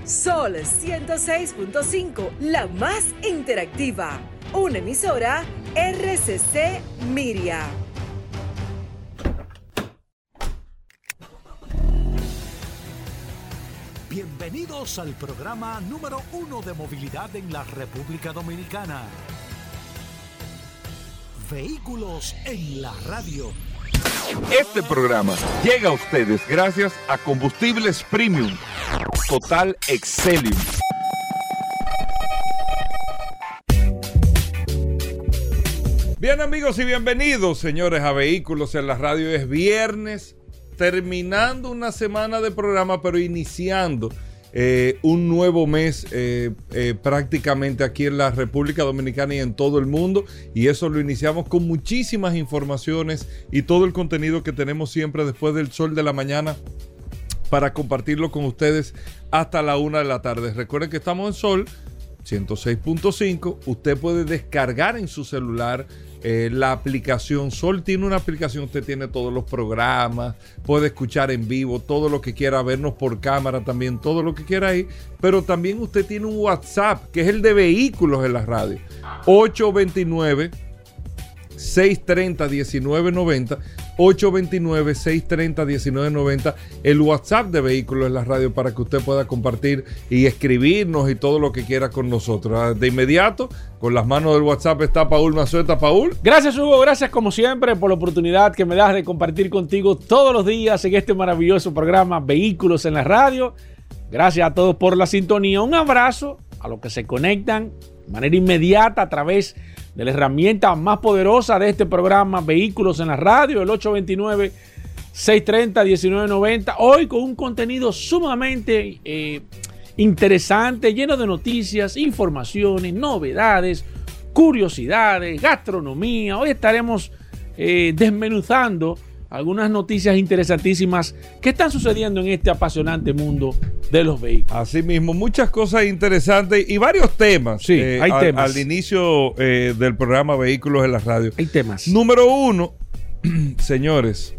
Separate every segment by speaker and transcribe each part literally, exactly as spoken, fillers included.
Speaker 1: Sol ciento seis punto cinco, la más interactiva. Una emisora R C C Miria.
Speaker 2: Bienvenidos al programa número uno de movilidad en la República Dominicana. Vehículos en la radio.
Speaker 3: Este programa llega a ustedes gracias a Combustibles Premium Total Excelium. Bien, amigos, y bienvenidos, señores, a Vehículos en la radio. Es viernes, terminando una semana de programa, pero iniciando eh, un nuevo mes eh, eh, prácticamente aquí en la República Dominicana y en todo el mundo, y eso lo iniciamos con muchísimas informaciones y todo el contenido que tenemos siempre después del sol de la mañana para compartirlo con ustedes hasta la una de la tarde. Recuerden que estamos en Sol ciento seis punto cinco. Usted puede descargar en su celular eh, la aplicación. Sol tiene una aplicación, usted tiene todos los programas, puede escuchar en vivo todo lo que quiera, vernos por cámara también, todo lo que quiera ahí. Pero también usted tiene un WhatsApp, que es el de Vehículos en la radio, ocho dos nueve, seis tres cero, uno nueve nueve cero, ocho dos nueve, seis tres cero, uno nueve nueve cero, el WhatsApp de Vehículos en la radio, para que usted pueda compartir y escribirnos y todo lo que quiera con nosotros. De inmediato, con las manos del WhatsApp está Paul Mazueta. Paul.
Speaker 4: Gracias, Hugo, gracias como siempre por la oportunidad que me das de compartir contigo todos los días en este maravilloso programa Vehículos en la radio. Gracias a todos por la sintonía. Un abrazo a los que se conectan de manera inmediata a través de la herramienta más poderosa de este programa, Vehículos en la radio, el ocho dos nueve, seis tres cero, uno nueve nueve cero. Hoy con un contenido sumamente eh, interesante, lleno de noticias, informaciones, novedades, curiosidades, gastronomía. Hoy estaremos eh, desmenuzando algunas noticias interesantísimas que están sucediendo en este apasionante mundo de los vehículos.
Speaker 3: Así mismo, muchas cosas interesantes y varios temas.
Speaker 4: Sí,
Speaker 3: eh,
Speaker 4: hay
Speaker 3: al,
Speaker 4: temas.
Speaker 3: Al inicio eh, del programa Vehículos en la radio.
Speaker 4: Hay temas.
Speaker 3: Número uno, señores,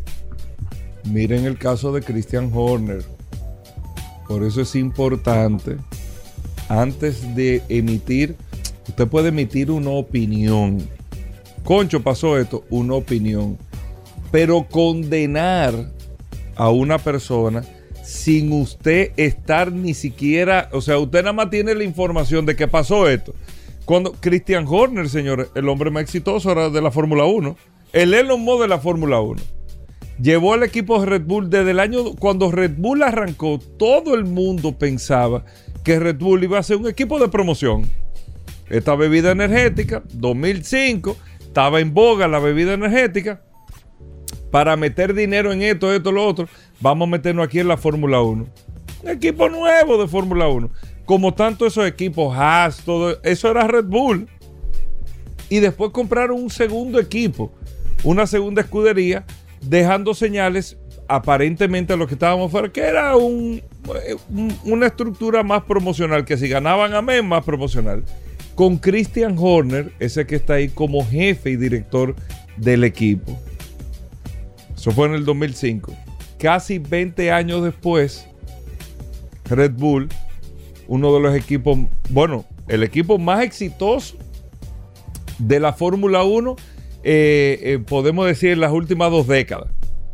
Speaker 3: miren el caso de Christian Horner. Por eso es importante, antes de emitir, usted puede emitir una opinión. Concho, pasó esto, una opinión. Pero condenar a una persona sin usted estar ni siquiera, o sea, usted nada más tiene la información de que pasó esto. Cuando Christian Horner, señores, el hombre más exitoso era de la Fórmula uno, el Elon Musk de la Fórmula uno, llevó al equipo de Red Bull desde el año, cuando Red Bull arrancó, todo el mundo pensaba que Red Bull iba a ser un equipo de promoción. Esta bebida energética, dos mil cinco, estaba en boga la bebida energética. Para meter dinero en esto, esto, lo otro, vamos a meternos aquí en la Fórmula uno. Un equipo nuevo de Fórmula uno. Como tanto esos equipos Haas, todo eso era Red Bull. Y después compraron un segundo equipo, una segunda escudería, dejando señales aparentemente a lo que estábamos fuera, que era un, un, una estructura más promocional, que si ganaban a mes, más promocional. Con Christian Horner, ese que está ahí como jefe y director del equipo. Eso fue en el dos mil cinco. Casi veinte años después, Red Bull, uno de los equipos, bueno, el equipo más exitoso de la Fórmula uno, eh, eh, podemos decir en las últimas dos décadas.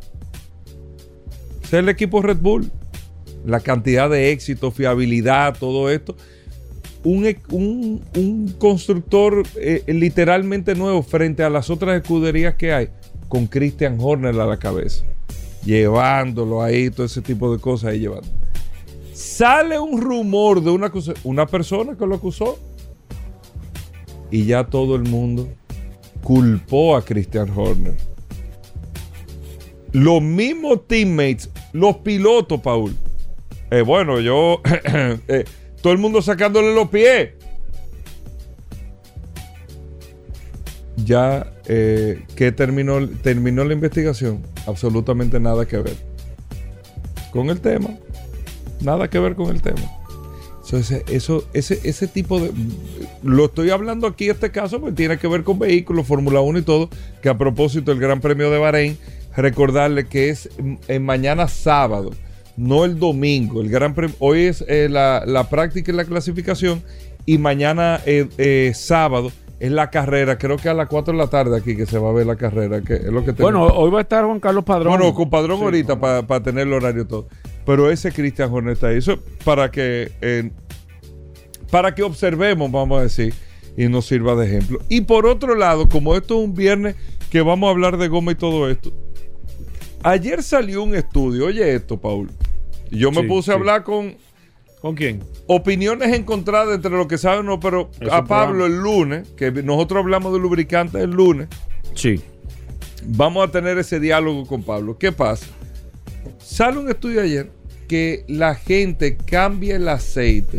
Speaker 3: Ese es el equipo Red Bull. La cantidad de éxito, fiabilidad, todo esto. Un, un, un constructor eh, literalmente nuevo frente a las otras escuderías que hay, con Christian Horner a la cabeza, llevándolo ahí, todo ese tipo de cosas ahí llevando. Sale un rumor de una, una persona que lo acusó y ya todo el mundo culpó a Christian Horner. Los mismos teammates, los pilotos, Paul. Eh, bueno, yo, eh, todo el mundo sacándole los pies. Ya eh, que terminó, terminó la investigación, absolutamente nada que ver con el tema, nada que ver con el tema. Entonces, eso, ese, ese tipo de, lo estoy hablando aquí este caso porque tiene que ver con vehículos, Fórmula uno y todo, que a propósito del Gran Premio de Bahrein, recordarle que es en mañana sábado, no el domingo. El gran premio, hoy es eh, la, la práctica y la clasificación, y mañana eh, eh, sábado es la carrera, creo que a las cuatro de la tarde aquí que se va a ver la carrera, que es lo que
Speaker 4: bueno, hoy va a estar Juan Carlos Padrón.
Speaker 3: Bueno, con Padrón
Speaker 4: sí,
Speaker 3: ahorita para pa tener el horario todo. Pero ese Christian Horner está ahí. Eso para que eh, para que observemos, vamos a decir, y nos sirva de ejemplo. Y por otro lado, como esto es un viernes que vamos a hablar de goma y todo esto, ayer salió un estudio, oye esto, Paul. Yo me
Speaker 4: sí,
Speaker 3: puse
Speaker 4: sí.
Speaker 3: a hablar con...
Speaker 4: ¿Con quién?
Speaker 3: Opiniones encontradas entre lo que saben, no, pero
Speaker 4: Eso
Speaker 3: a Pablo
Speaker 4: programa.
Speaker 3: el lunes, que nosotros hablamos de lubricantes el lunes,
Speaker 4: Sí.
Speaker 3: vamos a tener ese diálogo con Pablo. ¿Qué pasa? Sale un estudio ayer que la gente cambia el aceite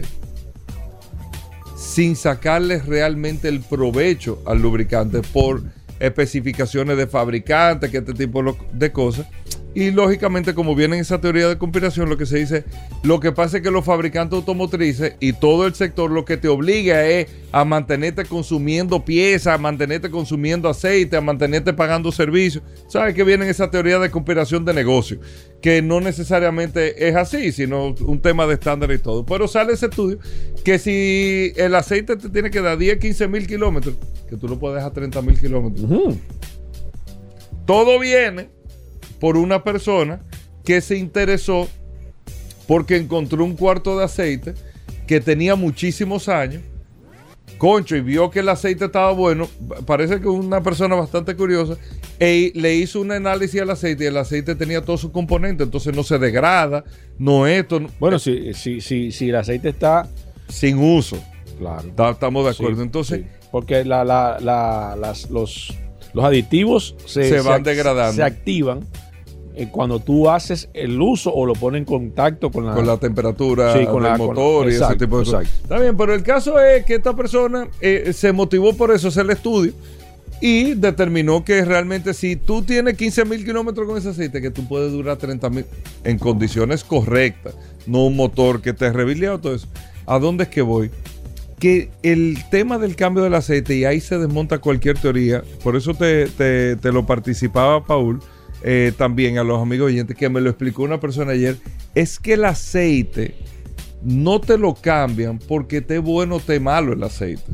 Speaker 3: sin sacarle realmente el provecho al lubricante por especificaciones de fabricantes, que este tipo de cosas. Y lógicamente, como viene en esa teoría de conspiración, lo que se dice, lo que pasa es que los fabricantes automotrices y todo el sector lo que te obliga es a mantenerte consumiendo piezas, a mantenerte consumiendo aceite, a mantenerte pagando servicios. ¿Sabes que viene en esa teoría de conspiración de negocio? Que no necesariamente es así, sino un tema de estándar y todo. Pero sale ese estudio que si el aceite te tiene que dar diez, quince mil kilómetros, que tú lo puedes a treinta mil kilómetros.
Speaker 4: Uh-huh.
Speaker 3: Todo viene por una persona que se interesó porque encontró un cuarto de aceite que tenía muchísimos años, concho, y vio que el aceite estaba bueno. Parece que una persona bastante curiosa, e le hizo un análisis al aceite y el aceite tenía todos sus componentes, entonces no se degrada, no esto. No,
Speaker 4: bueno, si, si, si, si el aceite está
Speaker 3: sin uso.
Speaker 4: Claro.
Speaker 3: Está, estamos de acuerdo.
Speaker 4: Sí,
Speaker 3: entonces,
Speaker 4: sí. Porque la, la, la, las, los, los aditivos se,
Speaker 3: se van
Speaker 4: se,
Speaker 3: degradando.
Speaker 4: Se activan eh, cuando tú haces el uso o lo pones en contacto con la,
Speaker 3: con la temperatura
Speaker 4: sí, con
Speaker 3: del
Speaker 4: la,
Speaker 3: motor
Speaker 4: con,
Speaker 3: y
Speaker 4: exacto,
Speaker 3: ese tipo de
Speaker 4: exacto.
Speaker 3: cosas. Está bien, pero el caso es que esta persona eh, se motivó por eso, hacer el estudio, y determinó que realmente si tú tienes quince mil kilómetros con ese aceite, que tú puedes durar treinta mil en condiciones correctas, no un motor que te revileado, todo eso. ¿A dónde es que voy? Que el tema del cambio del aceite, y ahí se desmonta cualquier teoría, por eso te, te, te lo participaba Paul, eh, también a los amigos oyentes, que me lo explicó una persona ayer, es que el aceite no te lo cambian porque esté bueno o esté malo el aceite.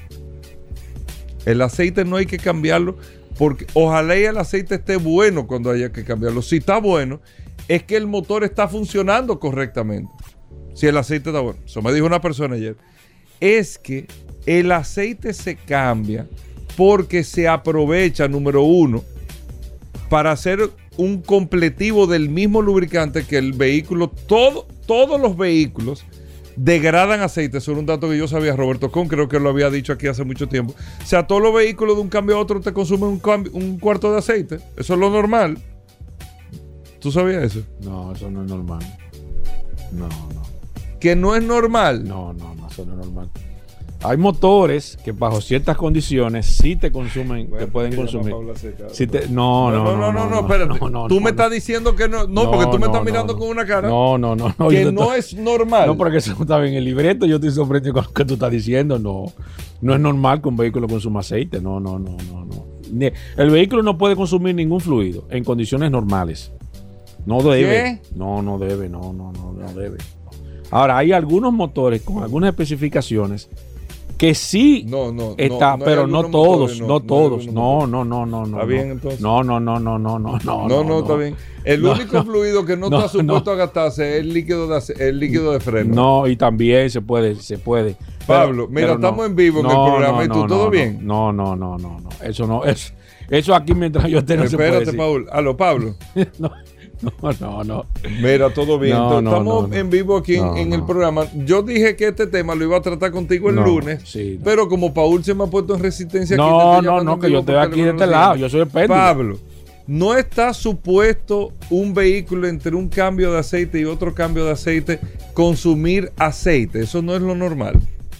Speaker 3: El aceite no hay que cambiarlo porque ojalá y el aceite esté bueno cuando haya que cambiarlo. Si está bueno, es que el motor está funcionando correctamente. Si el aceite está bueno. Eso me dijo una persona ayer. Es que el aceite se cambia porque se aprovecha, número uno, para hacer un completivo del mismo lubricante que el vehículo, todo, todos los vehículos degradan aceite. Eso era un dato que yo sabía, Roberto Con, creo que lo había dicho aquí hace mucho tiempo. O sea, todos los vehículos de un cambio a otro te consumen un, cambio, un cuarto de aceite. Eso es lo normal. ¿Tú sabías eso?
Speaker 4: No, eso no es normal. No, no.
Speaker 3: Que no es normal.
Speaker 4: No, no, no, eso no es normal. Hay motores que bajo ciertas condiciones sí te consumen, bueno, te pueden consumir. Si te, no, no, no, no, no, no, no,
Speaker 3: espérate.
Speaker 4: No, no,
Speaker 3: tú
Speaker 4: no,
Speaker 3: me
Speaker 4: no.
Speaker 3: estás diciendo que no, no,
Speaker 4: no
Speaker 3: porque tú me
Speaker 4: no,
Speaker 3: estás
Speaker 4: no,
Speaker 3: mirando
Speaker 4: no.
Speaker 3: con una cara.
Speaker 4: No, no, no, no.
Speaker 3: Que
Speaker 4: yo
Speaker 3: no
Speaker 4: estoy,
Speaker 3: es normal.
Speaker 4: No, porque eso no está en el libreto. Yo estoy sorprendido con lo que tú estás diciendo. No, no es normal que un vehículo consuma aceite. No, no, no, no, no. El vehículo no puede consumir ningún fluido en condiciones normales. No debe.
Speaker 3: ¿Qué?
Speaker 4: No, no debe. No, no, no, no debe. Ahora, hay algunos motores con algunas especificaciones que sí
Speaker 3: no, no,
Speaker 4: está,
Speaker 3: no, no
Speaker 4: pero no todos,
Speaker 3: motores, no,
Speaker 4: no todos,
Speaker 3: no,
Speaker 4: no, no, no, no, no.
Speaker 3: Está bien, entonces.
Speaker 4: No, no, no, no, no, no, no.
Speaker 3: No, no, está bien. El
Speaker 4: no,
Speaker 3: único
Speaker 4: no,
Speaker 3: fluido que no,
Speaker 4: no,
Speaker 3: está supuesto
Speaker 4: no.
Speaker 3: a gastarse es el líquido de, ace- el líquido de freno.
Speaker 4: No, y también se puede, se puede.
Speaker 3: Pablo,
Speaker 4: Pero-
Speaker 3: mira,
Speaker 4: pero no.
Speaker 3: estamos en vivo en
Speaker 4: No,
Speaker 3: el programa
Speaker 4: no,
Speaker 3: y tú,
Speaker 4: no,
Speaker 3: ¿todo
Speaker 4: no,
Speaker 3: bien?
Speaker 4: No, no, no, no, no. Eso no, eso, eso aquí mientras yo esté no se puede
Speaker 3: Espérate,
Speaker 4: decir.
Speaker 3: Paul. Aló, Pablo.
Speaker 4: No, no, no, no.
Speaker 3: Mira, todo bien.
Speaker 4: No,
Speaker 3: Entonces,
Speaker 4: no,
Speaker 3: estamos
Speaker 4: no, no.
Speaker 3: en vivo aquí en-
Speaker 4: No,
Speaker 3: en el
Speaker 4: no.
Speaker 3: programa. Yo dije que este tema lo iba a tratar contigo el
Speaker 4: No,
Speaker 3: lunes,
Speaker 4: sí, no.
Speaker 3: pero como Paul se me ha puesto en resistencia aquí, te
Speaker 4: No,
Speaker 3: estoy
Speaker 4: no,
Speaker 3: llamando
Speaker 4: no,
Speaker 3: en
Speaker 4: que
Speaker 3: vivo
Speaker 4: yo estoy
Speaker 3: porque
Speaker 4: aquí
Speaker 3: lo
Speaker 4: de este
Speaker 3: conocía.
Speaker 4: lado, yo soy el péndulo.
Speaker 3: Pablo, ¿no está supuesto un vehículo entre un cambio de aceite y otro cambio de aceite consumir aceite? Eso no es lo normal.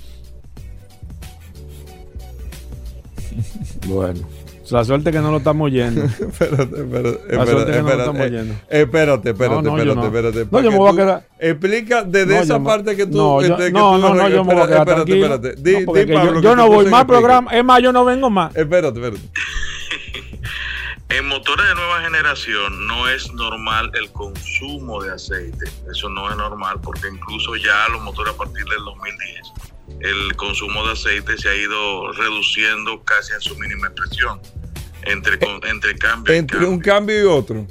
Speaker 4: Bueno, la suerte que no lo estamos oyendo.
Speaker 3: Espérate, espérate,
Speaker 4: La suerte
Speaker 3: espérate,
Speaker 4: que no lo estamos
Speaker 3: espérate,
Speaker 4: oyendo.
Speaker 3: eh, espérate, espérate,
Speaker 4: No, no, yo
Speaker 3: espérate,
Speaker 4: no.
Speaker 3: espérate.
Speaker 4: No,
Speaker 3: para
Speaker 4: yo
Speaker 3: que
Speaker 4: me voy a
Speaker 3: tú
Speaker 4: quedar-
Speaker 3: Explica desde
Speaker 4: No,
Speaker 3: esa
Speaker 4: yo me-
Speaker 3: parte que tú.
Speaker 4: No, yo,
Speaker 3: este, que
Speaker 4: no,
Speaker 3: tú
Speaker 4: no, no, yo me voy a quedar
Speaker 3: espérate,
Speaker 4: tranquilo.
Speaker 3: espérate. Di,
Speaker 4: No, porque
Speaker 3: di,
Speaker 4: que
Speaker 3: Pablo,
Speaker 4: yo,
Speaker 3: que
Speaker 4: yo
Speaker 3: te
Speaker 4: no
Speaker 3: puse
Speaker 4: voy
Speaker 3: en
Speaker 4: más
Speaker 3: explica.
Speaker 4: programa. Es más, yo no vengo más.
Speaker 3: Espérate, espérate.
Speaker 5: En motores de nueva generación no es normal el consumo de aceite. Eso no es normal porque incluso ya los motores a partir del dos mil diez, el consumo de aceite se ha ido reduciendo casi en su mínima expresión. Entre, entre cambio
Speaker 3: Entre
Speaker 5: y cambio.
Speaker 3: un cambio y otro.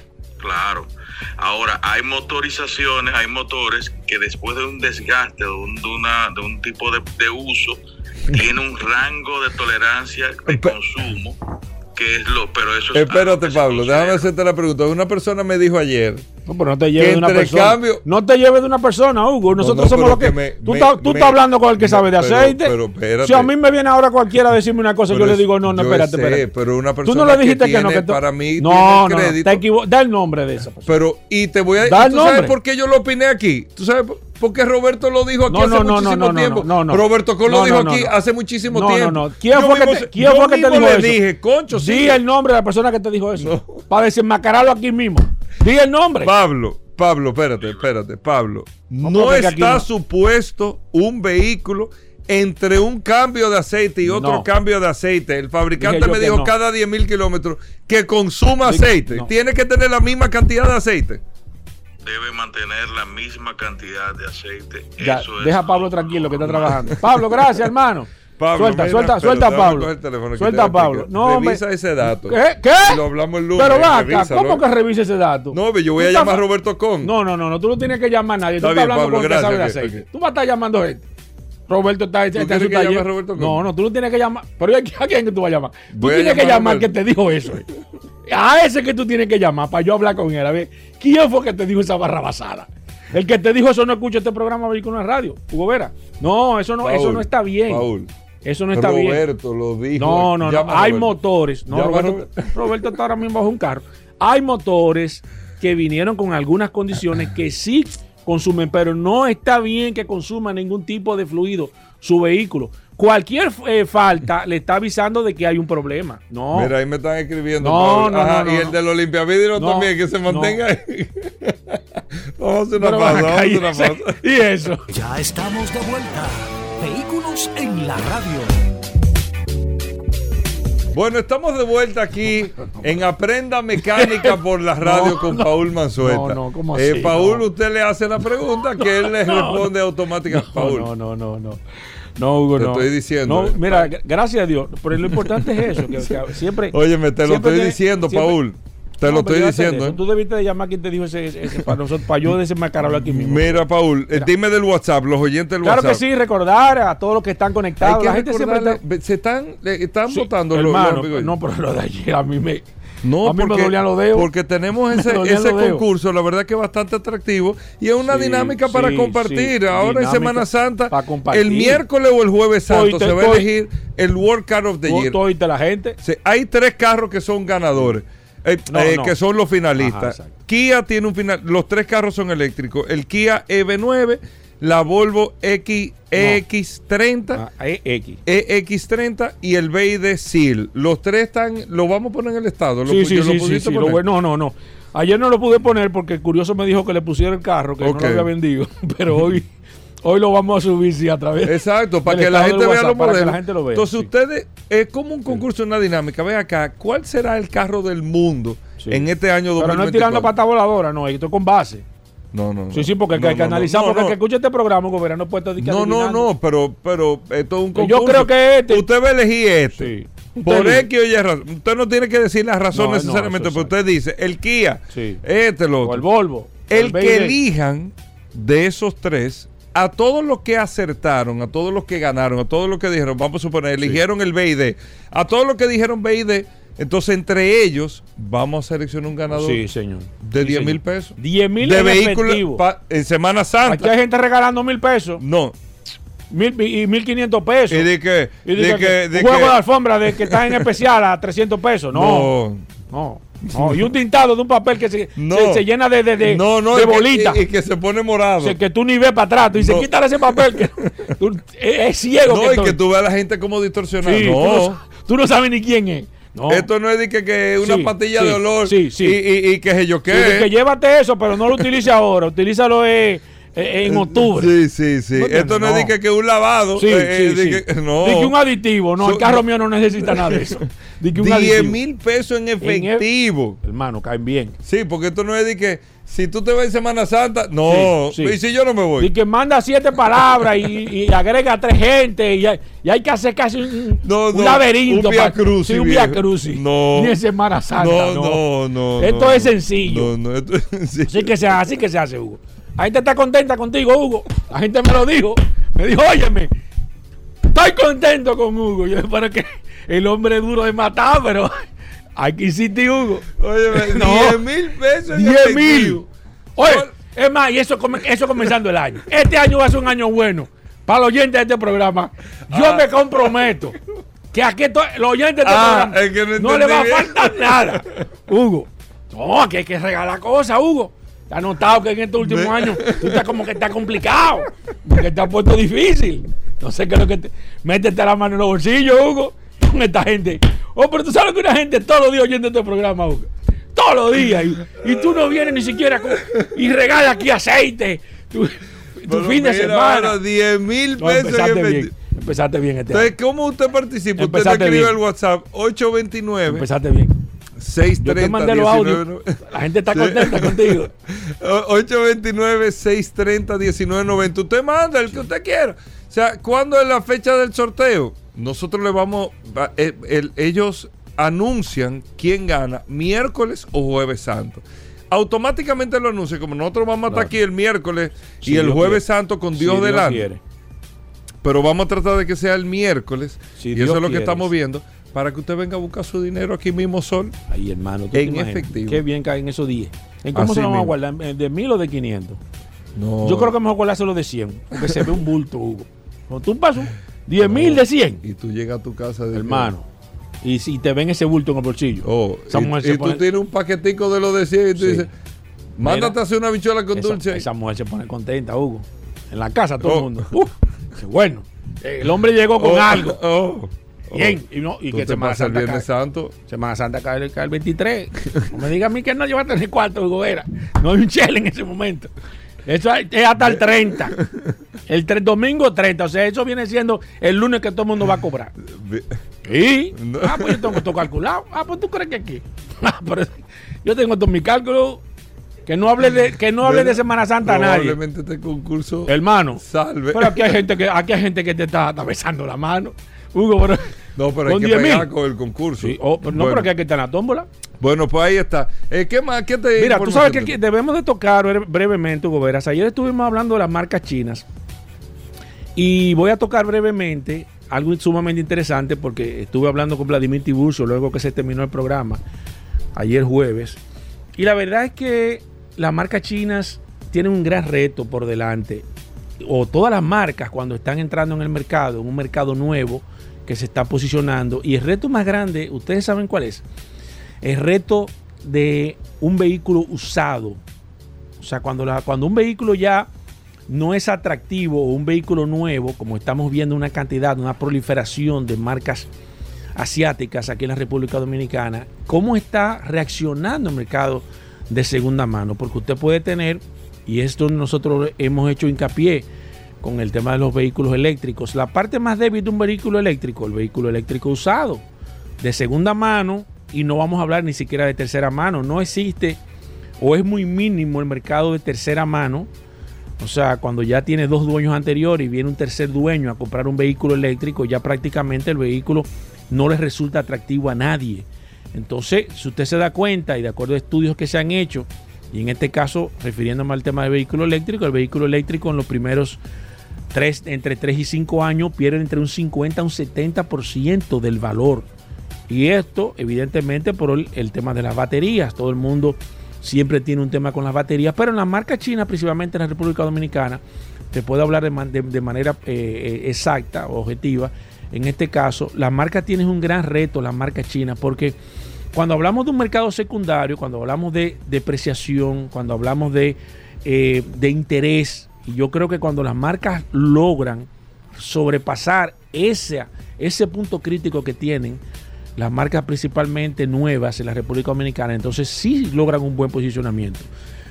Speaker 5: Claro. Ahora, hay motorizaciones, hay motores que después de un desgaste, de un, de una, de un tipo de, de uso, tiene un rango de tolerancia de consumo que es lo, pero eso es
Speaker 3: Espérate, Pablo, déjame hacerte la pregunta. Una persona me dijo ayer.
Speaker 4: No, pero no te lleves de una persona.
Speaker 3: Cambio,
Speaker 4: no te lleves de una persona, Hugo. Nosotros
Speaker 3: no, no,
Speaker 4: somos los que. que
Speaker 3: me,
Speaker 4: tú
Speaker 3: me,
Speaker 4: estás, tú
Speaker 3: me,
Speaker 4: estás hablando con el que
Speaker 3: me,
Speaker 4: sabe de
Speaker 3: pero,
Speaker 4: aceite.
Speaker 3: Pero, espérate.
Speaker 4: Si a mí me viene ahora cualquiera a decirme una cosa,
Speaker 3: pero
Speaker 4: yo le digo, no, no, espérate,
Speaker 3: sé,
Speaker 4: espérate.
Speaker 3: Pero una persona
Speaker 4: tú no le dijiste
Speaker 3: que,
Speaker 4: que no, que
Speaker 3: tiene,
Speaker 4: tú,
Speaker 3: para mí
Speaker 4: no,
Speaker 3: tiene
Speaker 4: no,
Speaker 3: crédito.
Speaker 4: te equivo- da el nombre de esa persona.
Speaker 3: Pero, y te voy a
Speaker 4: Da el
Speaker 3: ¿tú
Speaker 4: nombre.
Speaker 3: sabes por qué yo lo opiné aquí? ¿Tú sabes por qué Roberto lo dijo aquí
Speaker 4: No,
Speaker 3: hace
Speaker 4: no, no,
Speaker 3: muchísimo
Speaker 4: no, no,
Speaker 3: tiempo?
Speaker 4: no, no, no.
Speaker 3: Roberto Col
Speaker 4: No,
Speaker 3: lo dijo
Speaker 4: no, no,
Speaker 3: aquí
Speaker 4: no.
Speaker 3: hace muchísimo
Speaker 4: No,
Speaker 3: tiempo.
Speaker 4: no, no. ¿Quién
Speaker 3: Yo
Speaker 4: fue que
Speaker 3: mismo-
Speaker 4: te, ¿quién
Speaker 3: yo
Speaker 4: fue que te
Speaker 3: mismo
Speaker 4: dijo
Speaker 3: le
Speaker 4: eso?
Speaker 3: dije, concho,
Speaker 4: Di
Speaker 3: sí.
Speaker 4: el nombre de la persona que te dijo eso.
Speaker 3: No.
Speaker 4: Para desenmascararlo aquí mismo. Di el nombre.
Speaker 3: Pablo, Pablo, espérate, espérate, Pablo.
Speaker 4: No,
Speaker 3: No,
Speaker 4: porque aquí
Speaker 3: está
Speaker 4: no.
Speaker 3: supuesto un vehículo entre un cambio de aceite y otro
Speaker 4: No.
Speaker 3: cambio de aceite. El fabricante
Speaker 4: Dije yo
Speaker 3: me
Speaker 4: que
Speaker 3: dijo
Speaker 4: no.
Speaker 3: cada diez mil kilómetros que consuma
Speaker 4: Dije-
Speaker 3: aceite.
Speaker 4: no.
Speaker 3: Tiene que tener la misma cantidad de aceite.
Speaker 5: Debe mantener la misma cantidad de aceite.
Speaker 4: Ya,
Speaker 5: Eso
Speaker 4: deja a
Speaker 5: es
Speaker 4: Pablo
Speaker 5: lo
Speaker 4: tranquilo que está
Speaker 5: normal.
Speaker 4: trabajando. Pablo, gracias, hermano.
Speaker 3: Pablo,
Speaker 4: suelta,
Speaker 3: mira,
Speaker 4: suelta,
Speaker 3: pero
Speaker 4: suelta a
Speaker 3: déjame
Speaker 4: Pablo.
Speaker 3: coger el teléfono que
Speaker 4: Suelta
Speaker 3: te
Speaker 4: a Pablo.
Speaker 3: explique.
Speaker 4: No,
Speaker 3: Revisa
Speaker 4: me-
Speaker 3: ese dato.
Speaker 4: ¿Qué? ¿Qué?
Speaker 3: Y lo hablamos el lunes.
Speaker 4: Pero va acá,
Speaker 3: revísalo.
Speaker 4: ¿cómo que revise ese dato?
Speaker 3: No, pero yo voy
Speaker 4: Tú
Speaker 3: a
Speaker 4: estás
Speaker 3: llamar a
Speaker 4: fa-
Speaker 3: Roberto Con.
Speaker 4: No, no, no, no, tú no tienes que llamar a nadie.
Speaker 3: Está
Speaker 4: Tú
Speaker 3: bien,
Speaker 4: estás hablando
Speaker 3: Pablo,
Speaker 4: con el que sabe de
Speaker 3: gracias,
Speaker 4: aceite.
Speaker 3: ok.
Speaker 4: Tú vas a estar llamando gente. Roberto está, está en
Speaker 3: tienes
Speaker 4: su
Speaker 3: que llamar
Speaker 4: taller.
Speaker 3: a Roberto Con?
Speaker 4: No, no, tú no tienes que llamar. Pero ¿a quién que tú vas a llamar? Tú
Speaker 3: Voy a
Speaker 4: tienes que
Speaker 3: llamar a
Speaker 4: llamar que
Speaker 3: Roberto.
Speaker 4: te dijo eso. eh. A ese que tú tienes que llamar para yo hablar con él. A ver, ¿quién fue que te dijo esa barrabasada? El que te dijo eso no escucha este programa Vehículos en la Radio. Hugo Vera. No, eso no, eso
Speaker 3: Paul,
Speaker 4: no está bien.
Speaker 3: Paul,
Speaker 4: Eso no está bien.
Speaker 3: Roberto lo dijo.
Speaker 4: No, no, no.
Speaker 3: Llama a
Speaker 4: Hay
Speaker 3: Roberto.
Speaker 4: motores. No,
Speaker 3: Llama a
Speaker 4: Roberto,
Speaker 3: Roberto.
Speaker 4: Roberto está ahora mismo bajo un carro. Hay motores que vinieron con algunas condiciones que sí consumen, pero no está bien que consuma ningún tipo de fluido su vehículo. Cualquier eh, falta le está avisando de que hay un problema. No.
Speaker 3: Mira, ahí me están escribiendo.
Speaker 4: No,
Speaker 3: Paul.
Speaker 4: no,
Speaker 3: Ajá,
Speaker 4: no,
Speaker 3: y
Speaker 4: no,
Speaker 3: el
Speaker 4: no.
Speaker 3: de los limpiavidrios
Speaker 4: No,
Speaker 3: también, que se
Speaker 4: no.
Speaker 3: mantenga ahí. Vamos a hacer una
Speaker 4: Pero
Speaker 3: pausa,
Speaker 4: van a
Speaker 3: vamos a hacer
Speaker 4: caer
Speaker 3: una
Speaker 4: ese-
Speaker 3: pausa.
Speaker 4: Y eso.
Speaker 2: Ya estamos de vuelta. Vehículos en la radio.
Speaker 3: Bueno, estamos de vuelta aquí en Aprenda Mecánica por la radio
Speaker 4: No,
Speaker 3: con
Speaker 4: no.
Speaker 3: Paul Manzueta.
Speaker 4: No, no, ¿cómo
Speaker 3: Eh,
Speaker 4: así?
Speaker 3: Paul,
Speaker 4: No.
Speaker 3: usted le hace la pregunta que él le
Speaker 4: No,
Speaker 3: responde automáticamente.
Speaker 4: No,
Speaker 3: Paul,
Speaker 4: no, no, no, no. No, Hugo,
Speaker 3: Te
Speaker 4: no.
Speaker 3: estoy diciendo,
Speaker 4: No,
Speaker 3: eh.
Speaker 4: mira, g- gracias a Dios. Pero lo importante es eso, que, que siempre.
Speaker 3: óyeme, te lo
Speaker 4: siempre
Speaker 3: estoy
Speaker 4: tiene-
Speaker 3: diciendo,
Speaker 4: siempre-
Speaker 3: Paul. Te
Speaker 4: No,
Speaker 3: lo
Speaker 4: pero
Speaker 3: estoy
Speaker 4: olvídate de
Speaker 3: diciendo.
Speaker 4: eso.
Speaker 3: ¿eh?
Speaker 4: Tú debiste de llamar quien te dijo ese, ese- ese para nosotros, para yo desenmascararlo aquí mismo.
Speaker 3: Mira, Paul, eh, dime del WhatsApp, los oyentes del
Speaker 4: Claro
Speaker 3: WhatsApp.
Speaker 4: que sí, recordar a todos los que están
Speaker 3: Hay
Speaker 4: conectados.
Speaker 3: que
Speaker 4: La gente siempre
Speaker 3: recordarle-
Speaker 4: está.
Speaker 3: ve- se están, eh, están
Speaker 4: Sí,
Speaker 3: votando los-
Speaker 4: hermano,
Speaker 3: los amigos.
Speaker 4: no, pero lo de ayer a mí me.
Speaker 3: No,
Speaker 4: a mí me
Speaker 3: porque,
Speaker 4: dolían los dedos.
Speaker 3: porque tenemos
Speaker 4: Me
Speaker 3: ese,
Speaker 4: dolían
Speaker 3: ese
Speaker 4: los dedos.
Speaker 3: concurso, la verdad que es bastante atractivo y es una
Speaker 4: Sí,
Speaker 3: dinámica para
Speaker 4: sí,
Speaker 3: compartir.
Speaker 4: sí,
Speaker 3: Ahora en
Speaker 4: dinámica
Speaker 3: Semana Santa,
Speaker 4: para compartir.
Speaker 3: el miércoles o el jueves santo
Speaker 4: Toite,
Speaker 3: se va a
Speaker 4: toite.
Speaker 3: elegir el World Car of the
Speaker 4: Tú-
Speaker 3: Year.
Speaker 4: tú oíste la gente.
Speaker 3: Sí, hay tres carros que son ganadores, eh,
Speaker 4: No,
Speaker 3: eh,
Speaker 4: no.
Speaker 3: que son los finalistas.
Speaker 4: Ajá, exacto.
Speaker 3: Kia tiene un final, los tres carros son eléctricos. El Kia E V nueve, la Volvo X, E X treinta.
Speaker 4: Ah, E X.
Speaker 3: E X treinta y el B Y D Seal. Los tres están, lo vamos a poner en el estado. ¿Lo,
Speaker 4: Sí,
Speaker 3: pu-
Speaker 4: sí,
Speaker 3: lo
Speaker 4: sí, sí,
Speaker 3: pudiste
Speaker 4: sí, lo
Speaker 3: poner?
Speaker 4: bueno- no, no, no. Ayer no lo pude poner porque el curioso me dijo que le pusiera el carro, que
Speaker 3: Ok.
Speaker 4: no lo había vendido. Pero hoy, hoy lo vamos a subir, sí, a través.
Speaker 3: Exacto, para
Speaker 4: del
Speaker 3: que la
Speaker 4: estado
Speaker 3: gente
Speaker 4: del
Speaker 3: vea los
Speaker 4: WhatsApp, para que
Speaker 3: modelos.
Speaker 4: la gente lo vea,
Speaker 3: Entonces,
Speaker 4: sí.
Speaker 3: ustedes, es como un concurso, una dinámica. Ven acá, ¿cuál será el carro del mundo
Speaker 4: Sí.
Speaker 3: en este año dos mil veinticuatro?
Speaker 4: Pero no es tirando pata voladora, no, esto es con base.
Speaker 3: No, no, no.
Speaker 4: Sí, sí, porque
Speaker 3: no,
Speaker 4: hay que
Speaker 3: no, no,
Speaker 4: analizar,
Speaker 3: no,
Speaker 4: porque
Speaker 3: no.
Speaker 4: el que escucha este programa, gobierno, no puede estar
Speaker 3: No, no, no, pero, pero esto es un
Speaker 4: Yo
Speaker 3: concurso.
Speaker 4: creo que este-
Speaker 3: Usted va a elegir este.
Speaker 4: Sí.
Speaker 3: Por
Speaker 4: Usted
Speaker 3: X o Y razón. Usted no tiene que decir la razón
Speaker 4: No, no,
Speaker 3: necesariamente,
Speaker 4: eso
Speaker 3: pero usted dice el Kia,
Speaker 4: Sí.
Speaker 3: este, lo
Speaker 4: O
Speaker 3: otro.
Speaker 4: el Volvo.
Speaker 3: El
Speaker 4: o
Speaker 3: que
Speaker 4: B Y D.
Speaker 3: elijan de esos tres, a todos los que acertaron, a todos los que ganaron, a todos los que dijeron, vamos a suponer, eligieron el B I D, a todos los que dijeron B I D, entonces entre ellos vamos a seleccionar un ganador
Speaker 4: Sí, señor.
Speaker 3: de
Speaker 4: Sí,
Speaker 3: diez mil
Speaker 4: señor.
Speaker 3: pesos.
Speaker 4: diez mil
Speaker 3: de
Speaker 4: en
Speaker 3: vehículos
Speaker 4: efectivo.
Speaker 3: pa- en Semana
Speaker 4: Aquí
Speaker 3: Santa.
Speaker 4: hay gente regalando mil pesos.
Speaker 3: No.
Speaker 4: Mil, y mil quinientos pesos.
Speaker 3: Y de que,
Speaker 4: Y
Speaker 3: de
Speaker 4: dice
Speaker 3: que,
Speaker 4: que
Speaker 3: de
Speaker 4: un juego
Speaker 3: que-
Speaker 4: de alfombra de que está en especial a trescientos pesos. No,
Speaker 3: no.
Speaker 4: no, no. Y un tintado de un papel que se,
Speaker 3: No.
Speaker 4: se, se llena de, de, de,
Speaker 3: no, no,
Speaker 4: de
Speaker 3: y que-
Speaker 4: bolitas.
Speaker 3: y, y que se pone morado.
Speaker 4: O sea, que tú ni ves para atrás. Tú dices,
Speaker 3: No.
Speaker 4: quítale ese papel. Que tú- es, es ciego.
Speaker 3: no,
Speaker 4: que
Speaker 3: y
Speaker 4: estoy.
Speaker 3: que tú veas a la gente como distorsionada.
Speaker 4: Sí,
Speaker 3: no.
Speaker 4: Tú, no, tú no sabes ni quién es. No.
Speaker 3: Esto no es de que, que una
Speaker 4: Sí,
Speaker 3: pastilla
Speaker 4: sí,
Speaker 3: de olor
Speaker 4: sí, sí.
Speaker 3: Y, y, y que sé yo
Speaker 4: Sí,
Speaker 3: qué.
Speaker 4: de que llévate eso, pero no lo utilice ahora. Utilízalo eh, eh, en octubre.
Speaker 3: Sí, sí, sí. No, Esto no, no es de que, que un lavado.
Speaker 4: Sí,
Speaker 3: eh,
Speaker 4: sí,
Speaker 3: de
Speaker 4: sí.
Speaker 3: Que, no.
Speaker 4: De que un aditivo. No, so, el carro mío no necesita nada de eso.
Speaker 3: diez mil pesos en efectivo.
Speaker 4: En e Hermano, caen bien.
Speaker 3: Sí, porque esto no es de que si tú te vas en Semana Santa, no. Sí, sí. Y si yo no me voy.
Speaker 4: Y que manda siete palabras y, y agrega tres gente y hay, y hay que hacer casi un,
Speaker 3: no, no,
Speaker 4: un laberinto.
Speaker 3: Un vía crucis.
Speaker 4: Sí, un vía crucis.
Speaker 3: No.
Speaker 4: Ni en Semana Santa.
Speaker 3: No,
Speaker 4: no,
Speaker 3: no, no.
Speaker 4: Esto
Speaker 3: no,
Speaker 4: es sencillo.
Speaker 3: No, no, esto es sencillo.
Speaker 4: Así que se hace, así que se hace, Hugo. La gente está contenta contigo, Hugo. La gente me lo dijo. Me dijo, óyeme, estoy contento con Hugo. Yo espero que el hombre duro de matar, pero hay que insistir, Hugo.
Speaker 3: Óyeme, no. diez mil pesos.
Speaker 4: diez mil. Oye, es más, y eso, eso comenzando el año. Este año va a ser un año bueno para los oyentes de este programa. Yo ah. me comprometo que aquí to, los oyentes de este
Speaker 3: ah,
Speaker 4: programa
Speaker 3: es que no,
Speaker 4: no le va a faltar nada. Hugo, no, aquí hay que regalar cosas, Hugo. Te has notado que en estos últimos años tú estás como que está complicado, porque te has puesto difícil. No sé qué es lo que te... Métete la mano en los bolsillos, Hugo, con esta gente. Oh, pero tú sabes que una gente todos los días oyendo este programa, Hugo. Todos los días. Y, y tú no vienes ni siquiera con, y regalas aquí aceite. Tu, tu fin de semana.
Speaker 3: diez mil pesos.
Speaker 4: No, empezaste, bien, empezaste bien este
Speaker 3: Entonces,
Speaker 4: año.
Speaker 3: ¿cómo usted participa?
Speaker 4: Empezaste
Speaker 3: usted le escribe
Speaker 4: bien.
Speaker 3: al WhatsApp ocho dos nueve.
Speaker 4: Empezaste bien.
Speaker 3: seis treinta,
Speaker 4: Yo te mandé los audios. La gente está contenta contigo.
Speaker 3: ocho dos nueve, seis treinta, diecinueve noventa. Usted manda el que usted quiera. O sea, ¿cuándo es la fecha del sorteo? Nosotros le vamos... El, el, ellos anuncian quién gana miércoles o jueves santo. Automáticamente lo anuncian. Como nosotros vamos a estar aquí el miércoles sí, y el jueves quiere. Santo con Dios, Dios delante. Quiere. Pero vamos a tratar de que sea el miércoles. Sí, y Dios eso es lo que estamos viendo. Para que usted venga a buscar su dinero aquí mismo, Sol.
Speaker 4: Ahí, hermano.
Speaker 3: En efectivo.
Speaker 4: Qué bien caen esos diez. ¿En cómo Así se lo vamos a guardar? ¿De mil o de quinientos?
Speaker 3: No.
Speaker 4: Yo creo que mejor guardárselo de cien. Porque se ve un bulto, Hugo. Cuando tú pasas diez mil no. de cien.
Speaker 3: Y tú llegas a tu casa de
Speaker 4: hermano. Y si te ven ese bulto en el bolsillo.
Speaker 3: Oh, esa y, mujer y se pone... tú tienes un paquetico de los de cien y tú sí. dices, mándate Mira, a hacer una bichuela con
Speaker 4: esa,
Speaker 3: dulce.
Speaker 4: Esa mujer se pone contenta, Hugo. En la casa todo oh. el mundo. Uh, bueno, el hombre llegó con
Speaker 3: oh.
Speaker 4: algo.
Speaker 3: Oh.
Speaker 4: Bien, y, no, y que
Speaker 3: Semana Santa el Viernes cae, Santo.
Speaker 4: Semana Santa cae, cae el veintitrés. No me diga a mí que no lleva a tener cuarto, Hugo Vera. No hay un chel en ese momento. Eso es hasta el treinta. El tre domingo treinta. O sea, eso viene siendo el lunes que todo el mundo va a cobrar. ¿Sí? No. Ah, pues yo tengo esto calculado. Ah, pues tú crees que aquí. Ah, pero yo tengo esto en mi cálculo. Que no hable de, que no hable de Semana Santa a nadie.
Speaker 3: Probablemente este concurso.
Speaker 4: Hermano.
Speaker 3: Salve.
Speaker 4: Pero aquí hay gente que, aquí hay gente que te está, está besando la mano. Hugo, pero.
Speaker 3: No, pero hay que pegar con el concurso.
Speaker 4: Sí, oh, pero no, bueno. pero que hay que estar en la tómbola.
Speaker 3: Bueno, pues ahí está. Eh, ¿Qué más? ¿Qué te
Speaker 4: Mira, tú sabes que aquí debemos de tocar brevemente, Hugo Veras. Ayer estuvimos hablando de las marcas chinas. Y voy a tocar brevemente algo sumamente interesante porque estuve hablando con Vladimir Tiburcio luego que se terminó el programa, ayer jueves. Y la verdad es que las marcas chinas tienen un gran reto por delante. O todas las marcas cuando están entrando en el mercado, en un mercado nuevo que se está posicionando. Y el reto más grande, ¿ustedes saben cuál es? El reto de un vehículo usado. O sea, cuando, la, cuando un vehículo ya no es atractivo o un vehículo nuevo, como estamos viendo una cantidad, una proliferación de marcas asiáticas aquí en la República Dominicana, ¿cómo está reaccionando el mercado de segunda mano? Porque usted puede tener, y esto nosotros hemos hecho hincapié con el tema de los vehículos eléctricos, la parte más débil de un vehículo eléctrico, el vehículo eléctrico usado, de segunda mano, y no vamos a hablar ni siquiera de tercera mano. No existe o es muy mínimo el mercado de tercera mano. O sea, cuando ya tiene dos dueños anteriores y viene un tercer dueño a comprar un vehículo eléctrico, ya prácticamente el vehículo no les resulta atractivo a nadie. Entonces, si usted se da cuenta, y de acuerdo a estudios que se han hecho, y en este caso, refiriéndome al tema del vehículo eléctrico, el vehículo eléctrico en los primeros tres, entre tres y cinco años pierde entre un cincuenta a un setenta por ciento del valor. Y esto, evidentemente, por el, el tema de las baterías. Todo el mundo siempre tiene un tema con las baterías, pero en la marca china, principalmente en la República Dominicana, te puedo hablar de, man, de, de manera eh, exacta o objetiva. En este caso, la marca tiene un gran reto, la marca china, porque cuando hablamos de un mercado secundario, cuando hablamos de depreciación, cuando hablamos de, eh, de interés, y yo creo que cuando las marcas logran sobrepasar ese, ese punto crítico que tienen, las marcas principalmente nuevas en la República Dominicana, entonces sí logran un buen posicionamiento.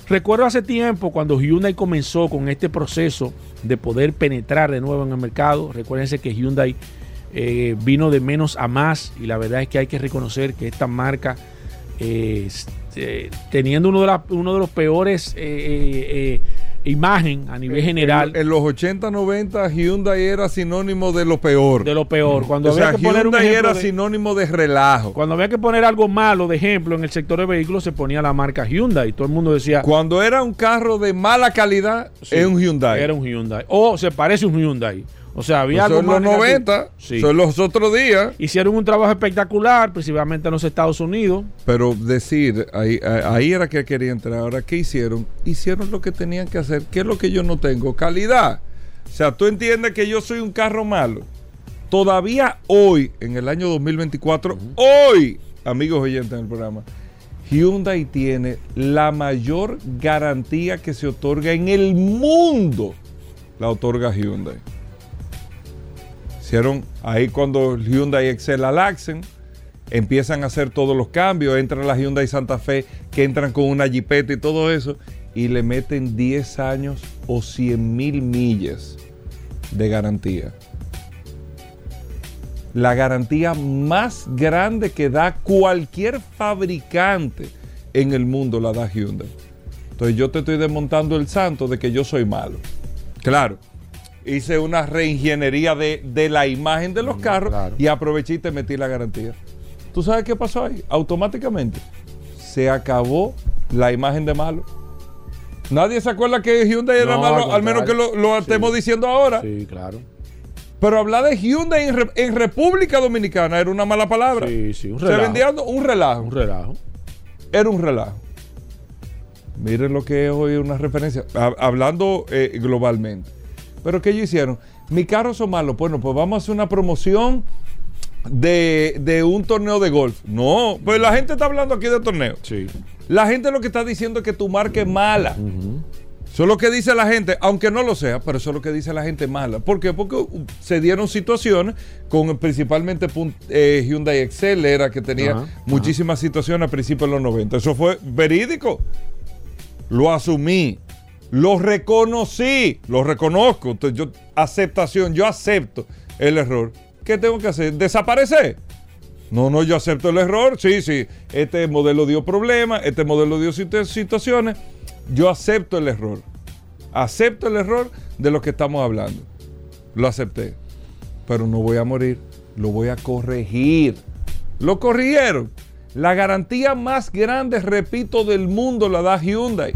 Speaker 4: Recuerdo hace tiempo cuando Hyundai comenzó con este proceso de poder penetrar de nuevo en el mercado. Recuérdense que Hyundai eh, vino de menos a más y la verdad es que hay que reconocer que esta marca, eh, eh, teniendo uno de, la, uno de los peores eh, eh, imagen a nivel general.
Speaker 3: En, en los ochenta, noventa Hyundai era sinónimo de lo peor.
Speaker 4: De lo peor. Cuando
Speaker 3: o
Speaker 4: había
Speaker 3: sea,
Speaker 4: que poner un
Speaker 3: Hyundai era
Speaker 4: de,
Speaker 3: sinónimo de relajo.
Speaker 4: Cuando había que poner algo malo, de ejemplo, en el sector de vehículos se ponía la marca Hyundai y todo el mundo decía...
Speaker 3: Cuando era un carro de mala calidad, sí, es un Hyundai.
Speaker 4: Era un Hyundai. O se parece a un Hyundai. O sea, había
Speaker 3: pues
Speaker 4: algo
Speaker 3: son los noventa, sí. Son los otros días.
Speaker 4: Hicieron un trabajo espectacular, principalmente en los Estados Unidos.
Speaker 3: Pero decir, ahí, ahí era que quería entrar. Ahora, ¿qué hicieron? Hicieron lo que tenían que hacer. ¿Qué es lo que yo no tengo? Calidad. O sea, tú entiendes que yo soy un carro malo. Todavía hoy, en el año dos mil veinticuatro, uh-huh. hoy, amigos oyentes del programa, Hyundai tiene la mayor garantía que se otorga en el mundo. La otorga Hyundai. Hicieron ahí cuando el Hyundai Excel al Accent, empiezan a hacer todos los cambios, entra la Hyundai Santa Fe, que entran con una jipeta y todo eso, y le meten diez años o cien mil millas de garantía. La garantía más grande que da cualquier fabricante en el mundo la da Hyundai. Entonces yo te estoy desmontando el santo de que yo soy malo. Claro. Hice una reingeniería de, de la imagen de los mm, carros, claro. Y aproveché y te metí la garantía. ¿Tú sabes qué pasó ahí? Automáticamente se acabó la imagen de malo. Nadie se acuerda que Hyundai era no, malo, al menos que lo, lo sí. estemos diciendo ahora.
Speaker 4: Sí, claro.
Speaker 3: Pero hablar de Hyundai en, en República Dominicana era una mala palabra.
Speaker 4: Sí, sí, un relajo.
Speaker 3: Se vendía un relajo.
Speaker 4: Un relajo.
Speaker 3: Era un relajo. Miren lo que es hoy una referencia. Hablando eh, globalmente. ¿Pero qué ellos hicieron? Mi carro son malos. Bueno, pues vamos a hacer una promoción de, de un torneo de golf. No, pues la gente está hablando aquí de torneo.
Speaker 4: Sí.
Speaker 3: La gente lo que está diciendo es que tu marca es mala. Uh-huh. Eso es lo que dice la gente, aunque no lo sea, pero eso es lo que dice la gente mala. ¿Por qué? Porque se dieron situaciones con principalmente eh, Hyundai Excel, era que tenía uh-huh. muchísimas uh-huh. situaciones a principios de los noventa. Eso fue verídico. Lo asumí. Lo reconocí, lo reconozco. Entonces, yo, aceptación, yo acepto el error. ¿Qué tengo que hacer? ¿Desaparecer? No, no, yo acepto el error. Sí, sí, este modelo dio problemas, este modelo dio situaciones. Yo acepto el error. Acepto el error de lo que estamos hablando. Lo acepté. Pero no voy a morir, lo voy a corregir. Lo corrigieron. La garantía más grande, repito, del mundo la da Hyundai.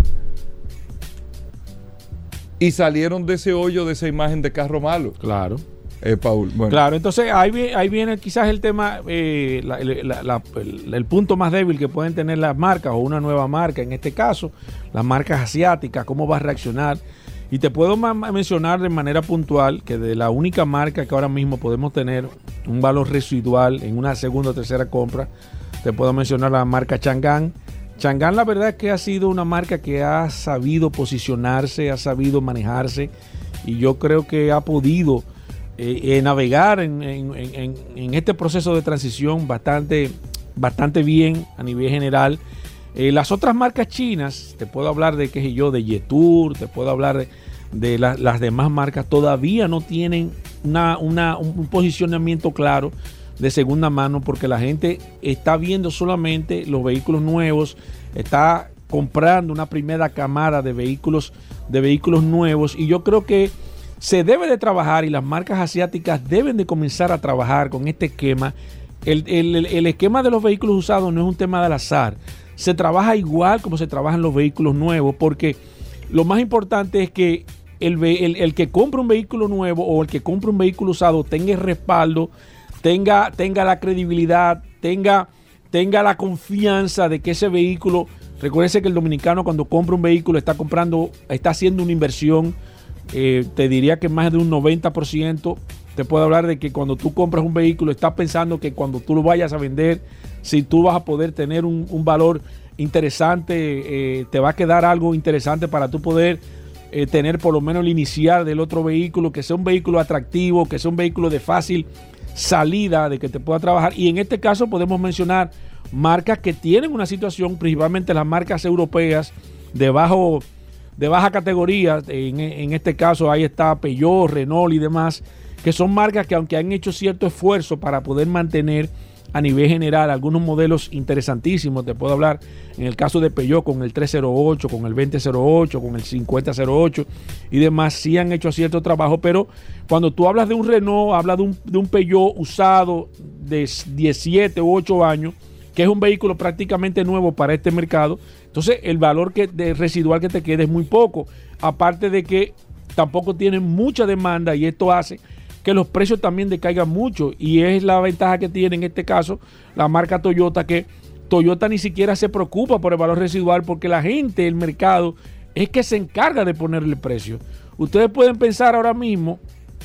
Speaker 3: Y salieron de ese hoyo, de esa imagen de carro malo.
Speaker 4: Claro.
Speaker 3: Eh, Paul. Bueno.
Speaker 4: Claro, entonces ahí viene, ahí viene quizás el tema, eh, la, la, la, el, el punto más débil que pueden tener las marcas o una nueva marca, en este caso, las marcas asiáticas, cómo va a reaccionar. Y te puedo ma- mencionar de manera puntual que de la única marca que ahora mismo podemos tener un valor residual en una segunda o tercera compra, te puedo mencionar la marca Changan. Changan, la verdad es que ha sido una marca que ha sabido posicionarse, ha sabido manejarse y yo creo que ha podido eh, eh, navegar en, en, en, en este proceso de transición bastante, bastante bien a nivel general. Eh, las otras marcas chinas, te puedo hablar de, qué sé yo, de Jetour, te puedo hablar de, de la, las demás marcas, todavía no tienen una, una, un posicionamiento claro de segunda mano porque la gente está viendo solamente los vehículos nuevos, está comprando una primera camada de vehículos de vehículos nuevos y yo creo que se debe de trabajar y las marcas asiáticas deben de comenzar a trabajar con este esquema. El, el, el esquema de los vehículos usados no es un tema del azar, se trabaja igual como se trabajan los vehículos nuevos porque lo más importante es que el, el, el que compra un vehículo nuevo o el que compra un vehículo usado tenga el respaldo, Tenga, tenga la credibilidad, tenga, tenga la confianza de que ese vehículo, recuérdese que el dominicano cuando compra un vehículo está comprando, está haciendo una inversión, eh, te diría que más de un noventa por ciento, te puedo hablar de que cuando tú compras un vehículo estás pensando que cuando tú lo vayas a vender, si tú vas a poder tener un, un valor interesante, eh, te va a quedar algo interesante para tú poder eh, tener por lo menos el inicial del otro vehículo, que sea un vehículo atractivo, que sea un vehículo de fácil salida, de que te pueda trabajar. Y en este caso podemos mencionar marcas que tienen una situación, principalmente las marcas europeas, de bajo de baja categoría. En, en este caso ahí está Peugeot, Renault y demás, que son marcas que aunque han hecho cierto esfuerzo para poder mantener a nivel general algunos modelos interesantísimos, te puedo hablar en el caso de Peugeot con el tres cero ocho, con el veinte cero ocho, con el cincuenta cero ocho y demás, sí han hecho cierto trabajo, pero cuando tú hablas de un Renault, hablas de un, de un Peugeot usado de diecisiete u ocho años, que es un vehículo prácticamente nuevo para este mercado, entonces el valor que, de residual que te queda es muy poco, aparte de que tampoco tienen mucha demanda y esto hace que los precios también decaigan mucho, y es la ventaja que tiene en este caso la marca Toyota, que Toyota ni siquiera se preocupa por el valor residual porque la gente, el mercado, es que se encarga de ponerle el precio. Ustedes pueden pensar ahora mismo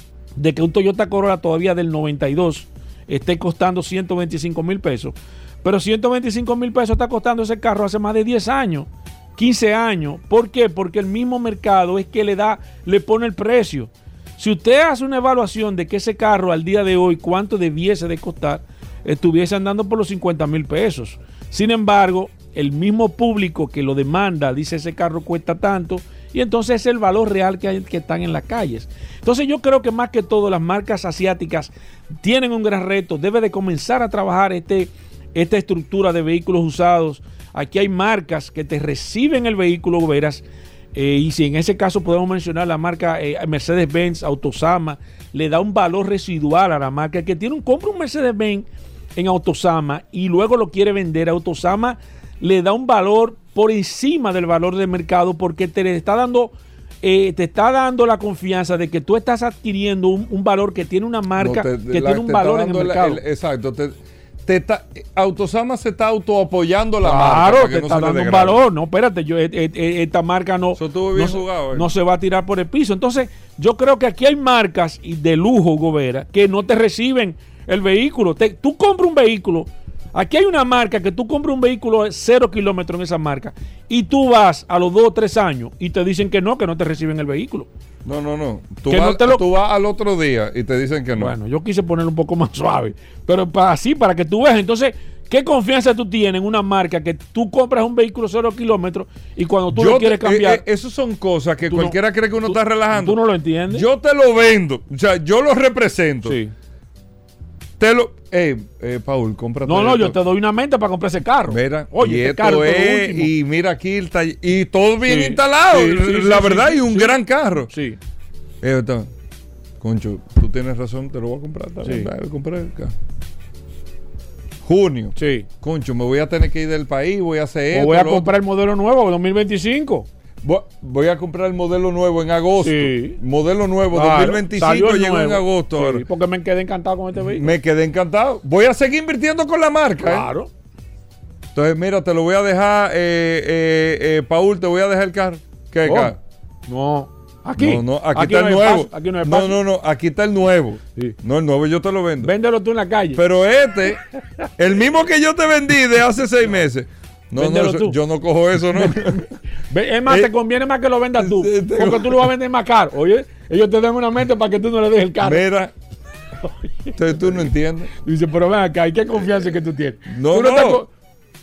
Speaker 4: de que un Toyota Corolla todavía del noventa y dos esté costando ciento veinticinco mil pesos, pero ciento veinticinco mil pesos está costando ese carro hace más de diez años, quince años. ¿Por qué? Porque el mismo mercado es que le da, le pone el precio. Si usted hace una evaluación de que ese carro al día de hoy, cuánto debiese de costar, estuviese andando por los cincuenta mil pesos. Sin embargo, el mismo público que lo demanda dice ese carro cuesta tanto, y entonces es el valor real que, hay, que están en las calles. Entonces yo creo que más que todo las marcas asiáticas tienen un gran reto. Debe de comenzar a trabajar este, esta estructura de vehículos usados. Aquí hay marcas que te reciben el vehículo, verás. Eh, y si en ese caso podemos mencionar la marca eh, Mercedes-Benz, Autosama, le da un valor residual a la marca. El que tiene un, compra un Mercedes-Benz en Autosama y luego lo quiere vender, Autosama le da un valor por encima del valor del mercado, porque te está dando eh, te está dando la confianza de que tú estás adquiriendo un, un valor que tiene una marca, no te, que la, tiene un valor en el mercado.
Speaker 3: El, exacto, te, Te está, Autosama se está autoapoyando la
Speaker 4: claro,
Speaker 3: marca.
Speaker 4: Claro, te no está dando un valor. No, espérate, yo, eh, eh, esta marca no,
Speaker 3: bien
Speaker 4: no,
Speaker 3: jugado, eh.
Speaker 4: no se va a tirar por el piso. Entonces, yo creo que aquí hay marcas de lujo, Gobera, que no te reciben el vehículo. Te, tú compras un vehículo. Aquí hay una marca que tú compras un vehículo de cero kilómetros en esa marca y tú vas a los dos o tres años y te dicen que no, que no te reciben el vehículo.
Speaker 3: No, no, no. Tú, vas, no te lo... tú vas al otro día y te dicen que no.
Speaker 4: Bueno, yo quise ponerlo un poco más suave, pero para así, para que tú veas. Entonces, ¿qué confianza tú tienes en una marca que tú compras un vehículo cero kilómetros y cuando tú
Speaker 3: yo
Speaker 4: lo quieres
Speaker 3: te,
Speaker 4: cambiar?
Speaker 3: Eh, eh, Esas son cosas que
Speaker 4: tú
Speaker 3: cualquiera
Speaker 4: no,
Speaker 3: cree que uno
Speaker 4: tú,
Speaker 3: está relajando.
Speaker 4: Tú no lo entiendes.
Speaker 3: Yo te lo vendo. O sea, yo lo represento.
Speaker 4: Sí.
Speaker 3: Te lo... Eh, eh, Paul, cómprate.
Speaker 4: No, no,
Speaker 3: esto.
Speaker 4: yo te doy una mente para comprar ese carro.
Speaker 3: Mira,
Speaker 4: oye,
Speaker 3: y
Speaker 4: este
Speaker 3: esto
Speaker 4: carro
Speaker 3: es, y mira aquí el tall- y todo bien
Speaker 4: sí,
Speaker 3: instalado,
Speaker 4: sí, sí,
Speaker 3: la
Speaker 4: sí,
Speaker 3: verdad,
Speaker 4: sí,
Speaker 3: y un
Speaker 4: sí,
Speaker 3: gran carro.
Speaker 4: Sí.
Speaker 3: Eh, está, Concho, tú tienes razón, te lo voy a comprar. Te
Speaker 4: Sí.
Speaker 3: voy a comprar el carro. Junio.
Speaker 4: Sí.
Speaker 3: Concho, me voy a tener que ir del país, voy a hacer
Speaker 4: O
Speaker 3: esto.
Speaker 4: voy a
Speaker 3: lo
Speaker 4: comprar
Speaker 3: otro.
Speaker 4: el modelo nuevo, dos mil veinticinco.
Speaker 3: Voy, voy a comprar el modelo nuevo en agosto.
Speaker 4: Sí.
Speaker 3: Modelo nuevo,
Speaker 4: Claro,
Speaker 3: dos mil veincinco
Speaker 4: salió el
Speaker 3: llegó
Speaker 4: nuevo.
Speaker 3: en agosto.
Speaker 4: Sí,
Speaker 3: ahora.
Speaker 4: porque me quedé encantado con este vehículo.
Speaker 3: Me quedé encantado. Voy a seguir invirtiendo con la marca.
Speaker 4: Claro.
Speaker 3: ¿eh? Entonces, mira, te lo voy a dejar, eh, eh, eh, Paul, te voy a dejar el carro. ¿Qué
Speaker 4: Oh,
Speaker 3: carro?
Speaker 4: No. Aquí.
Speaker 3: No, no, aquí,
Speaker 4: Aquí
Speaker 3: está
Speaker 4: no
Speaker 3: el
Speaker 4: hay
Speaker 3: nuevo.
Speaker 4: espacio, aquí no hay
Speaker 3: no,
Speaker 4: espacio.
Speaker 3: no, no, aquí está el nuevo.
Speaker 4: Sí.
Speaker 3: No, el nuevo yo te lo vendo.
Speaker 4: Véndelo tú en la calle.
Speaker 3: Pero este, el mismo que yo te vendí de hace seis meses. No,
Speaker 4: Véndelo
Speaker 3: no, eso-
Speaker 4: tú.
Speaker 3: yo no cojo eso, ¿no?
Speaker 4: Ve- Es más,
Speaker 3: Eh,
Speaker 4: te conviene más que lo vendas tú.
Speaker 3: sí, tengo-
Speaker 4: Porque tú lo vas a vender más caro. Oye, ellos te dan una mente para que tú no le dejes el carro.
Speaker 3: Mira, entonces tú no entiendes.
Speaker 4: Dice, pero ven acá, ¿y qué confianza que tú tienes?
Speaker 3: No,
Speaker 4: Tú
Speaker 3: no.
Speaker 4: te co-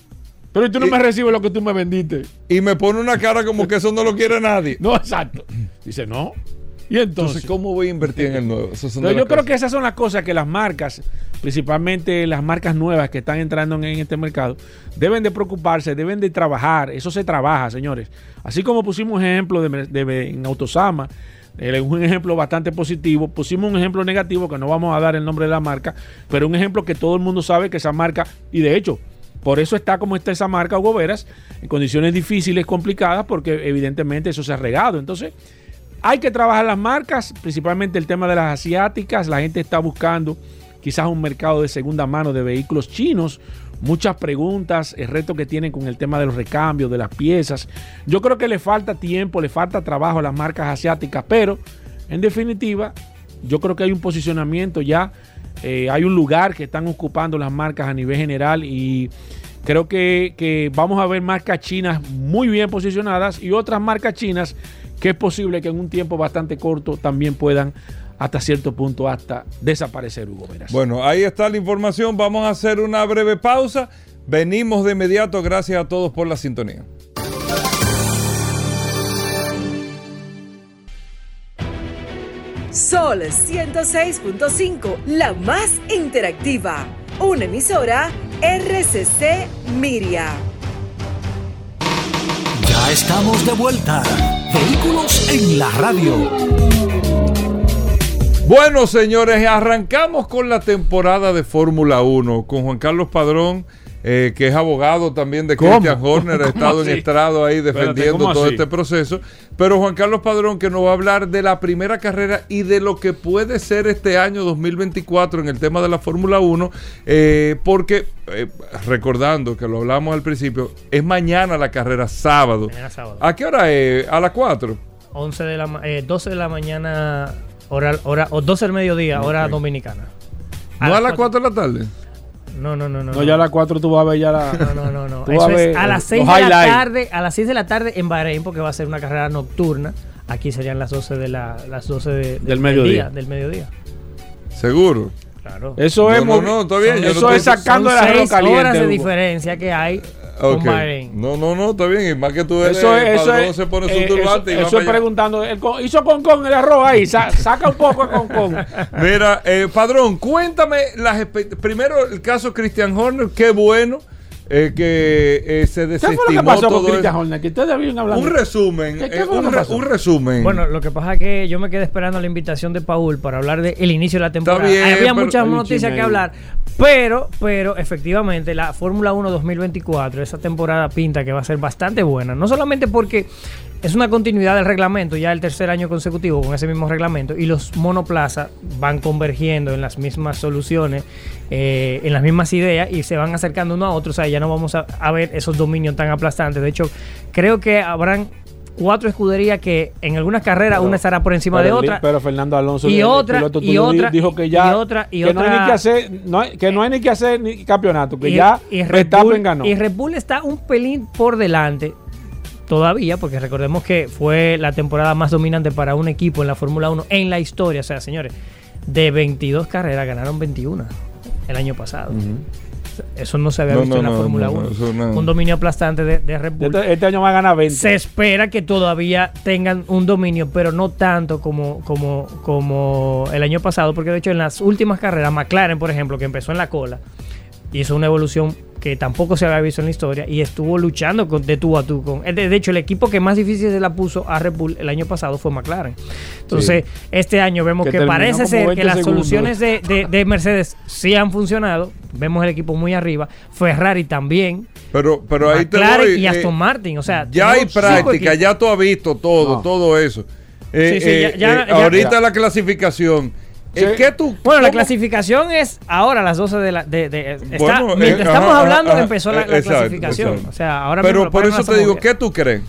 Speaker 4: pero tú no
Speaker 3: Y-
Speaker 4: me recibes lo que tú me vendiste.
Speaker 3: Y me pone una cara como que eso no lo quiere nadie.
Speaker 4: No, exacto. Dice, no. Y entonces,
Speaker 3: Entonces, ¿cómo voy a invertir en el nuevo? Esas son de
Speaker 4: pero
Speaker 3: las
Speaker 4: yo creo
Speaker 3: cosas.
Speaker 4: que esas son las cosas que las marcas, principalmente las marcas nuevas que están entrando en, en este mercado, deben de preocuparse, deben de trabajar. Eso se trabaja, señores. Así como pusimos ejemplo de, de- en Autosama, eh, un ejemplo bastante positivo, pusimos un ejemplo negativo que no vamos a dar el nombre de la marca, pero un ejemplo que todo el mundo sabe que esa marca, y de hecho, por eso está como está esa marca Hugo Veras, en condiciones difíciles, complicadas, porque evidentemente eso se ha regado. Entonces, hay que trabajar las marcas, principalmente el tema de las asiáticas. La gente está buscando quizás un mercado de segunda mano de vehículos chinos. Muchas preguntas, el reto que tienen con el tema de los recambios, de las piezas. Yo creo que le falta tiempo, le falta trabajo a las marcas asiáticas, pero en definitiva, yo creo que hay un posicionamiento ya. Eh, hay un lugar que están ocupando las marcas a nivel general y creo que, que vamos a ver marcas chinas muy bien posicionadas y otras marcas chinas que es posible que en un tiempo bastante corto también puedan hasta cierto punto hasta desaparecer, Hugo Veras.
Speaker 3: Bueno, ahí está la información. Vamos a hacer una breve pausa. Venimos de inmediato. Gracias a todos por la sintonía.
Speaker 1: Sol ciento seis punto cinco, la más interactiva. Una emisora R C C Miria.
Speaker 2: Ya estamos de vuelta. Vehículos en la radio.
Speaker 3: Bueno, señores, arrancamos con la temporada de Fórmula uno con Juan Carlos Padrón, eh, que es abogado también de Christian Horner, ha estado en estrado ahí defendiendo todo así? este proceso. Pero Juan Carlos Padrón, que nos va a hablar de la primera carrera y de lo que puede ser este año dos mil veinticuatro en el tema de la Fórmula uno, eh, porque, eh, recordando que lo hablamos al principio, es mañana la carrera, sábado.
Speaker 6: Mañana sábado.
Speaker 3: ¿A qué hora es? ¿A las cuatro?
Speaker 6: once de la, eh, doce de la mañana, hora, hora, o doce del mediodía, okay. Hora dominicana.
Speaker 3: ¿No a las cuatro de la tarde?
Speaker 6: No, no, no, no.
Speaker 4: No, ya a las cuatro tú vas a ver ya la...
Speaker 6: No, no, no, no. Eso es a las seis de la tarde, a las seis de la tarde en Bahrein, porque va a ser una carrera nocturna. Aquí serían las doce de la, las doce de, de,
Speaker 4: del mediodía.
Speaker 6: Día, del mediodía.
Speaker 3: ¿Seguro?
Speaker 6: Claro.
Speaker 3: Eso es... No, no, no, está bien.
Speaker 6: Son,
Speaker 3: yo
Speaker 6: eso
Speaker 3: no
Speaker 6: es sacando
Speaker 3: de
Speaker 6: la seis horas de Hugo. diferencia que hay
Speaker 3: okay.
Speaker 6: con Bahrein.
Speaker 3: No, no, no, está bien. Y más que tú eres
Speaker 4: eso es,
Speaker 3: padrón,
Speaker 4: eso
Speaker 3: se pone
Speaker 4: eh,
Speaker 3: su turbante
Speaker 4: eso,
Speaker 3: y
Speaker 4: eso es preguntando. El con, hizo con con el arroz ahí. Sa, saca un poco de con con.
Speaker 3: Mira, eh, Padrón, cuéntame las primero el caso Christian Horner. Qué bueno. Eh, que eh, se desestimó.
Speaker 4: ¿Qué fue lo que pasó
Speaker 3: todo
Speaker 4: con Christian Horner? Que ustedes habían hablado.
Speaker 3: Un resumen,
Speaker 4: ¿Qué, qué
Speaker 3: eh, un, re, un resumen.
Speaker 6: Bueno, lo que pasa es que yo me quedé esperando la invitación de Paul para hablar del inicio de la temporada.
Speaker 3: Bien,
Speaker 6: había
Speaker 3: pero,
Speaker 6: muchas noticias que hablar, pero, pero efectivamente la Fórmula uno dos mil veinticuatro, esa temporada pinta que va a ser bastante buena. No solamente porque es una continuidad del reglamento, ya el tercer año consecutivo con ese mismo reglamento, y los monoplazas van convergiendo en las mismas soluciones, eh, en las mismas ideas, y se van acercando uno a otro. O sea, ya no vamos a, a ver esos dominios tan aplastantes. De hecho, creo que habrán cuatro escuderías que en algunas carreras pero, una estará por encima de otra.
Speaker 4: Pero Fernando Alonso
Speaker 6: y otra, piloto,
Speaker 4: y otra
Speaker 6: dijo
Speaker 4: que ya
Speaker 6: y otra, y
Speaker 4: que
Speaker 6: otra,
Speaker 4: no hay ni que hacer, no hay, que no hay ni que hacer ni campeonato, que
Speaker 6: y,
Speaker 4: ya
Speaker 6: y
Speaker 4: Verstappen ganó.
Speaker 6: Y Red Bull está un pelín por delante todavía, porque recordemos que fue la temporada más dominante para un equipo en la Fórmula uno en la historia. O sea, señores, de veintidós carreras ganaron veintiuno el año pasado. Uh-huh. Eso no se había no, visto no, en la no, Fórmula no, uno. No, un dominio aplastante de, de Red Bull.
Speaker 4: Este, este año va a ganar veinte.
Speaker 6: Se espera que todavía tengan un dominio, pero no tanto como, como, como el año pasado, porque de hecho en las últimas carreras, McLaren, por ejemplo, que empezó en la cola, hizo una evolución que tampoco se había visto en la historia y estuvo luchando con, de tú a tú con. De, de hecho, el equipo que más difícil se la puso a Red Bull el año pasado fue McLaren. Entonces, sí. este año vemos que, que parece ser que las segundos. soluciones de, de, de Mercedes sí han funcionado. Vemos el equipo muy arriba. Ferrari también.
Speaker 3: Pero, pero ahí
Speaker 6: McLaren
Speaker 3: te voy,
Speaker 6: y Aston
Speaker 3: eh,
Speaker 6: Martin. O sea,
Speaker 3: ya hay práctica, ya tú has visto todo, no. todo eso. Eh, sí, sí, eh, ya, ya, eh, ya, ahorita ya. la clasificación. Sí. ¿Qué tú,
Speaker 6: bueno, ¿cómo? La clasificación es ahora a las doce de la... De, de, está, bueno, mientras eh, estamos ajá, hablando ajá, empezó la, la exacto, clasificación. Exacto. O sea, ahora
Speaker 3: Pero
Speaker 6: mismo
Speaker 3: por eso te digo, ¿qué tú crees?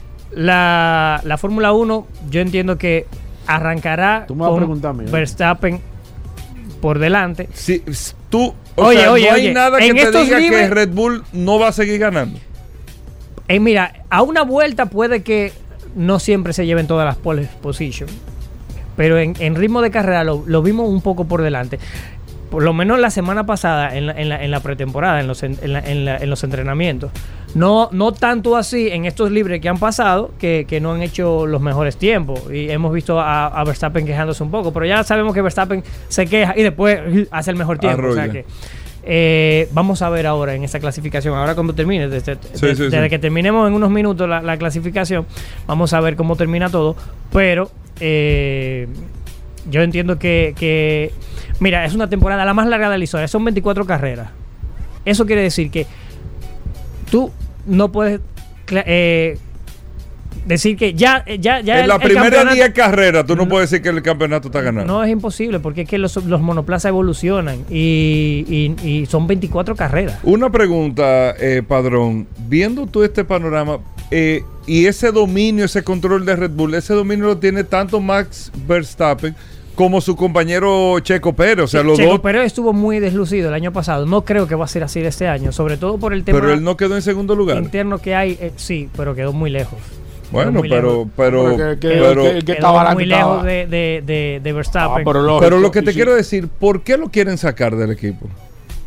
Speaker 6: La, la Fórmula uno, yo entiendo que arrancará con Verstappen por delante.
Speaker 3: Sí, tú... O
Speaker 6: oye,
Speaker 3: sea,
Speaker 6: oye,
Speaker 3: no hay
Speaker 6: oye,
Speaker 3: nada que te diga
Speaker 6: libres,
Speaker 3: que Red Bull no va a seguir ganando.
Speaker 6: Eh, mira, a una vuelta puede que no siempre se lleven todas las pole position, pero en, en ritmo de carrera lo, lo vimos un poco por delante. Por lo menos la semana pasada, en la, en la, en la pretemporada, en los, en, la, en, la, en los entrenamientos. No, no tanto así en estos libres que han pasado, que, que no han hecho los mejores tiempos. Y hemos visto a, a Verstappen quejándose un poco, pero ya sabemos que Verstappen se queja y después hace el mejor tiempo. Arroya. O sea que eh, vamos a ver ahora en esa clasificación, ahora cuando termine, desde, sí, de, sí, desde sí. que terminemos en unos minutos la, la clasificación, vamos a ver cómo termina todo. Pero eh, yo entiendo que, que, mira, es una temporada la más larga de la historia, son veinticuatro carreras. Eso quiere decir que tú no puedes eh, decir que ya, ya, ya
Speaker 3: en el, la primera diez carreras tú no, no puedes decir que el campeonato está ganando.
Speaker 6: No, es imposible, porque es que los, los monoplazas evolucionan y, y, y son veinticuatro carreras.
Speaker 3: Una pregunta, eh, Padrón, viendo tú este panorama eh, y ese dominio, ese control de Red Bull, ese dominio lo tiene tanto Max Verstappen como su compañero Checo Pérez, o sea, los
Speaker 6: Checo
Speaker 3: dos.
Speaker 6: Pérez estuvo muy deslucido el año pasado. No creo que va a ser así de este año, sobre todo por el tema.
Speaker 3: Pero él no quedó en segundo lugar.
Speaker 6: Interno que hay, eh, sí, pero quedó muy lejos.
Speaker 3: Bueno, muy pero, lejos. pero,
Speaker 4: pero, que,
Speaker 3: pero
Speaker 4: que, que, que estaba
Speaker 6: muy
Speaker 4: estaba.
Speaker 6: lejos de, de, de, de Verstappen.
Speaker 3: Ah, pero, lógico, pero lo que te sí. quiero decir, ¿por qué lo quieren sacar del equipo?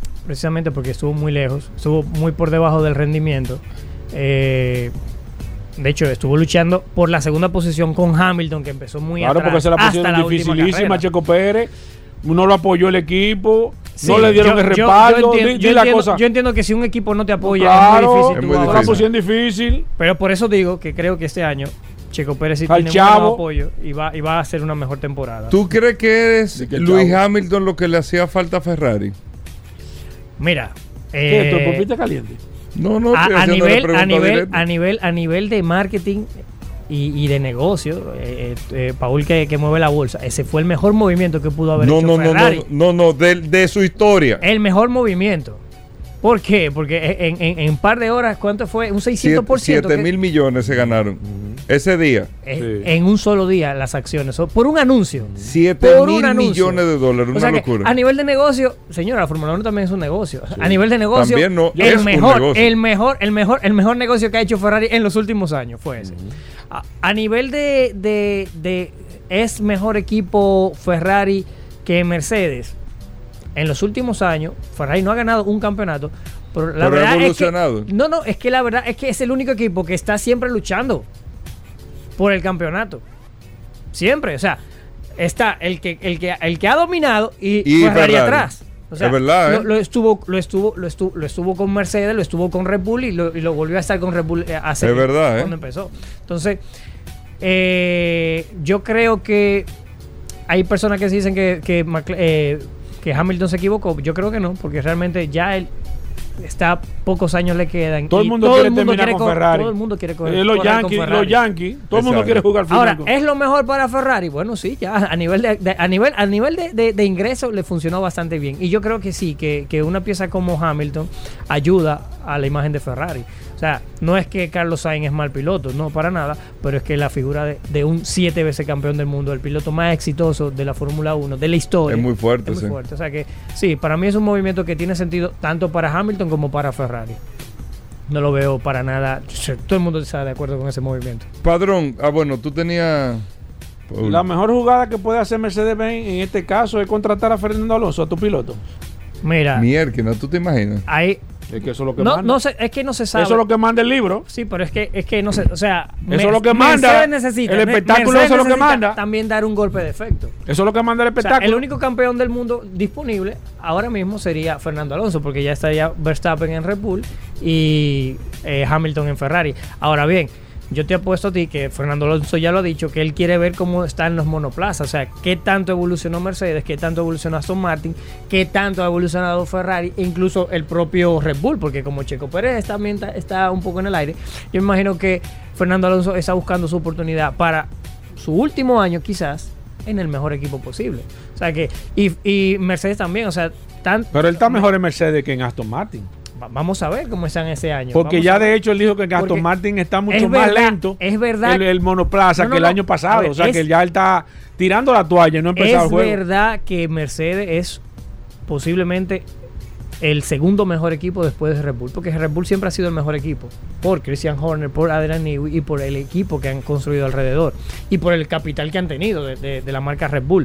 Speaker 6: Precisamente porque estuvo muy lejos, estuvo muy por debajo del rendimiento. Eh, de hecho, estuvo luchando por la segunda posición con Hamilton, que empezó muy
Speaker 4: claro,
Speaker 6: atrás.
Speaker 4: Claro, porque se la
Speaker 6: pusieron
Speaker 4: pusieron dificilísima. Checo Pérez no lo apoyó el equipo, sí, no le dieron yo, el respaldo. Yo, yo entiendo, di, di
Speaker 6: yo,
Speaker 4: la
Speaker 6: entiendo,
Speaker 4: cosa.
Speaker 6: yo entiendo que si un equipo no te apoya,
Speaker 4: claro,
Speaker 6: es muy difícil.
Speaker 4: Es muy difícil. La pusieron difícil.
Speaker 6: Pero por eso digo que creo que este año Checo Pérez sí tiene un apoyo y va, y va a hacer una mejor temporada.
Speaker 3: ¿Tú crees que es
Speaker 4: que
Speaker 3: Luis
Speaker 4: chavo.
Speaker 3: Hamilton lo que le hacía falta a Ferrari?
Speaker 6: Mira,
Speaker 4: ¿qué?
Speaker 6: Eh,
Speaker 4: ¿Tu popita caliente?
Speaker 3: No, no,
Speaker 6: a, a nivel, a nivel,
Speaker 3: directa.
Speaker 6: a nivel, a nivel de marketing y, y de negocio, eh, eh, Paul que, que mueve la bolsa, ese fue el mejor movimiento que pudo haber
Speaker 3: no,
Speaker 6: hecho
Speaker 3: no,
Speaker 6: Ferrari.
Speaker 3: No, no, no, de, de su historia.
Speaker 6: El mejor movimiento. ¿Por qué? Porque en, en, en un par de horas, ¿cuánto fue? Un seiscientos por ciento.
Speaker 3: siete mil millones se ganaron uh-huh. ese día.
Speaker 6: Eh, sí. En un solo día las acciones. Por un anuncio.
Speaker 3: siete mil millones de dólares. Una
Speaker 6: o sea
Speaker 3: locura.
Speaker 6: A nivel de negocio, señora, la Fórmula uno también es un negocio. Sí. A nivel de negocio,
Speaker 3: también no,
Speaker 6: el,
Speaker 3: es
Speaker 6: mejor,
Speaker 3: un negocio.
Speaker 6: el mejor, el mejor, el mejor negocio que ha hecho Ferrari en los últimos años fue ese. Uh-huh. a, a nivel de, de, de es mejor equipo Ferrari que Mercedes. En los últimos años, Ferrari no ha ganado un campeonato. Pero la
Speaker 3: pero
Speaker 6: verdad
Speaker 3: evolucionado.
Speaker 6: Es que, no, no, es que la verdad es que es el único equipo que está siempre luchando por el campeonato. Siempre, o sea, está el que el que el que ha dominado y,
Speaker 3: y
Speaker 6: Ferrari
Speaker 3: Ferrari
Speaker 6: atrás. O sea,
Speaker 3: es verdad, ¿eh?
Speaker 6: lo, lo estuvo, lo estuvo, lo estuvo, lo estuvo con Mercedes, lo estuvo con Red Bull y lo, y lo volvió a estar con Red Bull hace
Speaker 3: es verdad,
Speaker 6: cuando
Speaker 3: ¿eh?
Speaker 6: empezó. Entonces, eh, yo creo que hay personas que dicen que que, eh, que Hamilton se equivocó. Yo creo que no, porque realmente ya él está pocos años le quedan.
Speaker 4: Todo el mundo
Speaker 6: todo
Speaker 4: quiere
Speaker 6: el mundo
Speaker 4: terminar
Speaker 6: quiere
Speaker 4: con
Speaker 6: co-
Speaker 4: Ferrari.
Speaker 6: Todo el mundo quiere coger.
Speaker 4: Eh, los Yankees, los Yankees, todo el mundo quiere jugar final.
Speaker 6: Ahora,
Speaker 4: con...
Speaker 6: ¿es lo mejor para Ferrari? Bueno, sí, ya a nivel de, de a nivel a nivel de, de, de ingreso le funcionó bastante bien. Y yo creo que sí, que, que una pieza como Hamilton ayuda a la imagen de Ferrari. O sea, no es que Carlos Sainz es mal piloto, no, para nada, pero es que la figura de, de un siete veces campeón del mundo, el piloto más exitoso de la Fórmula uno, de la historia.
Speaker 3: Es muy fuerte,
Speaker 6: es muy
Speaker 3: sí.
Speaker 6: fuerte. O sea que sí, para mí es un movimiento que tiene sentido tanto para Hamilton como para Ferrari. No lo veo para nada. Todo el mundo está de acuerdo con ese movimiento.
Speaker 3: Padrón, ah, bueno, tú tenías...
Speaker 4: La mejor jugada que puede hacer Mercedes-Benz en este caso es contratar a Fernando Alonso, a tu piloto.
Speaker 6: Mira.
Speaker 3: Mierda, ¿tú te imaginas?
Speaker 6: Hay...
Speaker 4: Es que eso es lo que
Speaker 6: no,
Speaker 4: manda.
Speaker 6: No se, es que no se sabe.
Speaker 4: Eso es lo que manda el libro.
Speaker 6: Sí, pero es que, es que no se... O sea...
Speaker 4: Eso es lo que manda.
Speaker 6: Necesita,
Speaker 4: el espectáculo
Speaker 6: Mercedes
Speaker 4: eso es lo que manda.
Speaker 6: También dar un golpe de efecto.
Speaker 4: Eso es lo que manda el espectáculo.
Speaker 6: O sea, el único campeón del mundo disponible ahora mismo sería Fernando Alonso, porque ya estaría Verstappen en Red Bull y eh, Hamilton en Ferrari. Ahora bien, yo te apuesto a ti que Fernando Alonso ya lo ha dicho, que él quiere ver cómo están los monoplazas, o sea, qué tanto evolucionó Mercedes, qué tanto evolucionó Aston Martin, qué tanto ha evolucionado Ferrari, e incluso el propio Red Bull, porque como Checo Pérez también está, está un poco en el aire, yo me imagino que Fernando Alonso está buscando su oportunidad para su último año quizás en el mejor equipo posible. O sea que, y, y Mercedes también, o sea, tan,
Speaker 4: pero él está mejor en Mercedes que en Aston Martin.
Speaker 6: Vamos a ver cómo están ese año.
Speaker 4: Porque
Speaker 6: Vamos
Speaker 4: ya de hecho él dijo que Aston
Speaker 6: Porque
Speaker 4: Martin está mucho
Speaker 6: es
Speaker 4: más
Speaker 6: verdad,
Speaker 4: lento.
Speaker 6: Es verdad.
Speaker 4: El, el monoplaza
Speaker 6: no, no,
Speaker 4: que el
Speaker 6: no.
Speaker 4: año pasado.
Speaker 6: Ver,
Speaker 4: o sea
Speaker 6: es,
Speaker 4: que ya él está tirando la toalla y no ha empezado el juego.
Speaker 6: Es verdad que Mercedes es posiblemente el segundo mejor equipo después de Red Bull. Porque Red Bull siempre ha sido el mejor equipo. Por Christian Horner, por Adrian Newey y por el equipo que han construido alrededor. Y por el capital que han tenido de, de, de la marca Red Bull.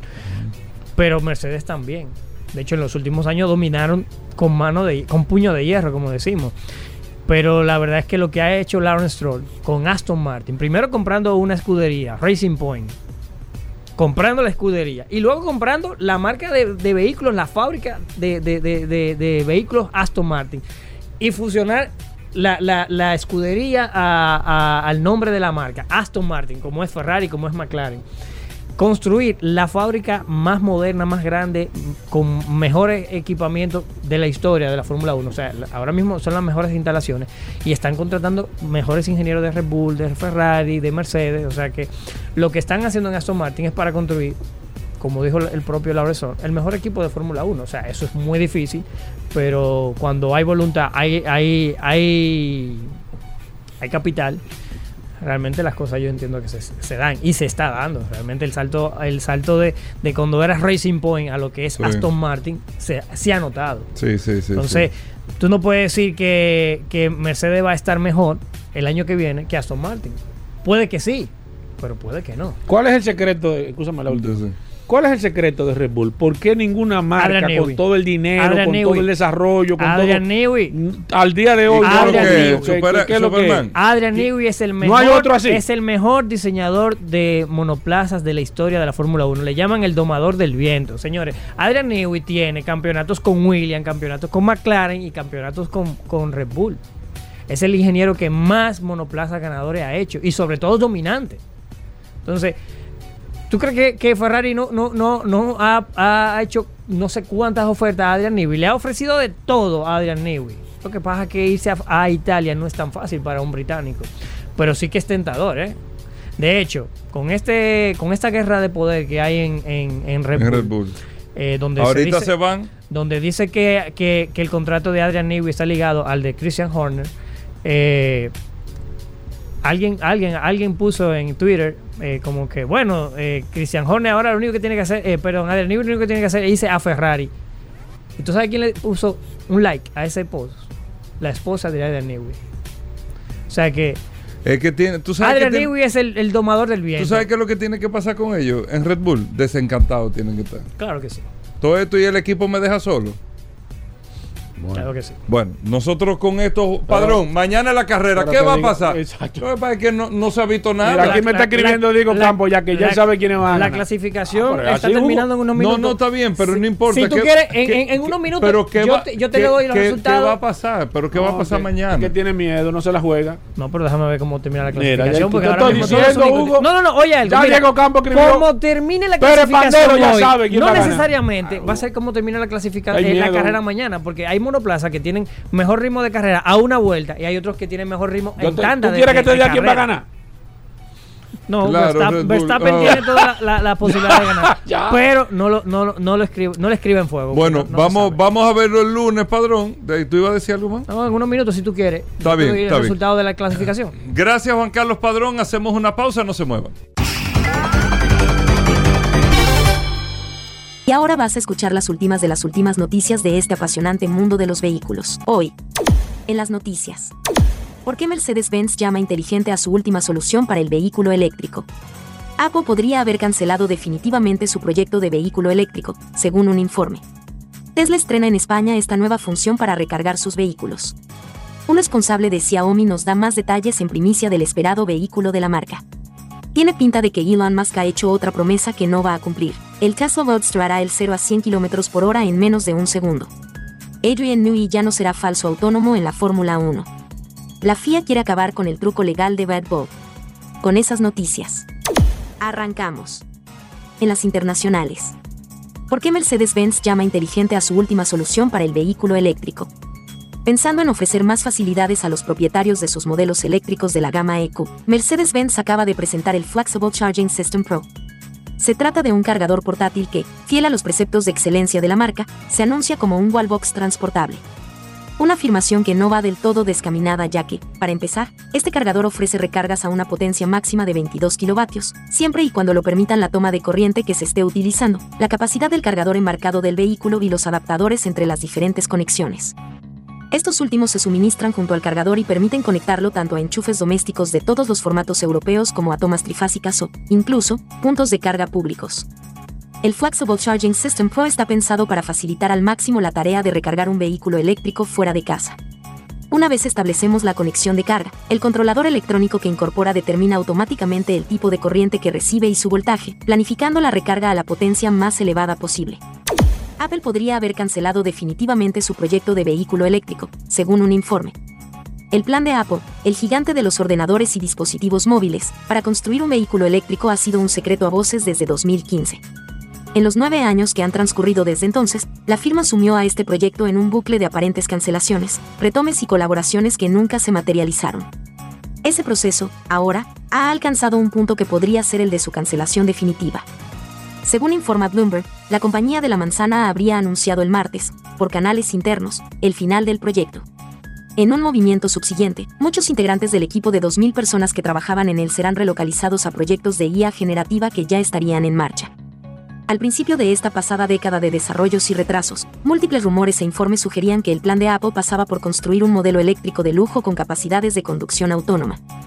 Speaker 6: Pero Mercedes también. De hecho, en los últimos años dominaron con mano de, con puño de hierro, como decimos. Pero la verdad es que lo que ha hecho Lawrence Stroll con Aston Martin, primero comprando una escudería, Racing Point, comprando la escudería y luego comprando la marca de, de vehículos, la fábrica de, de, de, de, de vehículos Aston Martin y fusionar la, la, la escudería a, a, al nombre de la marca, Aston Martin, como es Ferrari, como es McLaren. Construir la fábrica más moderna, más grande, con mejores equipamientos de la historia de la Fórmula uno. O sea, ahora mismo son las mejores instalaciones y están contratando mejores ingenieros de Red Bull, de Ferrari, de Mercedes. O sea que lo que están haciendo en Aston Martin es para construir, como dijo el propio Lawrence Stroll, el mejor equipo de Fórmula uno. O sea, eso es muy difícil, pero cuando hay voluntad, hay, hay, hay, hay capital. Realmente las cosas yo entiendo que se, se dan y se está dando. Realmente el salto el salto de, de cuando era Racing Point a lo que es sí. Aston Martin se, se ha notado.
Speaker 3: Sí, sí, sí.
Speaker 6: Entonces, sí. tú no puedes decir que, que Mercedes va a estar mejor el año que viene que Aston Martin. Puede que sí, pero puede que no.
Speaker 4: ¿Cuál es el secreto? Escúchame la última. ¿Cuál es el secreto de Red Bull? ¿Por qué ninguna marca
Speaker 6: Adrian
Speaker 4: con
Speaker 6: Newey.
Speaker 4: todo el dinero,
Speaker 6: Adrian
Speaker 4: con
Speaker 6: Newey.
Speaker 4: todo el desarrollo, con
Speaker 6: Adrian
Speaker 4: todo
Speaker 6: Newey.
Speaker 4: al día de hoy?
Speaker 6: Adrian
Speaker 4: no, ¿qué-
Speaker 6: Newey.
Speaker 4: qué-
Speaker 3: Supera-
Speaker 4: qué es lo que es?
Speaker 3: Superman.
Speaker 6: Adrian Newey es el
Speaker 4: No
Speaker 6: mejor,
Speaker 4: hay otro así.
Speaker 6: es el mejor diseñador de monoplazas de la historia de la Fórmula uno. Le llaman el domador del viento, señores. Adrian Newey tiene campeonatos con Williams, campeonatos con McLaren y campeonatos con, con Red Bull. Es el ingeniero que más monoplazas ganadores ha hecho y sobre todo dominante. Entonces, ¿tú crees que, que Ferrari no, no, no, no ha, ha hecho no sé cuántas ofertas a Adrian Newey? Le ha ofrecido de todo a Adrian Newey. Lo que pasa es que irse a, a Italia no es tan fácil para un británico. Pero sí que es tentador, ¿eh? De hecho, con este con esta guerra de poder que hay en, en, en Red
Speaker 3: En
Speaker 6: Bull,
Speaker 3: Red Bull.
Speaker 6: eh, donde
Speaker 3: Ahorita
Speaker 6: se, dice,
Speaker 3: se van.
Speaker 6: donde dice que, que, que el contrato de Adrian Newey está ligado al de Christian Horner, eh, alguien, alguien, alguien puso en Twitter eh, como que, bueno, eh, Christian Horner ahora lo único que tiene que hacer, eh, perdón, Adrian Newey lo único que tiene que hacer es irse a Ferrari. ¿Y tú sabes quién le puso un like a ese post? La esposa de Adrian Newey. O sea que
Speaker 3: Es que tiene, tú sabes
Speaker 6: Adrian
Speaker 3: que tiene-
Speaker 6: Newey es el, el domador del viento.
Speaker 3: ¿Tú sabes qué es lo que tiene que pasar con ellos? En Red Bull, desencantados tienen que estar.
Speaker 6: Claro que sí.
Speaker 3: Todo esto y el equipo me deja solo.
Speaker 6: Claro que sí.
Speaker 3: Bueno, nosotros con esto, padrón, mañana la carrera,
Speaker 4: pero
Speaker 3: ¿qué
Speaker 4: te
Speaker 3: va a
Speaker 4: digo-
Speaker 3: pasar?
Speaker 4: exacto.
Speaker 3: Lo que pasa es que no, no se ha visto nada.
Speaker 4: Mira, aquí me
Speaker 6: La-
Speaker 4: está
Speaker 6: la-
Speaker 4: escribiendo Diego
Speaker 6: la-
Speaker 4: Campos, ya que ya
Speaker 6: la-
Speaker 4: sabe quiénes van a
Speaker 6: La
Speaker 4: ganar.
Speaker 6: clasificación
Speaker 4: Ah, pero
Speaker 6: está
Speaker 4: así, Hugo.
Speaker 6: terminando en unos
Speaker 3: No,
Speaker 6: minutos.
Speaker 3: no, está bien, pero
Speaker 6: Si-
Speaker 3: no importa.
Speaker 6: Si tú
Speaker 3: ¿Qué-
Speaker 6: quieres, en,
Speaker 3: qué-
Speaker 6: en- en unos
Speaker 3: qué-
Speaker 6: minutos,
Speaker 3: pero ¿qué
Speaker 6: yo,
Speaker 3: va-
Speaker 6: te, yo te
Speaker 3: qué-
Speaker 6: doy los
Speaker 3: qué-
Speaker 6: resultados.
Speaker 3: ¿Qué va a pasar? ¿Pero qué va a
Speaker 4: No,
Speaker 3: pasar
Speaker 4: que-
Speaker 3: mañana?
Speaker 4: Que tiene miedo, no se la juega.
Speaker 6: No, pero déjame ver cómo termina la
Speaker 4: Mira,
Speaker 6: clasificación.
Speaker 4: ya
Speaker 6: porque
Speaker 4: te
Speaker 6: ahora
Speaker 4: estoy
Speaker 6: mismo todos
Speaker 4: diciendo,
Speaker 6: son iguales.
Speaker 4: Hugo.
Speaker 6: No, no, no, oye algo.
Speaker 4: Ya
Speaker 6: mira,
Speaker 4: Diego Campos escribió.
Speaker 6: como termine la
Speaker 4: Pérez
Speaker 6: clasificación
Speaker 4: Pandero ya
Speaker 6: hoy,
Speaker 4: sabe quién
Speaker 6: no
Speaker 4: va a ganar.
Speaker 6: necesariamente
Speaker 4: Ah,
Speaker 6: va a ser como termina la clasificación
Speaker 4: Hay
Speaker 6: en la
Speaker 4: miedo.
Speaker 6: carrera mañana, porque hay monoplazas que tienen mejor ritmo de carrera a una vuelta y hay otros que tienen mejor ritmo
Speaker 4: Yo
Speaker 6: en
Speaker 4: te-
Speaker 6: tanda
Speaker 4: ¿Tú
Speaker 6: de
Speaker 4: quieres que
Speaker 6: de-
Speaker 4: te
Speaker 6: de
Speaker 4: diga quién va a
Speaker 6: carrera.
Speaker 4: ganar?
Speaker 6: No,
Speaker 3: Claro,
Speaker 6: Verstappen,
Speaker 3: Red Bull.
Speaker 6: Verstappen
Speaker 3: Ah.
Speaker 6: tiene toda la, la- la posibilidad de ganar.
Speaker 4: Ya.
Speaker 6: Pero no lo, no, lo- no lo escribe, no le escribe en fuego.
Speaker 3: Bueno,
Speaker 6: no- no se
Speaker 3: vamos,
Speaker 6: sabe.
Speaker 3: vamos a verlo el lunes, padrón. De- ¿Tú ibas a decir algo más?
Speaker 6: No, en unos minutos si tú quieres.
Speaker 3: Está
Speaker 6: Yo te
Speaker 3: bien,
Speaker 6: doy
Speaker 3: está
Speaker 6: el
Speaker 3: bien.
Speaker 6: resultado de la clasificación.
Speaker 3: Gracias, Juan Carlos Padrón. Hacemos una pausa, no se muevan.
Speaker 7: Y ahora vas a escuchar las últimas de las últimas noticias de este apasionante mundo de los vehículos. Hoy, en las noticias. ¿Por qué Mercedes-Benz llama inteligente a su última solución para el vehículo eléctrico? Apple podría haber cancelado definitivamente su proyecto de vehículo eléctrico, según un informe. Tesla estrena en España esta nueva función para recargar sus vehículos. Un responsable de Xiaomi nos da más detalles en primicia del esperado vehículo de la marca. Tiene pinta de que Elon Musk ha hecho otra promesa que no va a cumplir. El Tesla Roadster hará el cero a cien kilómetros por hora en menos de un segundo. Adrian Newey ya no será falso autónomo en la Fórmula uno. La F I A quiere acabar con el truco legal de Red Bull. Con esas noticias, arrancamos. En las internacionales. ¿Por qué Mercedes-Benz llama inteligente a su última solución para el vehículo eléctrico? Pensando en ofrecer más facilidades a los propietarios de sus modelos eléctricos de la gama E Q, Mercedes-Benz acaba de presentar el Flexible Charging System Pro. Se trata de un cargador portátil que, fiel a los preceptos de excelencia de la marca, se anuncia como un wallbox transportable. Una afirmación que no va del todo descaminada ya que, para empezar, este cargador ofrece recargas a una potencia máxima de veintidós kilovatios, siempre y cuando lo permitan la toma de corriente que se esté utilizando, la capacidad del cargador embarcado del vehículo y los adaptadores entre las diferentes conexiones. Estos últimos se suministran junto al cargador y permiten conectarlo tanto a enchufes domésticos de todos los formatos europeos como a tomas trifásicas o, incluso, puntos de carga públicos. El Flexible Charging System Pro está pensado para facilitar al máximo la tarea de recargar un vehículo eléctrico fuera de casa. Una vez establecemos la conexión de carga, el controlador electrónico que incorpora determina automáticamente el tipo de corriente que recibe y su voltaje, planificando la recarga a la potencia más elevada posible. Apple podría haber cancelado definitivamente su proyecto de vehículo eléctrico, según un informe. El plan de Apple, el gigante de los ordenadores y dispositivos móviles, para construir un vehículo eléctrico ha sido un secreto a voces desde dos mil quince. En los nueve años que han transcurrido desde entonces, la firma sumió a este proyecto en un bucle de aparentes cancelaciones, retomes y colaboraciones que nunca se materializaron. Ese proceso, ahora, ha alcanzado un punto que podría ser el de su cancelación definitiva. Según informa Bloomberg, la compañía de la manzana habría anunciado el martes, por canales internos, el final del proyecto. En un movimiento subsiguiente, muchos integrantes del equipo de dos mil personas que trabajaban en él serán relocalizados a proyectos de I A generativa que ya estarían en marcha. Al principio de esta pasada década de desarrollos y retrasos, múltiples rumores e informes sugerían que el plan de Apple pasaba por construir un modelo eléctrico de lujo con capacidades de conducción autónoma.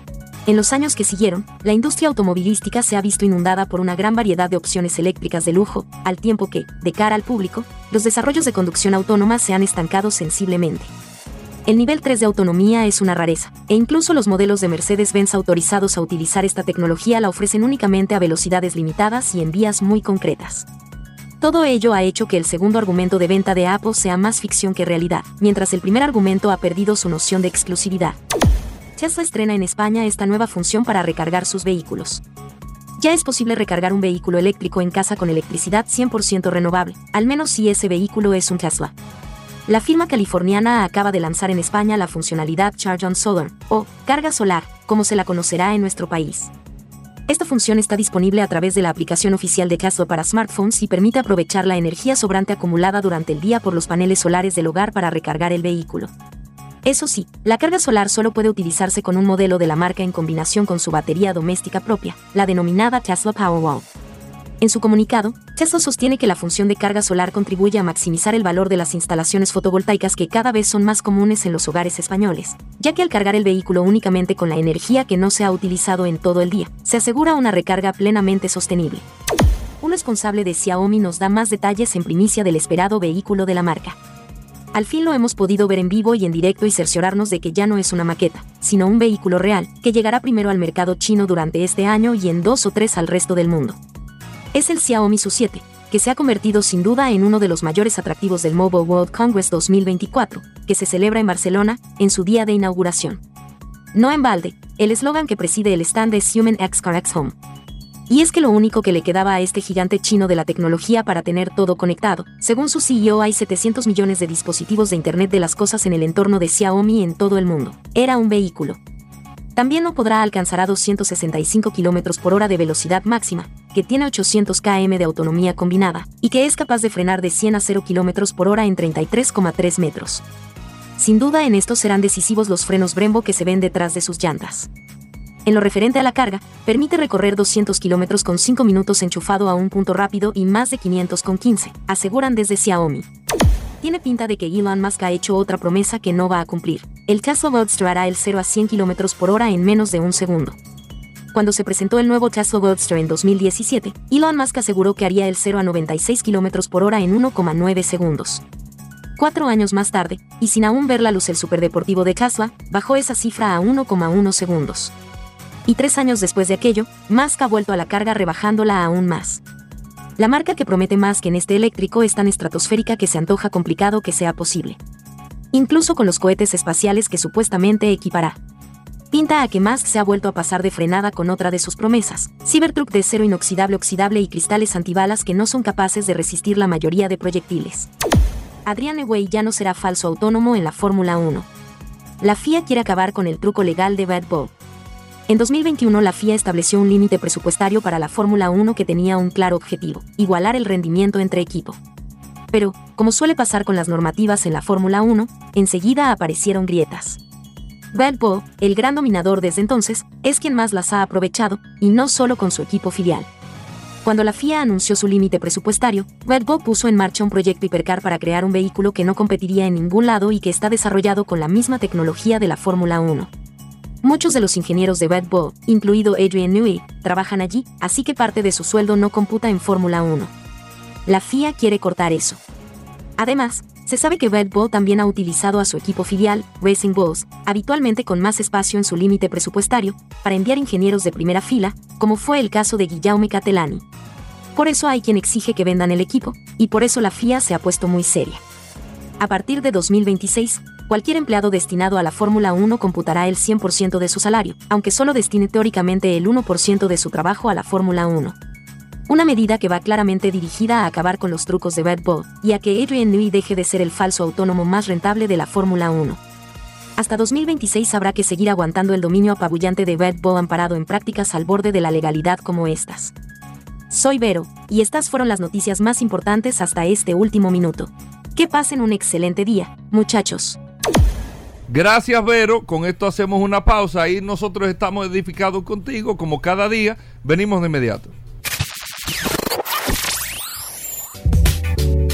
Speaker 7: En los años que siguieron, la industria automovilística se ha visto inundada por una gran variedad de opciones eléctricas de lujo, al tiempo que, de cara al público, los desarrollos de conducción autónoma se han estancado sensiblemente. El nivel tres de autonomía es una rareza, e incluso los modelos de Mercedes-Benz autorizados a utilizar esta tecnología la ofrecen únicamente a velocidades limitadas y en vías muy concretas. Todo ello ha hecho que el segundo argumento de venta de Apple sea más ficción que realidad, mientras el primer argumento ha perdido su noción de exclusividad. Tesla estrena en España esta nueva función para recargar sus vehículos. Ya es posible recargar un vehículo eléctrico en casa con electricidad cien por ciento renovable, al menos si ese vehículo es un Tesla. La firma californiana acaba de lanzar en España la funcionalidad Charge on Solar, o carga solar, como se la conocerá en nuestro país. Esta función está disponible a través de la aplicación oficial de Tesla para smartphones y permite aprovechar la energía sobrante acumulada durante el día por los paneles solares del hogar para recargar el vehículo. Eso sí, la carga solar solo puede utilizarse con un modelo de la marca en combinación con su batería doméstica propia, la denominada Tesla Powerwall. En su comunicado, Tesla sostiene que la función de carga solar contribuye a maximizar el valor de las instalaciones fotovoltaicas que cada vez son más comunes en los hogares españoles, ya que al cargar el vehículo únicamente con la energía que no se ha utilizado en todo el día, se asegura una recarga plenamente sostenible. Un responsable de Xiaomi nos da más detalles en primicia del esperado vehículo de la marca. Al fin lo hemos podido ver en vivo y en directo y cerciorarnos de que ya no es una maqueta, sino un vehículo real, que llegará primero al mercado chino durante este año y en dos o tres al resto del mundo. Es el Xiaomi Su siete, que se ha convertido sin duda en uno de los mayores atractivos del Mobile World Congress dos mil veinticuatro, que se celebra en Barcelona, en su día de inauguración. No en balde, el eslogan que preside el stand es Human X Car X Home. Y es que lo único que le quedaba a este gigante chino de la tecnología para tener todo conectado, según su C E O hay setecientos millones de dispositivos de Internet de las cosas en el entorno de Xiaomi en todo el mundo, era un vehículo. También no podrá alcanzar a doscientos sesenta y cinco kilómetros por hora de velocidad máxima, que tiene ochocientos kilómetros de autonomía combinada, y que es capaz de frenar de cien a cero kilómetros por hora en treinta y tres coma tres metros. Sin duda en esto serán decisivos los frenos Brembo que se ven detrás de sus llantas. En lo referente a la carga, permite recorrer doscientos kilómetros con cinco minutos enchufado a un punto rápido y más de quinientos con quince, aseguran desde Xiaomi. Tiene pinta de que Elon Musk ha hecho otra promesa que no va a cumplir. El Tesla Roadster hará el cero a cien kilómetros por hora en menos de un segundo. Cuando se presentó el nuevo Tesla Roadster en dos mil diecisiete, Elon Musk aseguró que haría el cero a noventa y seis kilómetros por hora en uno coma nueve segundos. Cuatro años más tarde, y sin aún ver la luz el superdeportivo de Tesla, bajó esa cifra a uno coma uno segundos. Y tres años después de aquello, Musk ha vuelto a la carga rebajándola aún más. La marca que promete más que en este eléctrico es tan estratosférica que se antoja complicado que sea posible. Incluso con los cohetes espaciales que supuestamente equipará. Pinta a que Musk se ha vuelto a pasar de frenada con otra de sus promesas, Cybertruck de acero inoxidable oxidable y cristales antibalas que no son capaces de resistir la mayoría de proyectiles. Adrian Newey ya no será falso autónomo en la Fórmula uno. La F I A quiere acabar con el truco legal de Red Bull. En dos mil veintiuno la F I A estableció un límite presupuestario para la Fórmula uno que tenía un claro objetivo, igualar el rendimiento entre equipo. Pero, como suele pasar con las normativas en la Fórmula uno, enseguida aparecieron grietas. Red Bull, el gran dominador desde entonces, es quien más las ha aprovechado, y no solo con su equipo filial. Cuando la F I A anunció su límite presupuestario, Red Bull puso en marcha un proyecto hipercar para crear un vehículo que no competiría en ningún lado y que está desarrollado con la misma tecnología de la Fórmula uno. Muchos de los ingenieros de Red Bull, incluido Adrian Newey, trabajan allí, así que parte de su sueldo no computa en Fórmula uno. La F I A quiere cortar eso. Además, se sabe que Red Bull también ha utilizado a su equipo filial, Racing Bulls, habitualmente con más espacio en su límite presupuestario, para enviar ingenieros de primera fila, como fue el caso de Guillaume Catelani. Por eso hay quien exige que vendan el equipo, y por eso la F I A se ha puesto muy seria. A partir de dos mil veintiséis, cualquier empleado destinado a la Fórmula uno computará el cien por ciento de su salario, aunque solo destine teóricamente el uno por ciento de su trabajo a la Fórmula uno. Una medida que va claramente dirigida a acabar con los trucos de Red Bull, y a que Adrian Newey deje de ser el falso autónomo más rentable de la Fórmula uno. Hasta dos mil veintiséis habrá que seguir aguantando el dominio apabullante de Red Bull amparado en prácticas al borde de la legalidad como estas. Soy Vero, y estas fueron las noticias más importantes hasta este último minuto. Que pasen un excelente día, muchachos.
Speaker 3: Gracias, Vero. Con esto hacemos una pausa y nosotros estamos edificados contigo, como cada día. Venimos de inmediato.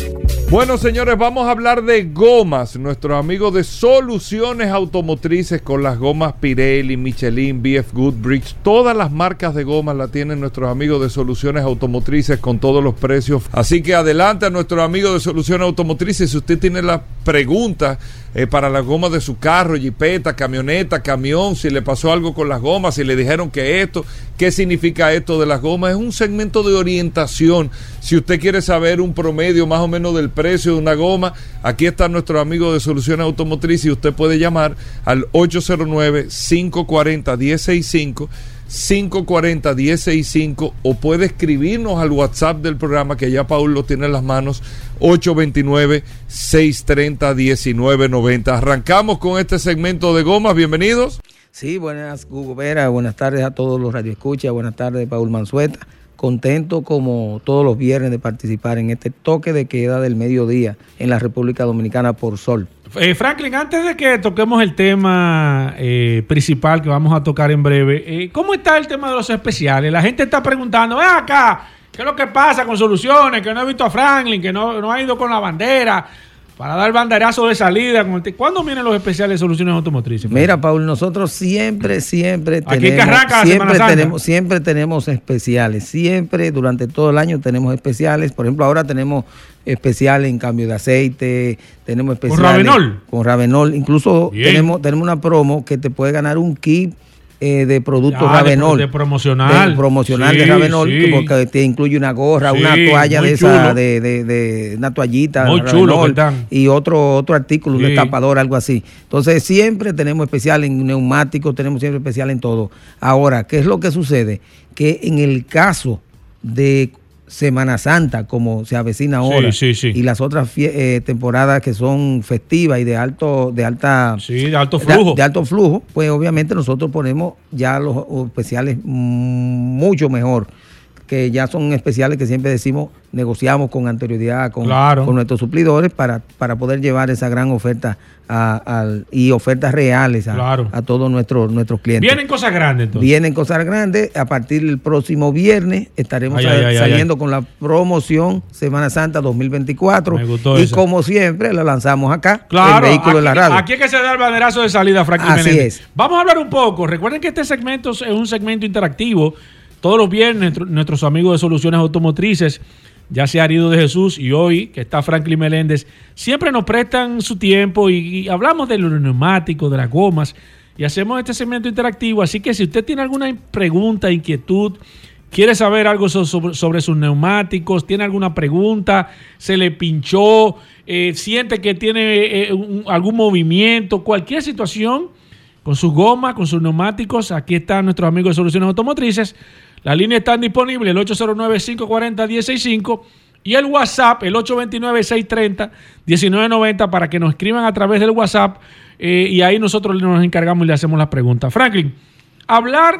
Speaker 3: Bueno, señores, vamos a hablar de gomas. Nuestros amigos de Soluciones Automotrices con las gomas Pirelli, Michelin, B F Goodrich, todas las marcas de gomas la tienen nuestros amigos de Soluciones Automotrices con todos los precios. Así que adelante a nuestros amigos de Soluciones Automotrices. Si usted tiene las preguntas eh, para las gomas de su carro, jipeta, camioneta, camión, si le pasó algo con las gomas, si le dijeron que esto, qué significa esto de las gomas, es un segmento de orientación. Si usted quiere saber un promedio más o menos del precio de una goma, aquí está nuestro amigo de Soluciones Automotrices y usted puede llamar al ocho cero nueve, cinco cuatro cero, uno cero seis cinco, cinco cuatro cero, uno cero seis cinco, o puede escribirnos al WhatsApp del programa que ya Paul lo tiene en las manos, ocho dos nueve, seis tres cero, uno nueve nueve cero. Arrancamos con este segmento de gomas. Bienvenidos.
Speaker 8: Sí, buenas, Hugo Vera, buenas tardes a todos los radioescuchas, buenas tardes, Paul Manzueta. Contento como todos los viernes de participar en este toque de queda del mediodía en la República Dominicana por Sol.
Speaker 4: Eh, Franklin, antes de que toquemos el tema eh, principal que vamos a tocar en breve, eh, ¿cómo está el tema de los especiales? La gente está preguntando, ven acá, ¿qué es lo que pasa con Soluciones? Que no he visto a Franklin, que no, no ha ido con la bandera para dar banderazo de salida. ¿Cuándo vienen los especiales de Soluciones Automotrices?
Speaker 8: Mira, Paul, nosotros siempre, siempre
Speaker 4: Aquí
Speaker 8: tenemos,
Speaker 4: que arranca la
Speaker 8: siempre
Speaker 4: Semana
Speaker 8: tenemos, siempre tenemos especiales. Siempre, durante todo el año tenemos especiales. Por ejemplo, ahora tenemos especiales en cambio de aceite, tenemos especiales
Speaker 4: ¿Con Ravenol?
Speaker 8: Con Ravenol. Incluso
Speaker 4: Bien.
Speaker 8: tenemos, tenemos una promo que te puede ganar un kit Eh, de productos
Speaker 4: Ya,
Speaker 8: Ravenol,
Speaker 4: de, de promocional,
Speaker 8: de promocional
Speaker 4: sí,
Speaker 8: de Ravenol,
Speaker 4: sí.
Speaker 8: que porque te incluye una gorra,
Speaker 4: Sí,
Speaker 8: una toalla
Speaker 4: muy
Speaker 8: de
Speaker 4: chulo.
Speaker 8: esa, de, de, de una toallita,
Speaker 4: Muy
Speaker 8: Ravenol,
Speaker 4: chulo que están.
Speaker 8: y otro otro artículo,
Speaker 4: Sí.
Speaker 8: un escapador, algo así. Entonces siempre tenemos especial en neumáticos, tenemos siempre especial en todo. Ahora, ¿qué es lo que sucede? Que en el caso de Semana Santa, como se avecina ahora,
Speaker 4: Sí, sí, sí.
Speaker 8: y las otras fie- eh, temporadas que son festivas y de alto, de alta,
Speaker 4: Sí, de alto flujo.
Speaker 8: de, de alto flujo, pues obviamente nosotros ponemos ya los especiales mm, mucho mejor, que ya son especiales que siempre decimos, negociamos con anterioridad con,
Speaker 4: Claro.
Speaker 8: con nuestros suplidores para, para poder llevar esa gran oferta a, al- y ofertas reales a,
Speaker 4: Claro.
Speaker 8: a todos nuestros nuestros clientes.
Speaker 4: Vienen cosas grandes entonces.
Speaker 8: Vienen cosas grandes. A partir del próximo viernes estaremos
Speaker 4: Ay,
Speaker 8: sal-
Speaker 4: ay, ay,
Speaker 8: saliendo
Speaker 4: ay.
Speaker 8: con la promoción Semana Santa dos mil veinticuatro.
Speaker 4: Me gustó
Speaker 8: Y
Speaker 4: esa.
Speaker 8: como siempre, la lanzamos acá,
Speaker 4: Claro,
Speaker 8: el vehículo
Speaker 4: aquí,
Speaker 8: en la radio.
Speaker 4: aquí es que se da el banderazo de salida, Franklin
Speaker 8: Así
Speaker 4: Meléndez.
Speaker 8: es.
Speaker 4: Vamos a hablar un poco. Recuerden que este segmento es un segmento interactivo. Todos los viernes nuestro- nuestros amigos de Soluciones Automotrices, ya sea Arido de Jesús y hoy que está Franklin Meléndez, siempre nos prestan su tiempo y, y hablamos de los neumáticos, de las gomas y hacemos este segmento interactivo. Así que si usted tiene alguna pregunta, inquietud, quiere saber algo so- sobre, sobre sus neumáticos, tiene alguna pregunta, se le pinchó, eh, siente que tiene eh, un- algún movimiento, cualquier situación con sus gomas, con sus neumáticos, aquí están nuestros amigos de Soluciones Automotrices. Las líneas están disponibles, el ocho cero nueve, cinco cuatro cero, uno cero seis cinco y el WhatsApp, el ocho dos nueve, seis tres cero, uno nueve nueve cero, para que nos escriban a través del WhatsApp eh, y ahí nosotros nos encargamos y le hacemos las preguntas. Franklin, hablar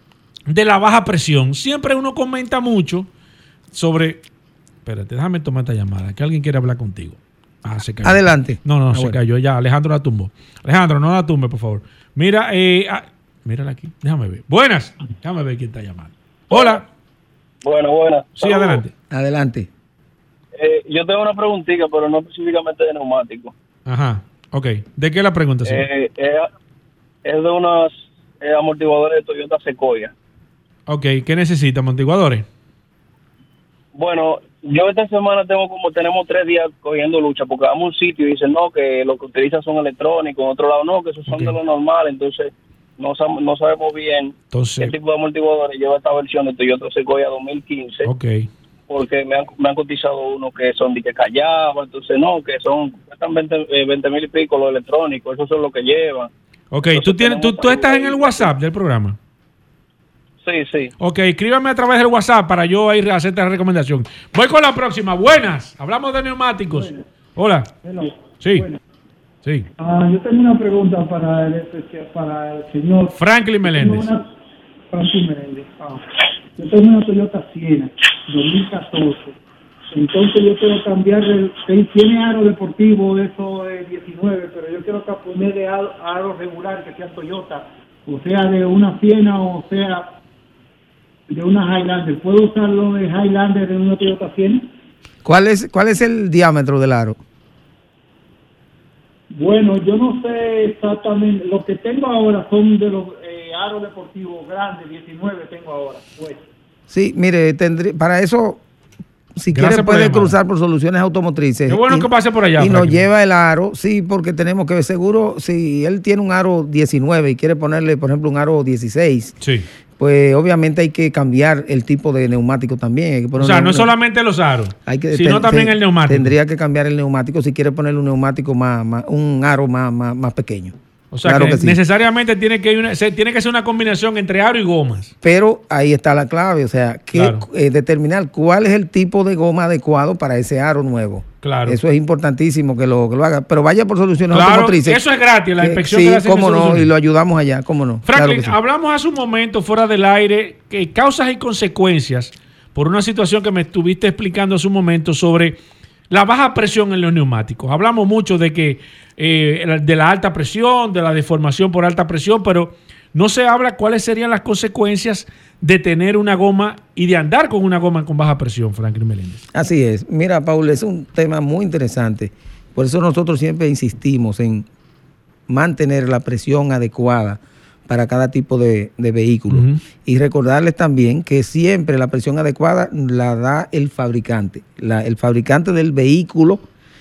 Speaker 4: de la baja presión. Siempre uno comenta mucho sobre... Espérate, déjame tomar esta llamada, que alguien quiere hablar contigo. Ah, se cayó.
Speaker 8: Adelante.
Speaker 4: No, no,
Speaker 8: Ah,
Speaker 4: se
Speaker 8: bueno.
Speaker 4: cayó ya. Alejandro la tumbó. Alejandro, no la tumbe, por favor. Mira, eh, ah, mírala aquí. Déjame ver. Buenas. Déjame ver quién está llamando. Hola.
Speaker 9: Bueno, buenas.
Speaker 4: Sí,
Speaker 9: Saludos.
Speaker 4: adelante.
Speaker 8: Adelante.
Speaker 9: Eh, yo tengo una preguntita, pero no específicamente de neumáticos.
Speaker 4: Ajá. Ok. ¿De qué la pregunta, señor?
Speaker 9: Eh, eh, es de unos eh, amortiguadores de Toyota Sequoia.
Speaker 4: Ok. ¿Qué necesita? ¿Amortiguadores?
Speaker 9: Bueno, yo esta semana tengo como tenemos tres días cogiendo lucha, porque vamos a un sitio y dicen no, que lo que utilizan son electrónicos, en otro lado no, que esos son
Speaker 4: Ok.
Speaker 9: de lo normal, entonces no, sab- no sabemos bien
Speaker 4: Entonces,
Speaker 9: qué tipo de amortiguadores lleva esta versión de Toyota Sequoia dos mil quince,
Speaker 4: ok.
Speaker 9: porque me han, me han cotizado unos que son de que callaba, entonces no, que son, cuestan veinte mil y pico los electrónicos, esos son los que llevan.
Speaker 4: Ok.
Speaker 9: Entonces,
Speaker 4: ¿Tú, tienes, tú,
Speaker 9: tenemos
Speaker 4: tú estás en el
Speaker 9: ahí-
Speaker 4: WhatsApp del programa?
Speaker 9: Sí, sí.
Speaker 4: Ok, escríbame a través del WhatsApp para yo ir a hacerte la recomendación. Voy con la próxima. Buenas. Hablamos de neumáticos. Hola.
Speaker 10: Hello.
Speaker 4: Sí.
Speaker 10: Bueno,
Speaker 4: Sí.
Speaker 10: ah, yo tengo una pregunta para el, especia- para el señor
Speaker 4: Franklin Meléndez.
Speaker 10: Tengo una- Franklin Meléndez. Ah, yo tengo una Toyota Siena dos mil catorce. Entonces yo quiero cambiar el... él tiene aro deportivo, eso es diecinueve, pero yo quiero que ponerle aro, aro regular que sea Toyota, o sea de una Siena o sea de una Highlander. ¿Puedo usarlo de Highlander en una Toyota Siena?
Speaker 8: ¿Cuál es, cuál es el diámetro del aro?
Speaker 10: Bueno, yo no sé exactamente. Lo que tengo ahora son de los eh, aros deportivos grandes, diecinueve tengo ahora. Pues.
Speaker 8: Sí, mire, tendré, para eso, si
Speaker 4: Gracias
Speaker 8: quiere
Speaker 4: por
Speaker 8: puede
Speaker 4: la llamada.
Speaker 8: cruzar por Soluciones Automotrices.
Speaker 4: Qué bueno
Speaker 8: y,
Speaker 4: que pase por allá,
Speaker 8: Y nos
Speaker 4: Franklin.
Speaker 8: lleva el aro, sí, porque tenemos que ver seguro, si él tiene un aro diecinueve y quiere ponerle, por ejemplo, un aro dieciséis,
Speaker 4: Sí.
Speaker 8: pues obviamente hay que cambiar el tipo de neumático también. Hay que poner
Speaker 4: O sea,
Speaker 8: un-
Speaker 4: no es solamente los aros,
Speaker 8: hay que,
Speaker 4: sino
Speaker 8: ten-
Speaker 4: también
Speaker 8: ten-
Speaker 4: el neumático.
Speaker 8: Tendría que cambiar el neumático si quiere ponerle un neumático más, más un aro más, más, más pequeño.
Speaker 4: O sea,
Speaker 8: Claro
Speaker 4: que,
Speaker 8: que sí.
Speaker 4: necesariamente tiene que, una- se- tiene que ser una combinación entre aro y gomas.
Speaker 8: Pero ahí está la clave, o sea, que
Speaker 4: Claro.
Speaker 8: eh, determinar cuál es el tipo de goma adecuado para ese aro nuevo.
Speaker 4: Claro.
Speaker 8: Eso es importantísimo que lo, que lo haga. Pero vaya por Soluciones
Speaker 4: Claro,
Speaker 8: Automotrices.
Speaker 4: eso es gratis, la
Speaker 8: que-
Speaker 4: inspección
Speaker 8: sí,
Speaker 4: que le hacen en
Speaker 8: cómo no,
Speaker 4: Soluciones.
Speaker 8: y lo ayudamos allá, cómo no. Claro
Speaker 4: Franklin,
Speaker 8: que sí.
Speaker 4: hablamos hace un momento fuera del aire que causas y consecuencias por una situación que me estuviste explicando hace un momento sobre la baja presión en los neumáticos. Hablamos mucho de que eh, de la alta presión, de la deformación por alta presión, pero no se habla cuáles serían las consecuencias de tener una goma y de andar con una goma con baja presión, Franklin Meléndez.
Speaker 8: Así es. Mira, Paul, es un tema muy interesante. Por eso nosotros siempre insistimos en mantener la presión adecuada para cada tipo de, de vehículo.
Speaker 4: Ujú.
Speaker 8: Y recordarles también que siempre la presión adecuada la da el fabricante. La- el fabricante del vehículo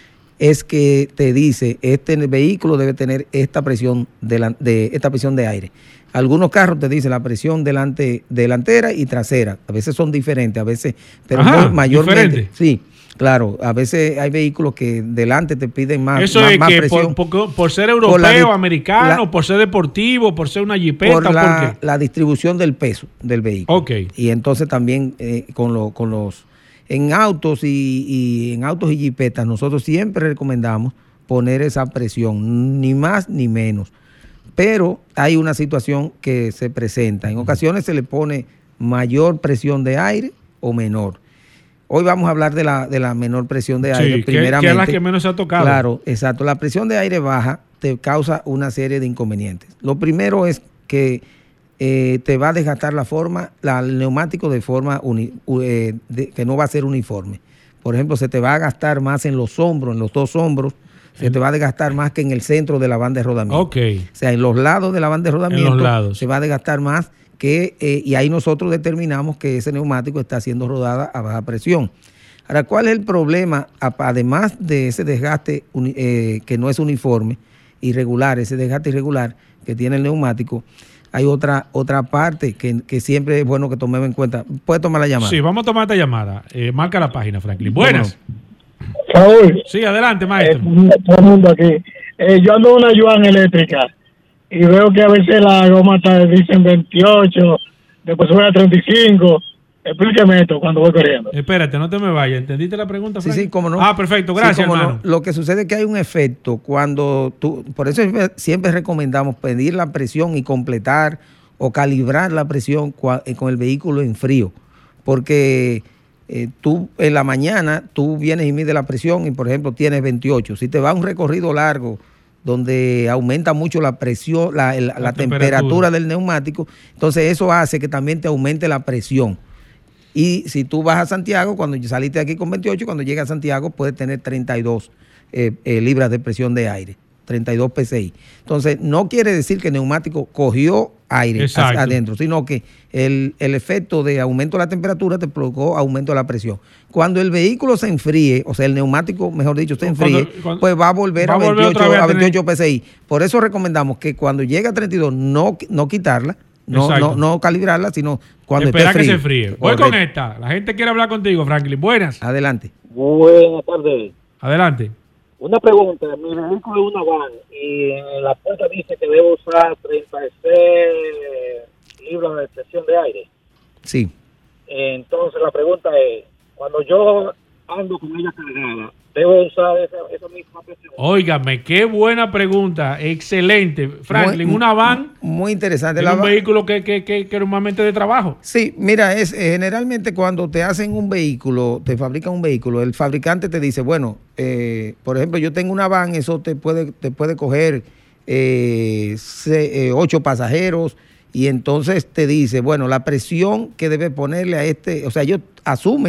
Speaker 8: es que te dice, este vehículo debe tener esta presión de, la- de esta presión de aire. Algunos carros te dicen la presión delante, delantera y trasera. A veces son diferentes, a veces, pero
Speaker 4: Ajá,
Speaker 8: muy- mayormente.
Speaker 4: diferente.
Speaker 8: Sí, claro. A veces hay vehículos que delante te piden más,
Speaker 4: Eso
Speaker 8: más,
Speaker 4: es
Speaker 8: más
Speaker 4: que
Speaker 8: presión.
Speaker 4: por, por- por ser
Speaker 8: Por la
Speaker 4: europeo,
Speaker 8: di-
Speaker 4: americano,
Speaker 8: la-
Speaker 4: por ser deportivo, por ser una jipeta,
Speaker 8: por
Speaker 4: ¿por
Speaker 8: la,
Speaker 4: qué?
Speaker 8: la distribución del peso del vehículo.
Speaker 4: Ok.
Speaker 8: Y entonces también eh, con, lo- con los en autos y, y en autos y jipetas nosotros siempre recomendamos poner esa presión, ni más ni menos. Pero hay una situación que se presenta. En ocasiones se le pone mayor presión de aire o menor. Hoy vamos a hablar de la, de la menor presión de
Speaker 4: Sí,
Speaker 8: aire,
Speaker 4: que- que
Speaker 8: primeramente.
Speaker 4: es la que menos se ha tocado.
Speaker 8: Claro, exacto. La presión de aire baja te causa una serie de inconvenientes. Lo primero es que eh, te va a desgastar la forma, la, el neumático de forma uni- u- eh, de- que no va a ser uniforme. Por ejemplo, se te va a gastar más en los hombros, en los dos hombros, se te va a desgastar más que en el centro de la banda de rodamiento.
Speaker 4: Ok.
Speaker 8: O sea, en los lados de la banda de rodamiento
Speaker 4: lados.
Speaker 8: se va a desgastar más que, eh, y ahí nosotros determinamos que ese neumático está siendo rodada a baja presión. Ahora, ¿cuál es el problema? A- Además de ese desgaste uni- eh, que no es uniforme, irregular, ese desgaste irregular que tiene el neumático, hay otra otra parte que, que siempre es bueno que tomemos en cuenta. ¿Puede tomar la llamada?
Speaker 4: Sí, vamos a tomar esta llamada. Eh, marca la página, Franklin. Buenas.
Speaker 11: Raúl,
Speaker 4: Sí, adelante,
Speaker 11: eh,
Speaker 4: maestro.
Speaker 11: todo el mundo aquí. Eh, yo ando en una Yuan eléctrica y veo que a veces la goma está, dicen veintiocho, después sube a treinta y cinco. Explíqueme esto cuando voy corriendo.
Speaker 4: Espérate, no te me vayas. ¿Entendiste la pregunta,
Speaker 8: Sí,
Speaker 4: Franklin?
Speaker 8: sí, cómo no.
Speaker 4: Ah, perfecto.
Speaker 8: Sí,
Speaker 4: Gracias,
Speaker 8: cómo no.
Speaker 4: hermano.
Speaker 8: Lo que sucede es que hay un efecto cuando tú, por eso siempre- siempre recomendamos pedir la presión y completar o calibrar la presión cua- eh, con el vehículo en frío, porque eh, tú en la mañana tú vienes y mides la presión y por ejemplo tienes veintiocho. Si te va a un recorrido largo donde aumenta mucho la presión, la, el- la
Speaker 4: La
Speaker 8: temperatura.
Speaker 4: temperatura
Speaker 8: del neumático, entonces eso hace que también te aumente la presión. Y si tú vas a Santiago, cuando saliste aquí con veintiocho, cuando llegas a Santiago puedes tener treinta y dos eh, eh, libras de presión de aire, treinta y dos P S I. Entonces, no quiere decir que el neumático cogió aire
Speaker 4: Exacto.
Speaker 8: hacia adentro, sino que el, el efecto de aumento de la temperatura te provocó aumento de la presión. Cuando el vehículo se enfríe, o sea, el neumático, mejor dicho, se enfríe,
Speaker 4: Cuando- cuando-
Speaker 8: pues va a volver
Speaker 4: va
Speaker 8: a
Speaker 4: a volver otra
Speaker 8: veintiocho,
Speaker 4: vez a
Speaker 8: a
Speaker 4: tener-
Speaker 8: veintiocho P S I. Por eso recomendamos que cuando llegue a treinta y dos, no, no quitarla, no,
Speaker 4: Exacto.
Speaker 8: no, no calibrarla, sino cuando
Speaker 4: Espera
Speaker 8: esté
Speaker 4: que
Speaker 8: frío.
Speaker 4: se fríe. Voy
Speaker 8: Correcto.
Speaker 4: con esta. La gente quiere hablar contigo, Franklin. Buenas.
Speaker 8: Adelante.
Speaker 9: Buenas tardes.
Speaker 4: Adelante.
Speaker 9: Una pregunta. Mi vehículo es una van y en la puerta dice que debo usar treinta y seis libras de presión de aire.
Speaker 8: Sí.
Speaker 9: Entonces la pregunta es, cuando yo ando con ella cargada, ¿debo usar esa, esa misma presión?
Speaker 4: Óigame, qué buena pregunta. Excelente. Franklin,
Speaker 8: Muy-
Speaker 4: una van
Speaker 8: Muy interesante.
Speaker 4: es
Speaker 8: La
Speaker 4: un
Speaker 8: va-
Speaker 4: vehículo que, que, que, que normalmente de trabajo.
Speaker 8: Sí, mira, es eh, generalmente cuando te hacen un vehículo, te fabrican un vehículo, el fabricante te dice, bueno, eh, por ejemplo, yo tengo una van, eso te puede, te puede coger eh, se- eh, ocho pasajeros y entonces te dice, bueno, la presión que debe ponerle a este, o sea, ellos asumen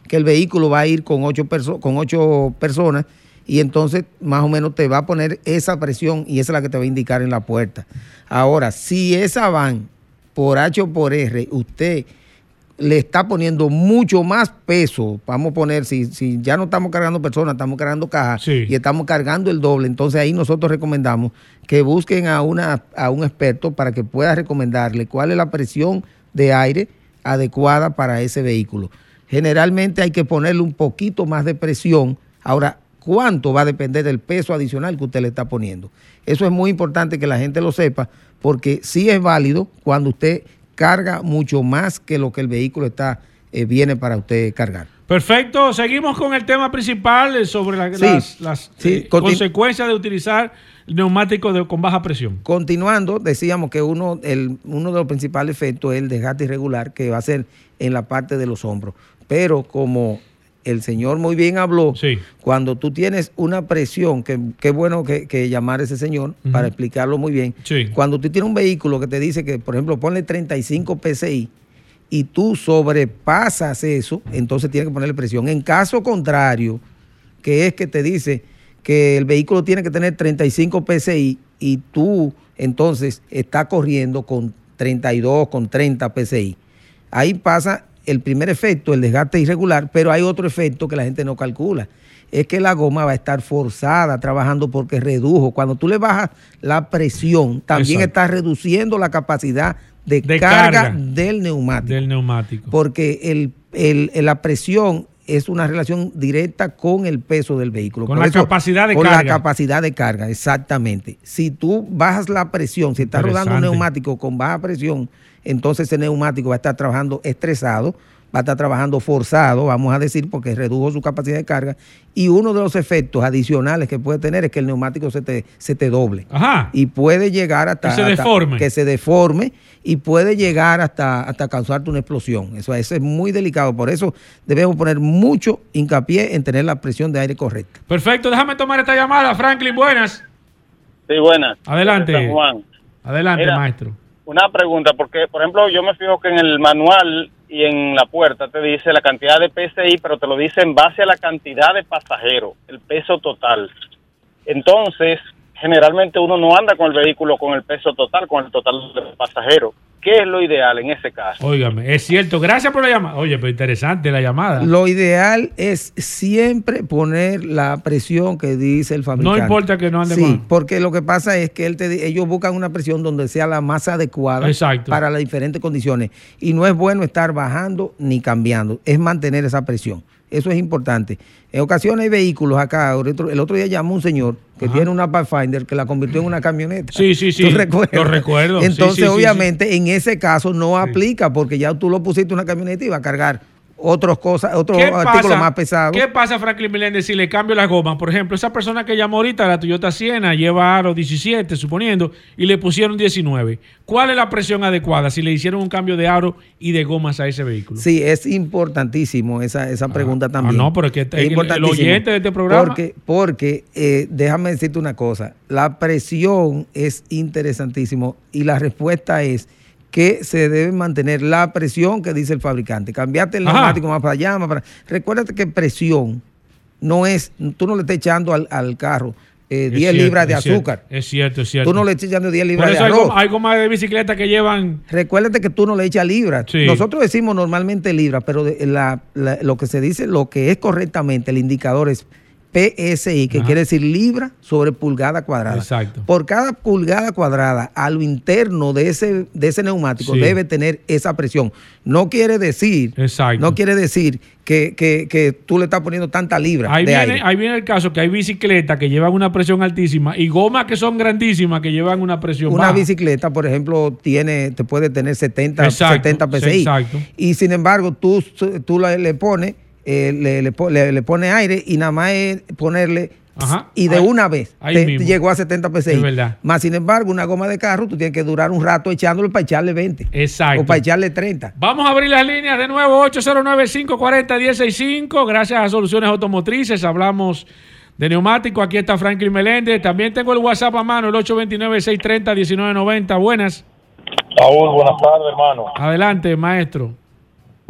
Speaker 8: que el vehículo va a ir con ocho, perso- con ocho personas y entonces más o menos te va a poner esa presión y esa es la que te va a indicar en la puerta. Ahora, si esa van por H o por R, usted le está poniendo mucho más peso, vamos a poner, si, si ya no estamos cargando personas, estamos cargando cajas
Speaker 4: Sí.
Speaker 8: y estamos cargando el doble, entonces ahí nosotros recomendamos que busquen a, una, a un experto para que pueda recomendarle cuál es la presión de aire adecuada para ese vehículo. Generalmente hay que ponerle un poquito más de presión. Ahora, ¿cuánto va a depender del peso adicional que usted le está poniendo? Eso es muy importante que la gente lo sepa, porque sí es válido cuando usted carga mucho más que lo que el vehículo está eh, viene para usted cargar.
Speaker 4: Perfecto, seguimos con el tema principal eh, sobre la-
Speaker 8: Sí,
Speaker 4: las, las
Speaker 8: sí,
Speaker 4: eh,
Speaker 8: continu-
Speaker 4: consecuencias de utilizar neumáticos de- con baja presión.
Speaker 8: Continuando, decíamos que uno, el, uno de los principales efectos es el desgaste irregular que va a ser en la parte de los hombros. Pero como el señor muy bien habló,
Speaker 4: Sí.
Speaker 8: cuando tú tienes una presión, que qué bueno que, que llamar a ese señor
Speaker 4: Ujú.
Speaker 8: para explicarlo muy bien.
Speaker 4: Sí.
Speaker 8: Cuando tú tienes un vehículo que te dice que, por ejemplo, ponle treinta y cinco P S I y tú sobrepasas eso, entonces tienes que ponerle presión. En caso contrario, que es que te dice que el vehículo tiene que tener treinta y cinco P S I y tú entonces estás corriendo con treinta y dos, con treinta P S I. Ahí pasa el primer efecto, el desgaste irregular, pero hay otro efecto que la gente no calcula. Es que la goma va a estar forzada trabajando porque redujo. Cuando tú le bajas la presión, también
Speaker 4: Exacto.
Speaker 8: estás reduciendo la capacidad de,
Speaker 4: De
Speaker 8: carga,
Speaker 4: carga.
Speaker 8: del neumático.
Speaker 4: Del neumático.
Speaker 8: Porque el, el- la presión es una relación directa con el peso del vehículo.
Speaker 4: Con
Speaker 8: Por
Speaker 4: la
Speaker 8: eso,
Speaker 4: capacidad de
Speaker 8: con
Speaker 4: carga.
Speaker 8: la capacidad de carga, exactamente. Si tú bajas la presión, si estás rodando un
Speaker 4: Interesante.
Speaker 8: neumático con baja presión, entonces ese neumático va a estar trabajando estresado, va a estar trabajando forzado, vamos a decir, porque redujo su capacidad de carga. Y uno de los efectos adicionales que puede tener es que el neumático se te, se te doble.
Speaker 4: Ajá.
Speaker 8: Y puede llegar hasta...
Speaker 4: Que se
Speaker 8: hasta-
Speaker 4: deforme.
Speaker 8: que se deforme y puede llegar hasta, hasta causarte una explosión. Eso, eso es muy delicado. Por eso debemos poner mucho hincapié en tener la presión de aire correcta.
Speaker 4: Perfecto, déjame tomar esta llamada. Franklin, buenas.
Speaker 12: Sí, buenas.
Speaker 4: Adelante.
Speaker 12: San Juan.
Speaker 4: Adelante,
Speaker 12: Mira,
Speaker 4: maestro.
Speaker 12: Una pregunta, porque, por ejemplo, yo me fijo que en el manual y en la puerta te dice la cantidad de P S I, pero te lo dice en base a la cantidad de pasajeros, el peso total. Entonces, generalmente uno no anda con el vehículo con el peso total, con el total de pasajeros. ¿Qué es lo ideal en ese caso?
Speaker 4: Óigame, es cierto. Gracias por la llamada. Oye, pero interesante la llamada.
Speaker 8: Lo ideal es siempre poner la presión que dice el fabricante.
Speaker 4: No importa que no ande
Speaker 8: Sí,
Speaker 4: más.
Speaker 8: porque lo que pasa es que él te, di- ellos buscan una presión donde sea la más adecuada
Speaker 4: Exacto.
Speaker 8: para las diferentes condiciones. Y no es bueno estar bajando ni cambiando, es mantener esa presión. Eso es importante. En ocasiones hay vehículos acá. El otro, el otro día llamó un señor que
Speaker 4: Ajá.
Speaker 8: tiene una Pathfinder que la convirtió en una camioneta.
Speaker 4: Sí, sí, sí.
Speaker 8: ¿Tú recuerdas?
Speaker 4: Lo recuerdo. Sí,
Speaker 8: Entonces,
Speaker 4: sí, sí,
Speaker 8: obviamente, en ese caso no aplica porque ya tú lo pusiste en una camioneta y va a cargar otras cosas, otros
Speaker 4: ¿Qué
Speaker 8: artículos
Speaker 4: pasa,
Speaker 8: más pesados.
Speaker 4: ¿Qué pasa, Franklin Meléndez, si le cambio las gomas? Por ejemplo, esa persona que llamó ahorita, la Toyota Siena, lleva aro diecisiete, suponiendo, y le pusieron diecinueve. ¿Cuál es la presión adecuada si le hicieron un cambio de aro y de gomas a ese vehículo?
Speaker 8: Sí, es importantísimo esa, esa pregunta también.
Speaker 4: no, pero es que el- el
Speaker 8: importantísimo.
Speaker 4: oyente de este programa-
Speaker 8: Porque, porque eh, déjame decirte una cosa, la presión es interesantísimo y la respuesta es que se debe mantener la presión que dice el fabricante. Cambiarte el
Speaker 4: Ajá.
Speaker 8: neumático más para allá, más para... Recuérdate que presión no es, tú no le estás echando al, al carro eh,
Speaker 4: Es
Speaker 8: diez
Speaker 4: cierto,
Speaker 8: libras de
Speaker 4: es cierto,
Speaker 8: azúcar.
Speaker 4: Es cierto, es cierto.
Speaker 8: Tú no le estás echando diez
Speaker 4: Por
Speaker 8: libras de
Speaker 4: eso hay,
Speaker 8: arroz.
Speaker 4: goma- hay gomas de bicicleta que llevan...
Speaker 8: Recuérdate que tú no le echas libras.
Speaker 4: Sí.
Speaker 8: Nosotros decimos normalmente libras, pero de- la- la- lo que se dice, lo que es correctamente, el indicador es P S I, que
Speaker 4: Ajá.
Speaker 8: quiere decir libra sobre pulgada cuadrada.
Speaker 4: Exacto.
Speaker 8: Por cada pulgada cuadrada a lo interno de ese, de ese neumático
Speaker 4: Sí.
Speaker 8: debe tener esa presión. No quiere decir,
Speaker 4: Exacto.
Speaker 8: no quiere decir que, que- que tú le estás poniendo tanta libra
Speaker 4: Ahí
Speaker 8: de
Speaker 4: viene,
Speaker 8: aire.
Speaker 4: ahí viene el caso que hay bicicletas que llevan una presión altísima y gomas que son grandísimas que llevan una presión
Speaker 8: Una
Speaker 4: baja.
Speaker 8: bicicleta, por ejemplo, tiene, te puede tener setenta,
Speaker 4: Exacto,
Speaker 8: setenta P S I.
Speaker 4: exacto.
Speaker 8: Y sin embargo, tú, tú le, le pones eh, le, le, po- le- le pones aire y nada más es ponerle
Speaker 4: Ajá.
Speaker 8: y de
Speaker 4: Ahí-
Speaker 8: una vez
Speaker 4: ahí
Speaker 8: te,
Speaker 4: mismo.
Speaker 8: te llegó a setenta P S I.
Speaker 4: Es verdad.
Speaker 8: Más sin embargo, una goma de carro, tú tienes que durar un rato echándole para echarle veinte.
Speaker 4: Exacto.
Speaker 8: O para echarle treinta.
Speaker 4: Vamos a abrir las líneas de nuevo, ocho cero nueve, cinco cuatro cero, uno cero seis cinco. Gracias a Soluciones Automotrices. Hablamos de neumático. Aquí está Franklin Meléndez. También tengo el WhatsApp a mano, el ocho dos nueve, seis tres cero, uno nueve nueve cero. Buenas.
Speaker 13: Saúl, buenas tardes, hermano.
Speaker 4: Adelante, maestro.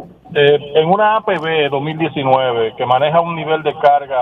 Speaker 13: Eh, en una A P B dos mil diecinueve que maneja un nivel de carga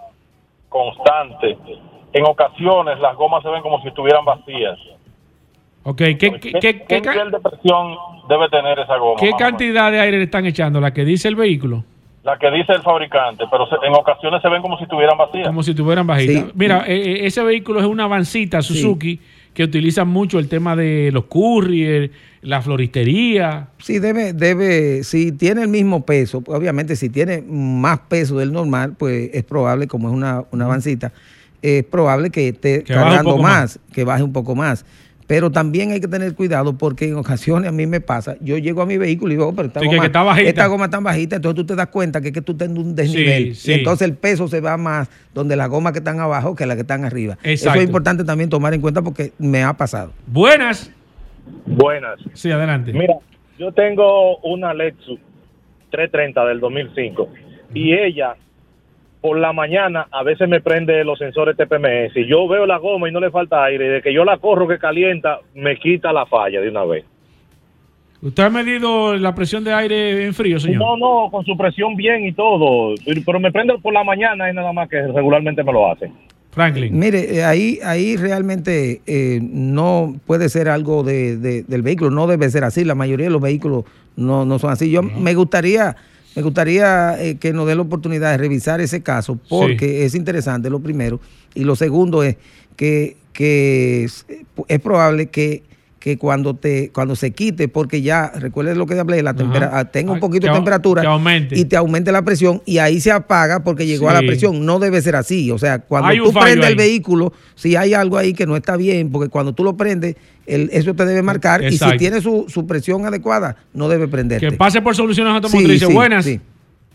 Speaker 13: constante, en ocasiones las gomas se ven como si estuvieran vacías.
Speaker 4: Ok, ¿qué, qué,
Speaker 13: ¿Qué,
Speaker 4: qué,
Speaker 13: qué
Speaker 4: qué,
Speaker 13: nivel de presión debe tener esa goma?
Speaker 4: ¿qué
Speaker 13: más o menos?
Speaker 4: cantidad de aire le están echando? ¿La que dice el vehículo?
Speaker 13: La que dice el fabricante, pero se- en ocasiones se ven como si estuvieran vacías.
Speaker 4: Como si estuvieran bajitas.
Speaker 8: Sí.
Speaker 4: Mira, eh, eh, ese vehículo es una vancita Suzuki que utiliza mucho el tema de los courier, la floristería.
Speaker 8: Sí, debe, debe, si tiene el mismo peso, pues, obviamente si tiene más peso del normal, pues es probable, como es una, una vancita, es probable que esté
Speaker 4: Que baje un
Speaker 8: cargando
Speaker 4: poco
Speaker 8: más,
Speaker 4: más.
Speaker 8: que baje un poco más. Pero también hay que tener cuidado porque en ocasiones a mí me pasa, yo llego a mi vehículo y digo, oh, pero esta,
Speaker 4: Sí, que-
Speaker 8: goma,
Speaker 4: que está bajita.
Speaker 8: esta goma está bajita, entonces tú te das cuenta que es que tú estás en un desnivel.
Speaker 4: Sí, sí.
Speaker 8: Y entonces el peso se va más donde las gomas que están abajo que las que están arriba. Eso
Speaker 4: Exacto.
Speaker 8: es importante también tomar en cuenta porque me ha pasado.
Speaker 4: Buenas.
Speaker 14: Buenas.
Speaker 4: Sí, adelante.
Speaker 14: Mira, yo tengo una Lexus trescientos treinta del dos mil cinco y ella por la mañana a veces me prende los sensores T P M S y yo veo la goma y no le falta aire y de que yo la corro que calienta me quita la falla de una vez.
Speaker 4: ¿Usted ha medido la presión de aire en frío, señor?
Speaker 14: No, no, con su presión bien y todo, pero me prende por la mañana y nada más que regularmente me lo hace.
Speaker 4: Franklin.
Speaker 8: Mire, eh, ahí, ahí realmente eh, no puede ser algo de, de- del vehículo, no debe ser así. La mayoría de los vehículos no, no son así. Yo me gustaría, me gustaría eh, que nos dé la oportunidad de revisar ese caso, porque es interesante, lo primero. Y lo segundo es que, que es, es probable que que cuando te cuando se quite, porque ya, recuerden lo que hablé, la tempera- tenga un
Speaker 4: Ah,
Speaker 8: poquito
Speaker 4: que
Speaker 8: de
Speaker 4: au-
Speaker 8: temperatura
Speaker 4: que aumente.
Speaker 8: y te aumente la presión y ahí se apaga porque llegó a la
Speaker 4: Sí.
Speaker 8: presión. No debe ser así. O sea, cuando
Speaker 4: Hay un
Speaker 8: tú
Speaker 4: fallo
Speaker 8: prendes
Speaker 4: ahí.
Speaker 8: el vehículo, si hay algo ahí que no está bien, porque cuando tú lo prendes, el- eso te debe marcar y
Speaker 4: Exacto.
Speaker 8: si tiene su, su presión adecuada, no debe prenderte.
Speaker 4: Que pase por Soluciones Automotrices.
Speaker 8: Sí, sí,
Speaker 4: Buenas.
Speaker 8: sí.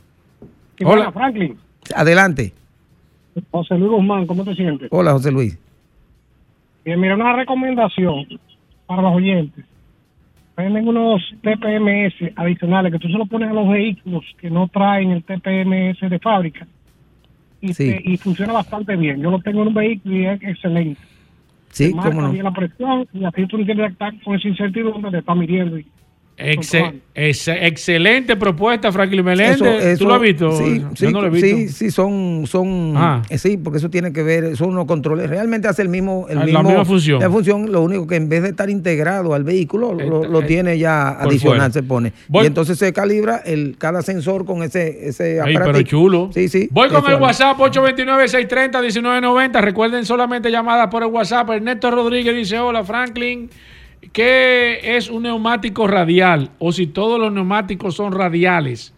Speaker 11: Hola, Franklin.
Speaker 8: Adelante.
Speaker 11: José Luis Guzmán, ¿cómo te sientes?
Speaker 8: Hola, José Luis.
Speaker 11: Bien, mira, una recomendación para los oyentes. Venden unos T P M S adicionales que tú se lo pones a los vehículos que no traen el T P M S de fábrica y,
Speaker 8: Sí.
Speaker 11: te- y funciona bastante bien. Yo lo tengo en un vehículo y es excelente.
Speaker 8: Sí,
Speaker 11: Te marca
Speaker 8: cómo no.
Speaker 11: bien la presión y así tú no tienes que estar con esa incertidumbre de estar midiendo. y-
Speaker 4: Exe- ex- excelente propuesta, Franklin
Speaker 8: Eso-
Speaker 4: Meléndez.
Speaker 8: eso-
Speaker 4: ¿Tú lo has visto?
Speaker 8: Sí,
Speaker 4: Yo
Speaker 8: sí,
Speaker 4: no lo he visto.
Speaker 8: sí, sí, son, son
Speaker 4: Ah.
Speaker 8: eh, sí, porque eso tiene que ver, son unos controles, realmente hace el mismo, el
Speaker 4: Ah, la
Speaker 8: mismo
Speaker 4: misma función.
Speaker 8: la función, lo único que en vez de estar integrado al vehículo, lo,
Speaker 4: Eh,
Speaker 8: lo
Speaker 4: eh,
Speaker 8: tiene ya
Speaker 4: por
Speaker 8: adicional,
Speaker 4: fuera.
Speaker 8: se pone.
Speaker 4: Voy-
Speaker 8: Y entonces se calibra el cada sensor con ese, ese
Speaker 4: Ey,
Speaker 8: aparatito.
Speaker 4: pero chulo.
Speaker 8: Sí, sí.
Speaker 4: Voy con
Speaker 8: eso
Speaker 4: el
Speaker 8: es.
Speaker 4: WhatsApp ocho dos nueve, seis tres cero, uno nueve nueve cero. Recuerden solamente llamadas por el WhatsApp. Ernesto Rodríguez dice: hola, Franklin. ¿Qué es un neumático radial? O si todos los neumáticos son radiales.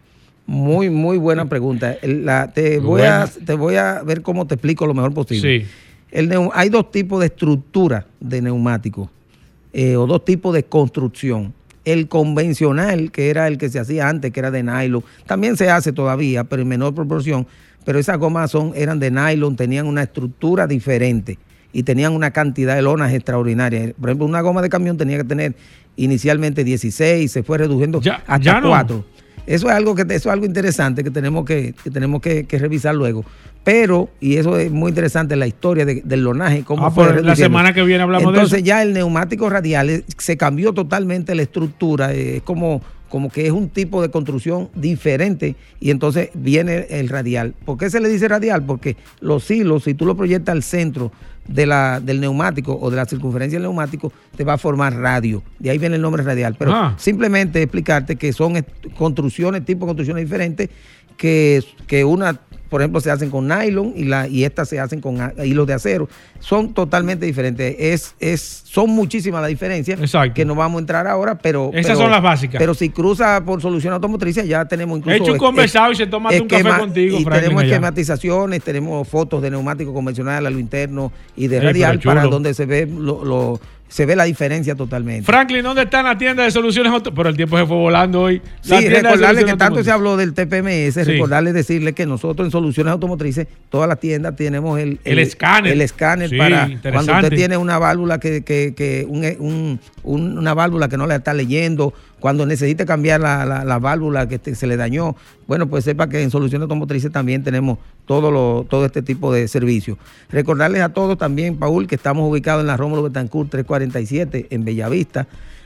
Speaker 8: Muy, muy buena pregunta. El- la- te, voy a, te voy a ver cómo te explico lo mejor posible.
Speaker 4: Sí.
Speaker 8: El neu- hay dos tipos de estructura de neumáticos eh, o dos tipos de construcción. El convencional, que era el que se hacía antes, que era de nylon, también se hace todavía, pero en menor proporción. Pero esas gomas son, eran de nylon, tenían una estructura diferente y tenían una cantidad de lonas extraordinarias. Por ejemplo, una goma de camión tenía que tener inicialmente dieciséis, se fue reduciendo hasta
Speaker 4: ya no.
Speaker 8: cuatro. Eso es algo que eso es algo interesante que tenemos que, que tenemos que, que revisar luego. Pero, y eso es muy interesante, la historia de- del lonaje, cómo
Speaker 4: Ah,
Speaker 8: fue
Speaker 4: pues la
Speaker 8: reduciendo.
Speaker 4: semana que viene hablamos de
Speaker 8: Entonces
Speaker 4: eso.
Speaker 8: ya el neumático radial eh, se cambió totalmente la estructura, eh, es como, como que es un tipo de construcción diferente y entonces viene el radial. ¿Por qué se le dice radial? Porque los hilos, si tú lo proyectas al centro de la, del neumático o de la circunferencia del neumático, te va a formar radio. De ahí viene el nombre radial. Pero
Speaker 4: Ah.
Speaker 8: simplemente explicarte que son est- construcciones, tipo de construcciones diferentes, que, que una, por ejemplo, se hacen con nylon y, la, y estas se hacen con a- hilos de acero. Son totalmente diferentes. Es, es, son muchísimas las diferencias que no vamos a entrar ahora, pero...
Speaker 4: Esas
Speaker 8: pero-
Speaker 4: son las básicas.
Speaker 8: Pero si cruza por Solución Automotriz, ya tenemos incluso...
Speaker 4: Hecho un
Speaker 8: es-
Speaker 4: conversado
Speaker 8: es-
Speaker 4: y se toma un café
Speaker 8: esquema-
Speaker 4: contigo,
Speaker 8: Y
Speaker 4: Franklin,
Speaker 8: tenemos
Speaker 4: allá.
Speaker 8: esquematizaciones, tenemos fotos de neumáticos convencionales a lo interno y de
Speaker 4: Ey,
Speaker 8: radial
Speaker 4: pero
Speaker 8: para
Speaker 4: chulo.
Speaker 8: donde se ve lo, lo- se ve la diferencia totalmente.
Speaker 4: Franklin, ¿dónde está la tienda de soluciones auto? Pero el tiempo se fue volando hoy.
Speaker 8: Sí,
Speaker 4: La tienda de
Speaker 8: recordarle
Speaker 4: Soluciones
Speaker 8: que tanto se
Speaker 4: Automotrices.
Speaker 8: habló del T P M S,
Speaker 4: Sí.
Speaker 8: recordarle decirle que nosotros en Soluciones Automotrices, todas las tiendas tenemos el,
Speaker 4: El escáner.
Speaker 8: El escáner
Speaker 4: Sí,
Speaker 8: para
Speaker 4: interesante.
Speaker 8: cuando usted tiene una válvula que, que, que un, un- un- una válvula que no la está leyendo, cuando necesite cambiar la, la- la válvula que te- se le dañó, bueno, pues sepa que en Soluciones Automotrices también tenemos todo, lo, todo este tipo de servicios. Recordarles a todos también, Paul, que estamos ubicados en la Rómulo Betancourt trescientos cuarenta y siete en Bellavista.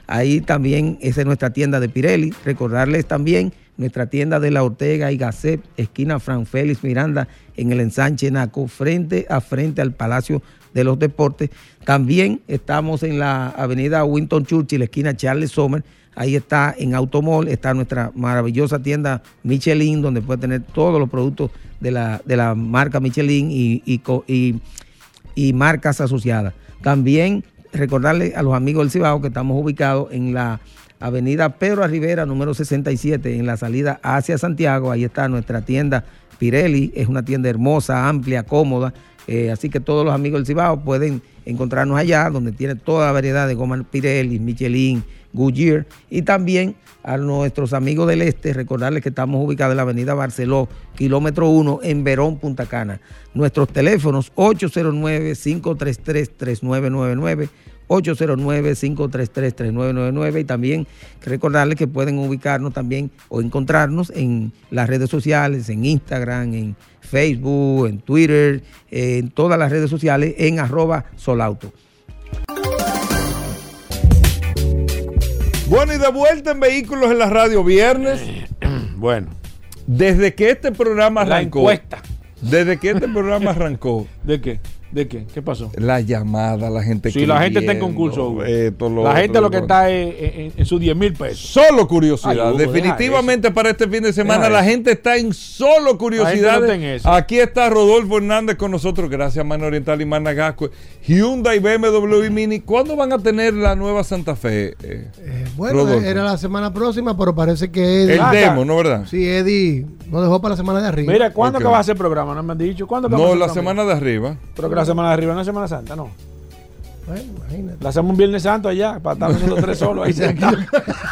Speaker 8: Ahí también, esa es nuestra tienda de Pirelli. Recordarles también nuestra tienda de La Ortega y Gasset, esquina Fran Félix Miranda, en el ensanche Naco, frente a frente al Palacio de los Deportes. También estamos en la avenida Winston Churchill, esquina Charles Sommer. Ahí está en Automall, está nuestra maravillosa tienda Michelin, donde puede tener todos los productos de la, de la marca Michelin y, y, y, y marcas asociadas. También recordarle a los amigos del Cibao que estamos ubicados en la avenida Pedro Rivera, número sesenta y siete, en la salida hacia Santiago. Ahí está nuestra tienda Pirelli, es una tienda hermosa, amplia, cómoda. Eh, así que todos los amigos del Cibao pueden encontrarnos allá, donde tiene toda la variedad de gomas Pirelli, Michelin, Goodyear. Y también a nuestros amigos del este, recordarles que estamos ubicados en la avenida Barceló, kilómetro uno, en Verón, Punta Cana. Nuestros teléfonos ocho cero nueve, cinco tres tres, tres nueve nueve nueve, ocho cero nueve, cinco tres tres, tres nueve nueve nueve, y también recordarles que pueden ubicarnos también o encontrarnos en las redes sociales, en Instagram, en Facebook, en Twitter, en todas las redes sociales, en arroba Solauto.
Speaker 3: Bueno, y de vuelta en Vehículos en la Radio viernes.
Speaker 4: Bueno.
Speaker 3: Desde que este programa arrancó.
Speaker 4: La encuesta.
Speaker 3: Desde que este programa arrancó.
Speaker 4: ¿De qué? ¿De qué? ¿Qué pasó?
Speaker 3: La llamada, la gente
Speaker 4: Sí, la gente está en concurso.
Speaker 3: Esto, lo
Speaker 4: la
Speaker 3: otro,
Speaker 4: gente lo que
Speaker 3: lo
Speaker 4: está es en, en sus diez mil pesos.
Speaker 3: Solo curiosidad.
Speaker 4: Ay, Hugo,
Speaker 3: definitivamente para este fin de semana
Speaker 4: Deja
Speaker 3: la
Speaker 4: eso.
Speaker 3: gente está en solo curiosidad.
Speaker 4: La gente no está en eso.
Speaker 3: Aquí está Rodolfo Hernández con nosotros, gracias a Mano Oriental y Mana Gascue. Hyundai, B M W y Mini. ¿Cuándo van a tener la nueva Santa Fe? Eh,
Speaker 15: eh, bueno,
Speaker 3: Rodolfo?
Speaker 15: era la semana próxima, pero parece que Eddie...
Speaker 3: El demo, ¿no, verdad?
Speaker 15: Sí, Eddie nos dejó para la semana de arriba.
Speaker 4: Mira, ¿cuándo
Speaker 3: Ok.
Speaker 4: que va a hacer programa? No me han dicho. ¿Cuándo que
Speaker 3: No,
Speaker 4: vamos a
Speaker 3: la
Speaker 4: hacer
Speaker 3: semana de arriba.
Speaker 4: Pero que la semana de arriba no es Semana Santa, no.
Speaker 15: Bueno, imagínate.
Speaker 4: La hacemos un Viernes Santo allá, para estar nosotros tres solos ahí sentados.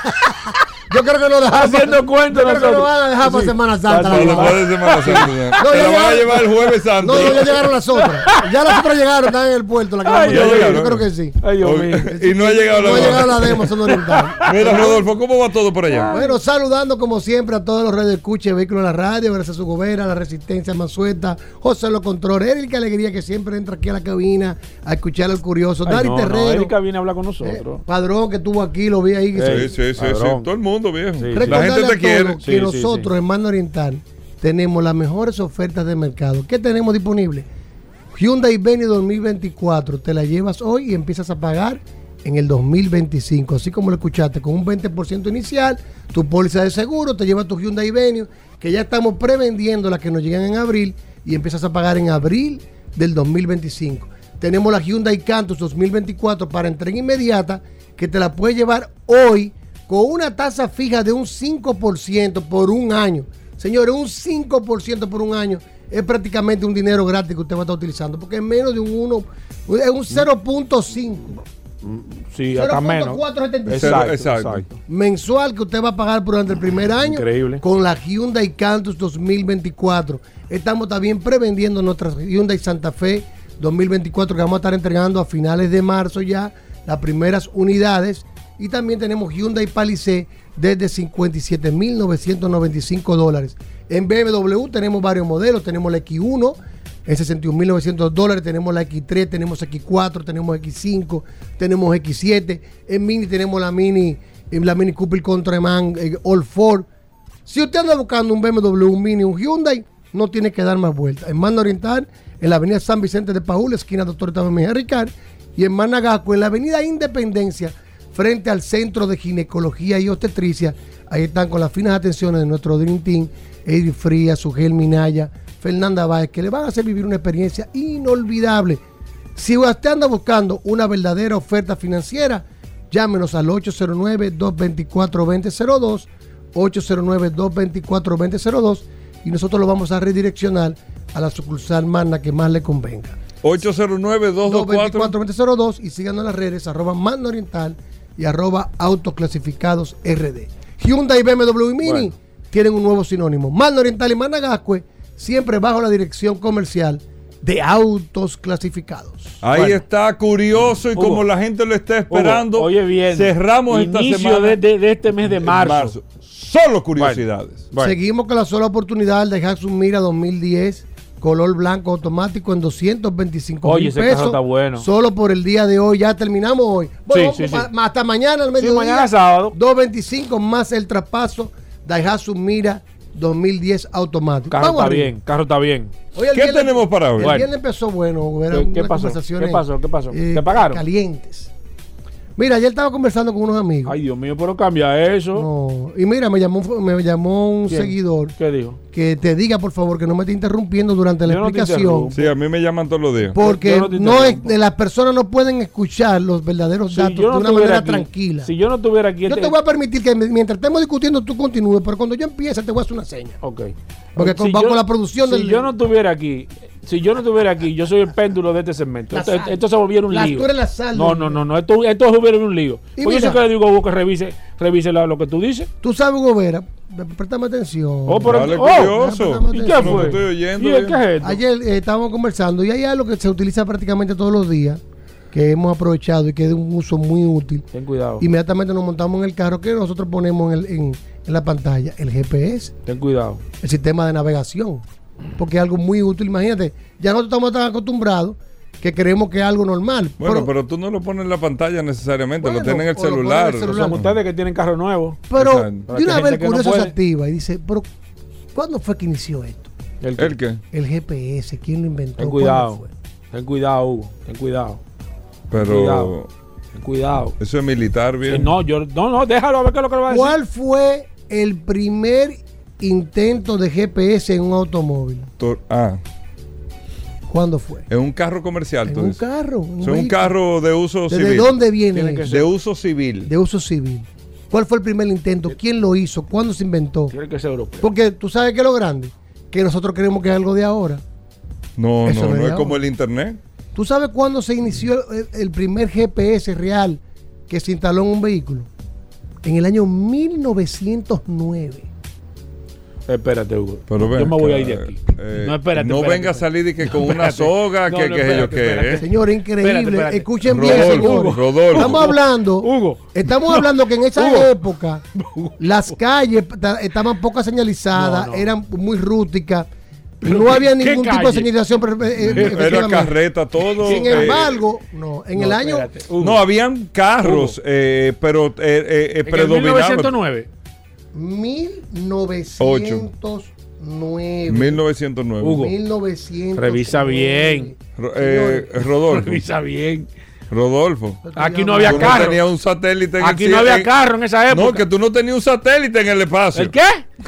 Speaker 15: Yo creo que lo dejamos.
Speaker 4: Haciendo cuentos
Speaker 15: Yo creo que lo
Speaker 4: nosotros.
Speaker 15: van a dejar para
Speaker 4: Sí.
Speaker 15: Semana Santa.
Speaker 3: Para
Speaker 15: la
Speaker 3: después
Speaker 15: verdad.
Speaker 3: de Semana Santa.
Speaker 15: No,
Speaker 3: Te
Speaker 15: ya
Speaker 3: la van a
Speaker 15: llegaron-
Speaker 3: llevar el Jueves Santo.
Speaker 15: No, no, ya llegaron las otras. Ya las otras llegaron, están en el puerto. La que
Speaker 3: Ay,
Speaker 15: vamos a
Speaker 3: ya
Speaker 15: llegar.
Speaker 3: llegaron.
Speaker 15: Yo creo que sí.
Speaker 4: Ay, Dios
Speaker 3: Ok.
Speaker 4: mío.
Speaker 3: Y no ha llegado la
Speaker 15: No ha
Speaker 3: demo.
Speaker 15: llegado la demo, son orientales.
Speaker 3: Mira, Rodolfo, ¿cómo va todo por allá?
Speaker 15: Bueno, saludando como siempre a todos los redes de escucha de Vehículos en la Radio, gracias a su gobera, la Resistencia Mansueta, José Lo Control, Erika Alegría, que siempre entra aquí a la cabina a escuchar al curioso,
Speaker 4: Ay,
Speaker 15: Dari
Speaker 4: no, no,
Speaker 15: Terrero,
Speaker 4: Erika viene a hablar con
Speaker 15: eh,
Speaker 4: nosotros.
Speaker 15: Padrón, que estuvo aquí, lo vi ahí. Que
Speaker 3: Sí,
Speaker 15: se-
Speaker 3: sí, sí, sí.
Speaker 4: Padrón.
Speaker 3: Todo el mundo, viejo.
Speaker 4: Sí.
Speaker 3: La
Speaker 15: Recordarle
Speaker 3: gente
Speaker 15: a
Speaker 3: te quiere.
Speaker 15: todos
Speaker 4: Sí,
Speaker 15: que
Speaker 4: sí,
Speaker 15: nosotros
Speaker 4: sí.
Speaker 15: en Mano Oriental tenemos las mejores ofertas de mercado. ¿Qué tenemos disponible? Hyundai Venue dos mil veinticuatro, te la llevas hoy y empiezas a pagar en el dos mil veinticinco, así como lo escuchaste, con un veinte por ciento inicial, tu póliza de seguro, te lleva tu Hyundai Venue, que ya estamos prevendiendo las que nos llegan en abril y empiezas a pagar en abril del dos mil veinticinco. Tenemos la Hyundai Cantus dos mil veinticuatro para entrega inmediata, que te la puedes llevar hoy con una tasa fija de un cinco por ciento por un año. Señores, un cinco por ciento por un año es prácticamente un dinero gratis que usted va a estar utilizando, porque es menos de un uno, es un cero punto cinco.
Speaker 4: Sí, hasta menos.
Speaker 15: cuatrocientos setenta y cinco.
Speaker 4: Exacto,
Speaker 3: Exacto.
Speaker 4: exacto.
Speaker 15: Mensual que usted va a pagar durante el primer año.
Speaker 4: Increíble.
Speaker 15: Con la Hyundai Cantus dos mil veinticuatro. Estamos también prevendiendo nuestras Hyundai Santa Fe dos mil veinticuatro, que vamos a estar entregando a finales de marzo ya las primeras unidades. Y también tenemos Hyundai Palisade desde cincuenta y siete mil novecientos noventa y cinco dólares. En B M W tenemos varios modelos. Tenemos la X uno en sesenta y un mil novecientos dólares. Tenemos la X tres, tenemos X cuatro, tenemos X cinco, tenemos X siete. En Mini tenemos la Mini, la Mini Cooper Countryman eh, All Ford. Si usted anda buscando un B M W, un Mini, un Hyundai, no tiene que dar más vueltas. En Mano Oriental, en la avenida San Vicente de Paúl, esquina Doctor Octavio Mejía Ricard, y en Managasco, en la avenida Independencia, frente al Centro de Ginecología y Obstetricia. Ahí están con las finas atenciones de nuestro Dream Team, Eddie Frías, Sugel Minaya, Fernanda Báez, que le van a hacer vivir una experiencia inolvidable. Si usted anda buscando una verdadera oferta financiera, llámenos al ocho cero nueve, dos dos cuatro, dos cero cero dos, ocho cero nueve, dos dos cuatro, dos cero cero dos, y nosotros lo vamos a redireccionar a la sucursal magna que más le convenga.
Speaker 3: ocho cero nueve, dos dos cuatro,
Speaker 15: dos dos cuatro, dos cero cero dos, y síganos en las redes arroba Magna Oriental y arroba Autoclasificados R D. Hyundai y B M W y Mini
Speaker 3: Bueno.
Speaker 15: tienen un nuevo sinónimo. Magna Oriental y Managascue, siempre bajo la dirección comercial de Autos Clasificados.
Speaker 3: Ahí
Speaker 4: Bueno.
Speaker 3: está, curioso, y
Speaker 4: Hugo,
Speaker 3: como la gente lo está esperando,
Speaker 4: Hugo, oye bien,
Speaker 3: cerramos esta
Speaker 4: inicio
Speaker 3: semana
Speaker 4: de, de- de este mes de marzo.
Speaker 3: Solo curiosidades.
Speaker 4: Bueno.
Speaker 15: Seguimos con la sola oportunidad de Hatsun Mira dos mil diez color blanco automático en doscientos veinticinco
Speaker 4: Oye,
Speaker 15: mil
Speaker 4: ese
Speaker 15: pesos.
Speaker 4: carro está bueno.
Speaker 15: Solo por el día de hoy. Ya terminamos hoy. Bueno,
Speaker 4: Sí, sí,
Speaker 15: ma-
Speaker 4: sí.
Speaker 15: ma- hasta mañana al mediodía.
Speaker 4: mañana sábado.
Speaker 15: doscientos veinticinco más el traspaso Daihatsu Mira dos mil diez automático.
Speaker 4: Carro
Speaker 15: Vamos
Speaker 4: está
Speaker 15: arriba.
Speaker 4: bien, carro está bien.
Speaker 15: Hoy el
Speaker 3: ¿Qué
Speaker 15: viernes-
Speaker 3: tenemos para hoy?
Speaker 15: El
Speaker 4: Bueno.
Speaker 15: viernes empezó bueno. Era
Speaker 4: ¿Qué- qué
Speaker 15: unas
Speaker 4: pasó?
Speaker 15: conversaciones,
Speaker 4: ¿Qué pasó? ¿Qué pasó?
Speaker 15: eh,
Speaker 4: ¿Te pagaron?
Speaker 15: Calientes. Mira, ayer estaba conversando con unos amigos.
Speaker 4: Ay, Dios mío, pero cambia eso.
Speaker 15: No. Y mira, me llamó, me llamó un
Speaker 4: ¿Quién?
Speaker 15: seguidor
Speaker 4: ¿Qué dijo?
Speaker 15: que te diga, por favor, que no me esté interrumpiendo durante la
Speaker 4: Yo no te
Speaker 15: explicación.
Speaker 4: interrumpo.
Speaker 3: Sí, a mí me llaman todos los días.
Speaker 15: Porque
Speaker 4: Yo no te
Speaker 15: no es,
Speaker 4: interrumpo.
Speaker 15: de las personas no pueden escuchar los verdaderos
Speaker 4: Si
Speaker 15: datos
Speaker 4: yo no
Speaker 15: de una
Speaker 4: estuviera
Speaker 15: manera
Speaker 4: aquí-
Speaker 15: tranquila.
Speaker 4: Si yo no estuviera aquí,
Speaker 15: Yo
Speaker 4: este-
Speaker 15: te voy a permitir que me- mientras estemos discutiendo tú continúes, pero cuando yo empiece te voy a hacer una seña.
Speaker 4: Ok.
Speaker 15: Porque con- va con la producción
Speaker 4: si
Speaker 15: del-
Speaker 4: yo no estuviera aquí, si yo no estuviera aquí, yo soy el péndulo de este segmento.
Speaker 15: La
Speaker 4: Esto,
Speaker 15: sal.
Speaker 4: esto se volviera un
Speaker 15: La-
Speaker 4: lío.
Speaker 15: tú eres la sal
Speaker 4: No,
Speaker 15: del-
Speaker 4: no, no, no. Esto, esto se volviera un lío.
Speaker 15: Y
Speaker 4: Pues yo
Speaker 15: mira-
Speaker 4: sé que le digo a Hugo que revise, revise la- lo que tú dices.
Speaker 15: Tú sabes, Hugo Vera, préstame atención.
Speaker 4: Oh, pero-
Speaker 3: Dale,
Speaker 4: oh,
Speaker 3: curioso.
Speaker 4: ¿y qué
Speaker 3: No,
Speaker 4: fue?
Speaker 3: te estoy oyendo
Speaker 4: ¿Y el
Speaker 3: bien.
Speaker 4: qué es esto?
Speaker 15: Ayer eh, estábamos conversando y hay algo que se utiliza prácticamente todos los días, que hemos aprovechado y que es de un uso muy útil.
Speaker 4: Ten cuidado.
Speaker 15: Inmediatamente nos montamos en el carro que nosotros ponemos en, el- en- en la pantalla el G P S,
Speaker 4: Ten cuidado.
Speaker 15: el sistema de navegación, porque es algo muy útil. Imagínate, ya nosotros estamos tan acostumbrados que creemos que es algo normal.
Speaker 3: Bueno, pero, tú no lo pones en la pantalla necesariamente,
Speaker 15: Bueno,
Speaker 3: lo tienes en el
Speaker 15: o lo pones en el
Speaker 3: celular.
Speaker 15: celular.
Speaker 4: Son ustedes que tienen carro nuevo.
Speaker 15: Pero
Speaker 3: Exacto.
Speaker 15: de una
Speaker 4: Hay
Speaker 15: vez
Speaker 4: gente
Speaker 15: el
Speaker 4: que no
Speaker 15: curioso se
Speaker 4: puede.
Speaker 15: activa y dice, pero ¿cuándo fue que inició esto?
Speaker 4: El,
Speaker 3: ¿El qué?
Speaker 15: El G P S, ¿quién lo inventó?
Speaker 4: Ten
Speaker 15: ¿Cuándo
Speaker 4: cuidado.
Speaker 15: fue?
Speaker 4: Ten cuidado, Hugo. Ten cuidado.
Speaker 3: Pero
Speaker 4: Cuidado. Ten cuidado.
Speaker 3: eso es militar,
Speaker 4: Eh,
Speaker 3: bien.
Speaker 4: no, yo, no, no, déjalo a ver qué es lo que le va a decir.
Speaker 15: ¿Cuál fue el primer intento de G P S en un automóvil?
Speaker 3: Tor- Ah,
Speaker 15: ¿Cuándo fue?
Speaker 3: es un carro comercial.
Speaker 15: En
Speaker 3: tú
Speaker 15: un
Speaker 3: dices.
Speaker 15: carro.
Speaker 3: Es un
Speaker 15: vehículo.
Speaker 3: carro de uso
Speaker 15: ¿Desde
Speaker 3: civil.
Speaker 15: dónde viene?
Speaker 4: Tiene que
Speaker 15: eso?
Speaker 3: De uso civil.
Speaker 15: De uso civil. ¿Cuál fue el primer intento? ¿Quién lo hizo? ¿Cuándo se inventó?
Speaker 4: Tiene que ser europeo.
Speaker 15: Porque tú sabes que es lo grande, que nosotros creemos que es algo de ahora.
Speaker 3: No,
Speaker 15: Eso
Speaker 3: no,
Speaker 15: no
Speaker 3: no
Speaker 15: es
Speaker 3: es como
Speaker 15: ahora.
Speaker 3: el internet.
Speaker 15: ¿Tú sabes cuándo se inició el, el primer G P S real que se instaló en un vehículo? En el año mil novecientos nueve.
Speaker 4: Espérate, Hugo.
Speaker 3: Pero ven
Speaker 4: yo me voy a
Speaker 3: acá,
Speaker 4: ir de aquí.
Speaker 3: eh,
Speaker 4: no, espérate.
Speaker 3: no
Speaker 4: espérate,
Speaker 3: venga a
Speaker 4: espérate.
Speaker 3: salir de que con
Speaker 4: No,
Speaker 3: una
Speaker 4: espérate.
Speaker 3: soga,
Speaker 4: No,
Speaker 3: que,
Speaker 4: no,
Speaker 3: que
Speaker 4: espérate,
Speaker 3: ello que
Speaker 4: espérate.
Speaker 3: es.
Speaker 15: Señor, increíble.
Speaker 4: Espérate, espérate.
Speaker 15: Escuchen bien,
Speaker 3: Rodolfo,
Speaker 15: señores.
Speaker 3: Rodolfo.
Speaker 15: Estamos hablando,
Speaker 4: Hugo.
Speaker 15: estamos hablando que en esa
Speaker 4: Hugo.
Speaker 15: época las calles ta- estaban poco señalizadas,
Speaker 4: No, no.
Speaker 15: eran muy rústicas. No había
Speaker 4: ¿qué
Speaker 15: ningún tipo de
Speaker 4: calle?
Speaker 15: señalización. pero, eh, eh,
Speaker 3: Era
Speaker 15: efectivamente.
Speaker 3: carreta, todo.
Speaker 15: Sin
Speaker 3: eh,
Speaker 15: embargo, no, en
Speaker 4: No,
Speaker 15: el año
Speaker 4: espérate, Hugo.
Speaker 3: no, habían carros, eh, pero eh, eh, eh,
Speaker 4: En el
Speaker 3: predominaban.
Speaker 4: mil novecientos nueve.
Speaker 15: mil novecientos nueve.
Speaker 3: mil novecientos nueve.
Speaker 4: Hugo.
Speaker 15: mil novecientos nueve.
Speaker 4: Revisa bien.
Speaker 3: Ro- eh, Rodolfo.
Speaker 4: Revisa bien.
Speaker 3: Rodolfo.
Speaker 4: Aquí no había
Speaker 3: Tú no
Speaker 4: carro.
Speaker 3: tenías un satélite en
Speaker 4: Aquí
Speaker 3: el
Speaker 4: no
Speaker 3: cielo.
Speaker 4: había carro en esa época.
Speaker 3: No, que tú no tenías un satélite en el espacio.
Speaker 4: ¿El qué?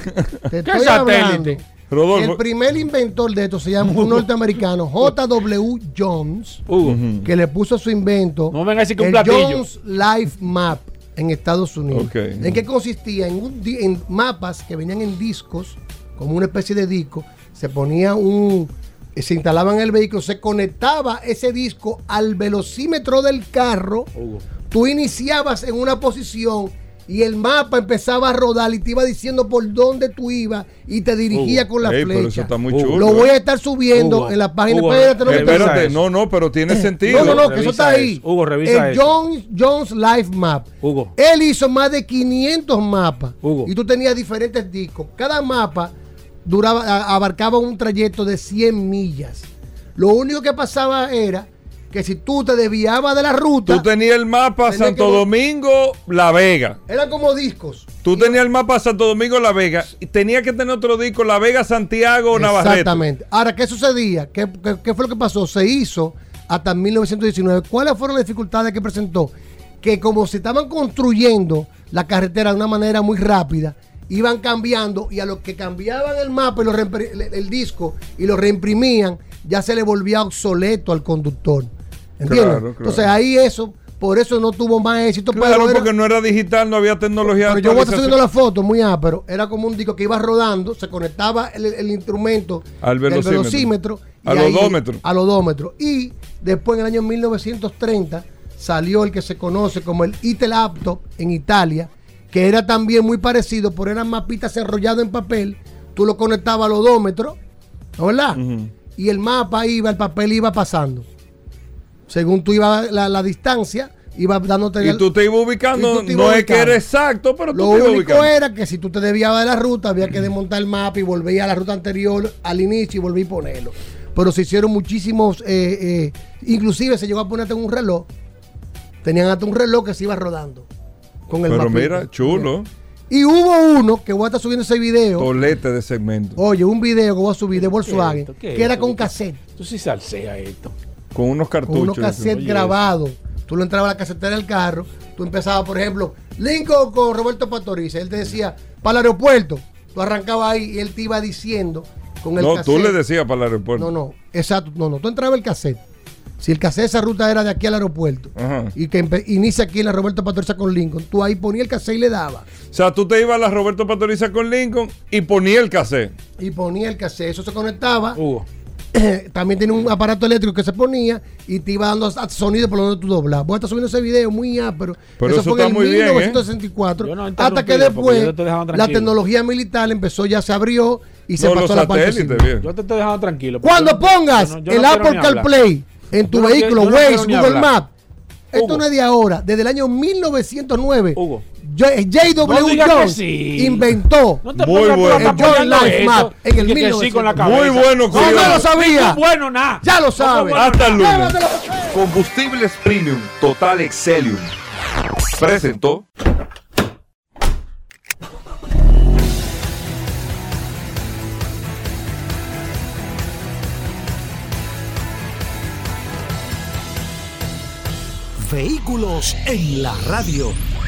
Speaker 15: Te
Speaker 4: ¿Qué
Speaker 15: estoy
Speaker 4: satélite?
Speaker 15: hablando.
Speaker 3: Rodolfo.
Speaker 15: El primer inventor de esto se llama un norteamericano, J W Jones,
Speaker 4: Hugo.
Speaker 15: que le puso su invento
Speaker 4: No me venga a decir que un
Speaker 15: el
Speaker 4: platillo.
Speaker 15: Jones Life Map en Estados Unidos.
Speaker 3: Ok.
Speaker 15: ¿En qué consistía? En, un di- en mapas que venían en discos, como una especie de disco, se ponía un... se instalaba en el vehículo, se conectaba ese disco al velocímetro del carro,
Speaker 4: Hugo.
Speaker 15: tú iniciabas en una posición y el mapa empezaba a rodar y te iba diciendo por dónde tú ibas y te dirigía
Speaker 4: Hugo.
Speaker 15: con la
Speaker 3: Ey, pero eso
Speaker 15: flecha.
Speaker 3: está muy
Speaker 4: Hugo.
Speaker 3: chulo.
Speaker 15: Lo voy a estar subiendo
Speaker 4: Hugo,
Speaker 15: en la página.
Speaker 4: Hugo,
Speaker 15: Espérate, no me
Speaker 4: revisa
Speaker 3: Espérate,
Speaker 15: interrumpas.
Speaker 3: no, no, pero tiene sentido.
Speaker 15: No, no, no, que eso
Speaker 4: Revisa
Speaker 15: está ahí.
Speaker 4: eso. Hugo, revisa
Speaker 15: el
Speaker 4: eso.
Speaker 15: Jones, Jones Life Map.
Speaker 4: Hugo.
Speaker 15: Él hizo más de quinientos mapas.
Speaker 4: Hugo.
Speaker 15: Y tú tenías diferentes discos. Cada mapa duraba, a- abarcaba un trayecto de cien millas. Lo único que pasaba era que si tú te desviabas de la ruta,
Speaker 3: Tú tenías el mapa
Speaker 15: Tenía
Speaker 3: Santo
Speaker 15: que-
Speaker 3: Domingo, La Vega.
Speaker 15: eran como discos.
Speaker 3: Tú tenías el mapa Santo Domingo, La Vega. Y tenías que tener otro disco, La Vega, Santiago, Navarrete.
Speaker 15: Exactamente. Ahora, ¿qué sucedía? ¿Qué, qué, qué fue lo que pasó? Se hizo hasta mil novecientos diecinueve. ¿Cuáles fueron las dificultades que presentó? Que como se estaban construyendo la carretera de una manera muy rápida, iban cambiando y a los que cambiaban el mapa y lo reimpri- el, el disco y lo reimprimían, ya se le volvía obsoleto al conductor. ¿Entiendes?
Speaker 3: Claro, claro.
Speaker 15: Entonces ahí eso, por eso no tuvo más éxito.
Speaker 3: Claro,
Speaker 15: pero era-
Speaker 3: porque no era digital, no había tecnología.
Speaker 15: pero yo voy a estar
Speaker 3: actualización.
Speaker 15: subiendo la foto muy ápero. Era como un disco que iba rodando, se conectaba el, el instrumento
Speaker 3: Al
Speaker 15: del
Speaker 3: velocímetro.
Speaker 15: velocímetro. y
Speaker 3: Al
Speaker 15: ahí-
Speaker 3: odómetro.
Speaker 15: Al odómetro. Y después en el año mil novecientos treinta salió el que se conoce como el I T Laptop en Italia, que era también muy parecido, pero eran mapitas enrollados en papel. Tú lo conectabas al odómetro, ¿no verdad?
Speaker 3: Ujú.
Speaker 15: Y el mapa iba, el papel iba pasando. Según tú ibas la, la distancia, iba dándote...
Speaker 3: Y tú te ibas ubicando,
Speaker 15: ibas
Speaker 3: no es que
Speaker 15: ubicando.
Speaker 3: era exacto, pero tú
Speaker 15: Lo
Speaker 3: te ibas
Speaker 15: único
Speaker 3: ubicando.
Speaker 15: era que si tú te desviabas de la ruta, había que desmontar el mapa y volver a la ruta anterior al inicio y volver a ponerlo. Pero se hicieron muchísimos, eh, eh, inclusive se llegó a ponerte en un reloj. Tenían hasta un reloj que se iba rodando con el
Speaker 3: Pero
Speaker 15: mapita.
Speaker 3: mira, chulo.
Speaker 15: Y hubo uno que voy a estar subiendo ese video.
Speaker 3: Tolete de segmento.
Speaker 15: Oye, un video que voy a subir de Volkswagen,
Speaker 4: esto? ¿Qué es
Speaker 15: que era
Speaker 4: esto?
Speaker 15: con cassette.
Speaker 4: Tú sí salsea esto.
Speaker 3: Con unos
Speaker 15: Con
Speaker 3: cartuchos.
Speaker 15: unos cassettes
Speaker 4: Oye,
Speaker 15: grabados. Tú lo entrabas a la casetera del carro. Tú empezabas, por ejemplo, Lincoln con Roberto Pastoriza. Él te decía, para el aeropuerto. Tú arrancabas ahí y él te iba diciendo con el
Speaker 3: No,
Speaker 15: cassette.
Speaker 3: tú le decías para el aeropuerto.
Speaker 15: No, no, exacto. No, no. Tú entrabas el cassette. Si el cassette, esa ruta era de aquí al aeropuerto.
Speaker 3: Ajá.
Speaker 15: Y que empe- inicia aquí en la Roberto Pastoriza con Lincoln. Tú ahí ponías el cassette y le dabas.
Speaker 3: O sea, tú te ibas a la Roberto Pastoriza con Lincoln y ponía el cassette.
Speaker 15: Y ponía el cassette. Eso se conectaba.
Speaker 4: Hugo.
Speaker 15: También tiene un aparato eléctrico que se ponía y te iba dando a- sonido por donde tú doblas. Voy a estar subiendo ese video muy ápero.
Speaker 3: Pero eso
Speaker 15: fue
Speaker 3: está
Speaker 15: en el
Speaker 3: muy bien, ¿eh?
Speaker 15: mil novecientos sesenta y cuatro.
Speaker 4: Yo no
Speaker 15: hasta que
Speaker 4: interrumpí, porque
Speaker 15: después
Speaker 4: yo te dejaba
Speaker 15: la
Speaker 4: tranquilo.
Speaker 15: tecnología militar empezó, ya se abrió y se
Speaker 3: No,
Speaker 15: pasó
Speaker 3: los
Speaker 15: a la parte
Speaker 3: satélites,
Speaker 15: civil.
Speaker 3: bien.
Speaker 4: Yo te estoy dejando tranquilo. porque
Speaker 15: Cuando
Speaker 4: yo no-
Speaker 15: pongas
Speaker 4: yo no- yo no
Speaker 15: el
Speaker 4: quiero
Speaker 15: Apple
Speaker 4: ni hablar.
Speaker 15: CarPlay en tu
Speaker 4: Yo no
Speaker 15: vehículo,
Speaker 4: quiero- yo no
Speaker 15: Waze,
Speaker 4: quiero ni
Speaker 15: Google
Speaker 4: hablar.
Speaker 15: Maps, esto
Speaker 4: Hugo.
Speaker 15: no es de ahora, desde el año mil novecientos nueve.
Speaker 4: Hugo.
Speaker 15: Yo- J W
Speaker 4: No digas que
Speaker 15: Jones
Speaker 4: sí.
Speaker 15: inventó
Speaker 4: No te
Speaker 3: Muy
Speaker 4: pongas tú
Speaker 3: bueno.
Speaker 4: a estar
Speaker 15: el Joint
Speaker 4: apoyando
Speaker 15: Life
Speaker 4: eso,
Speaker 15: Map en el
Speaker 4: y que- que sí con la
Speaker 15: mil novecientos.
Speaker 4: cabeza.
Speaker 3: Muy bueno,
Speaker 15: No,
Speaker 3: cuidado.
Speaker 15: no lo sabía.
Speaker 4: No fue bueno nada.
Speaker 15: Ya lo
Speaker 4: No fue
Speaker 15: sabes.
Speaker 4: bueno
Speaker 3: Hasta el
Speaker 4: nada.
Speaker 3: lunes.
Speaker 15: Llévatelo.
Speaker 2: Combustibles Premium Total Excelium presentó Vehículos en la Radio.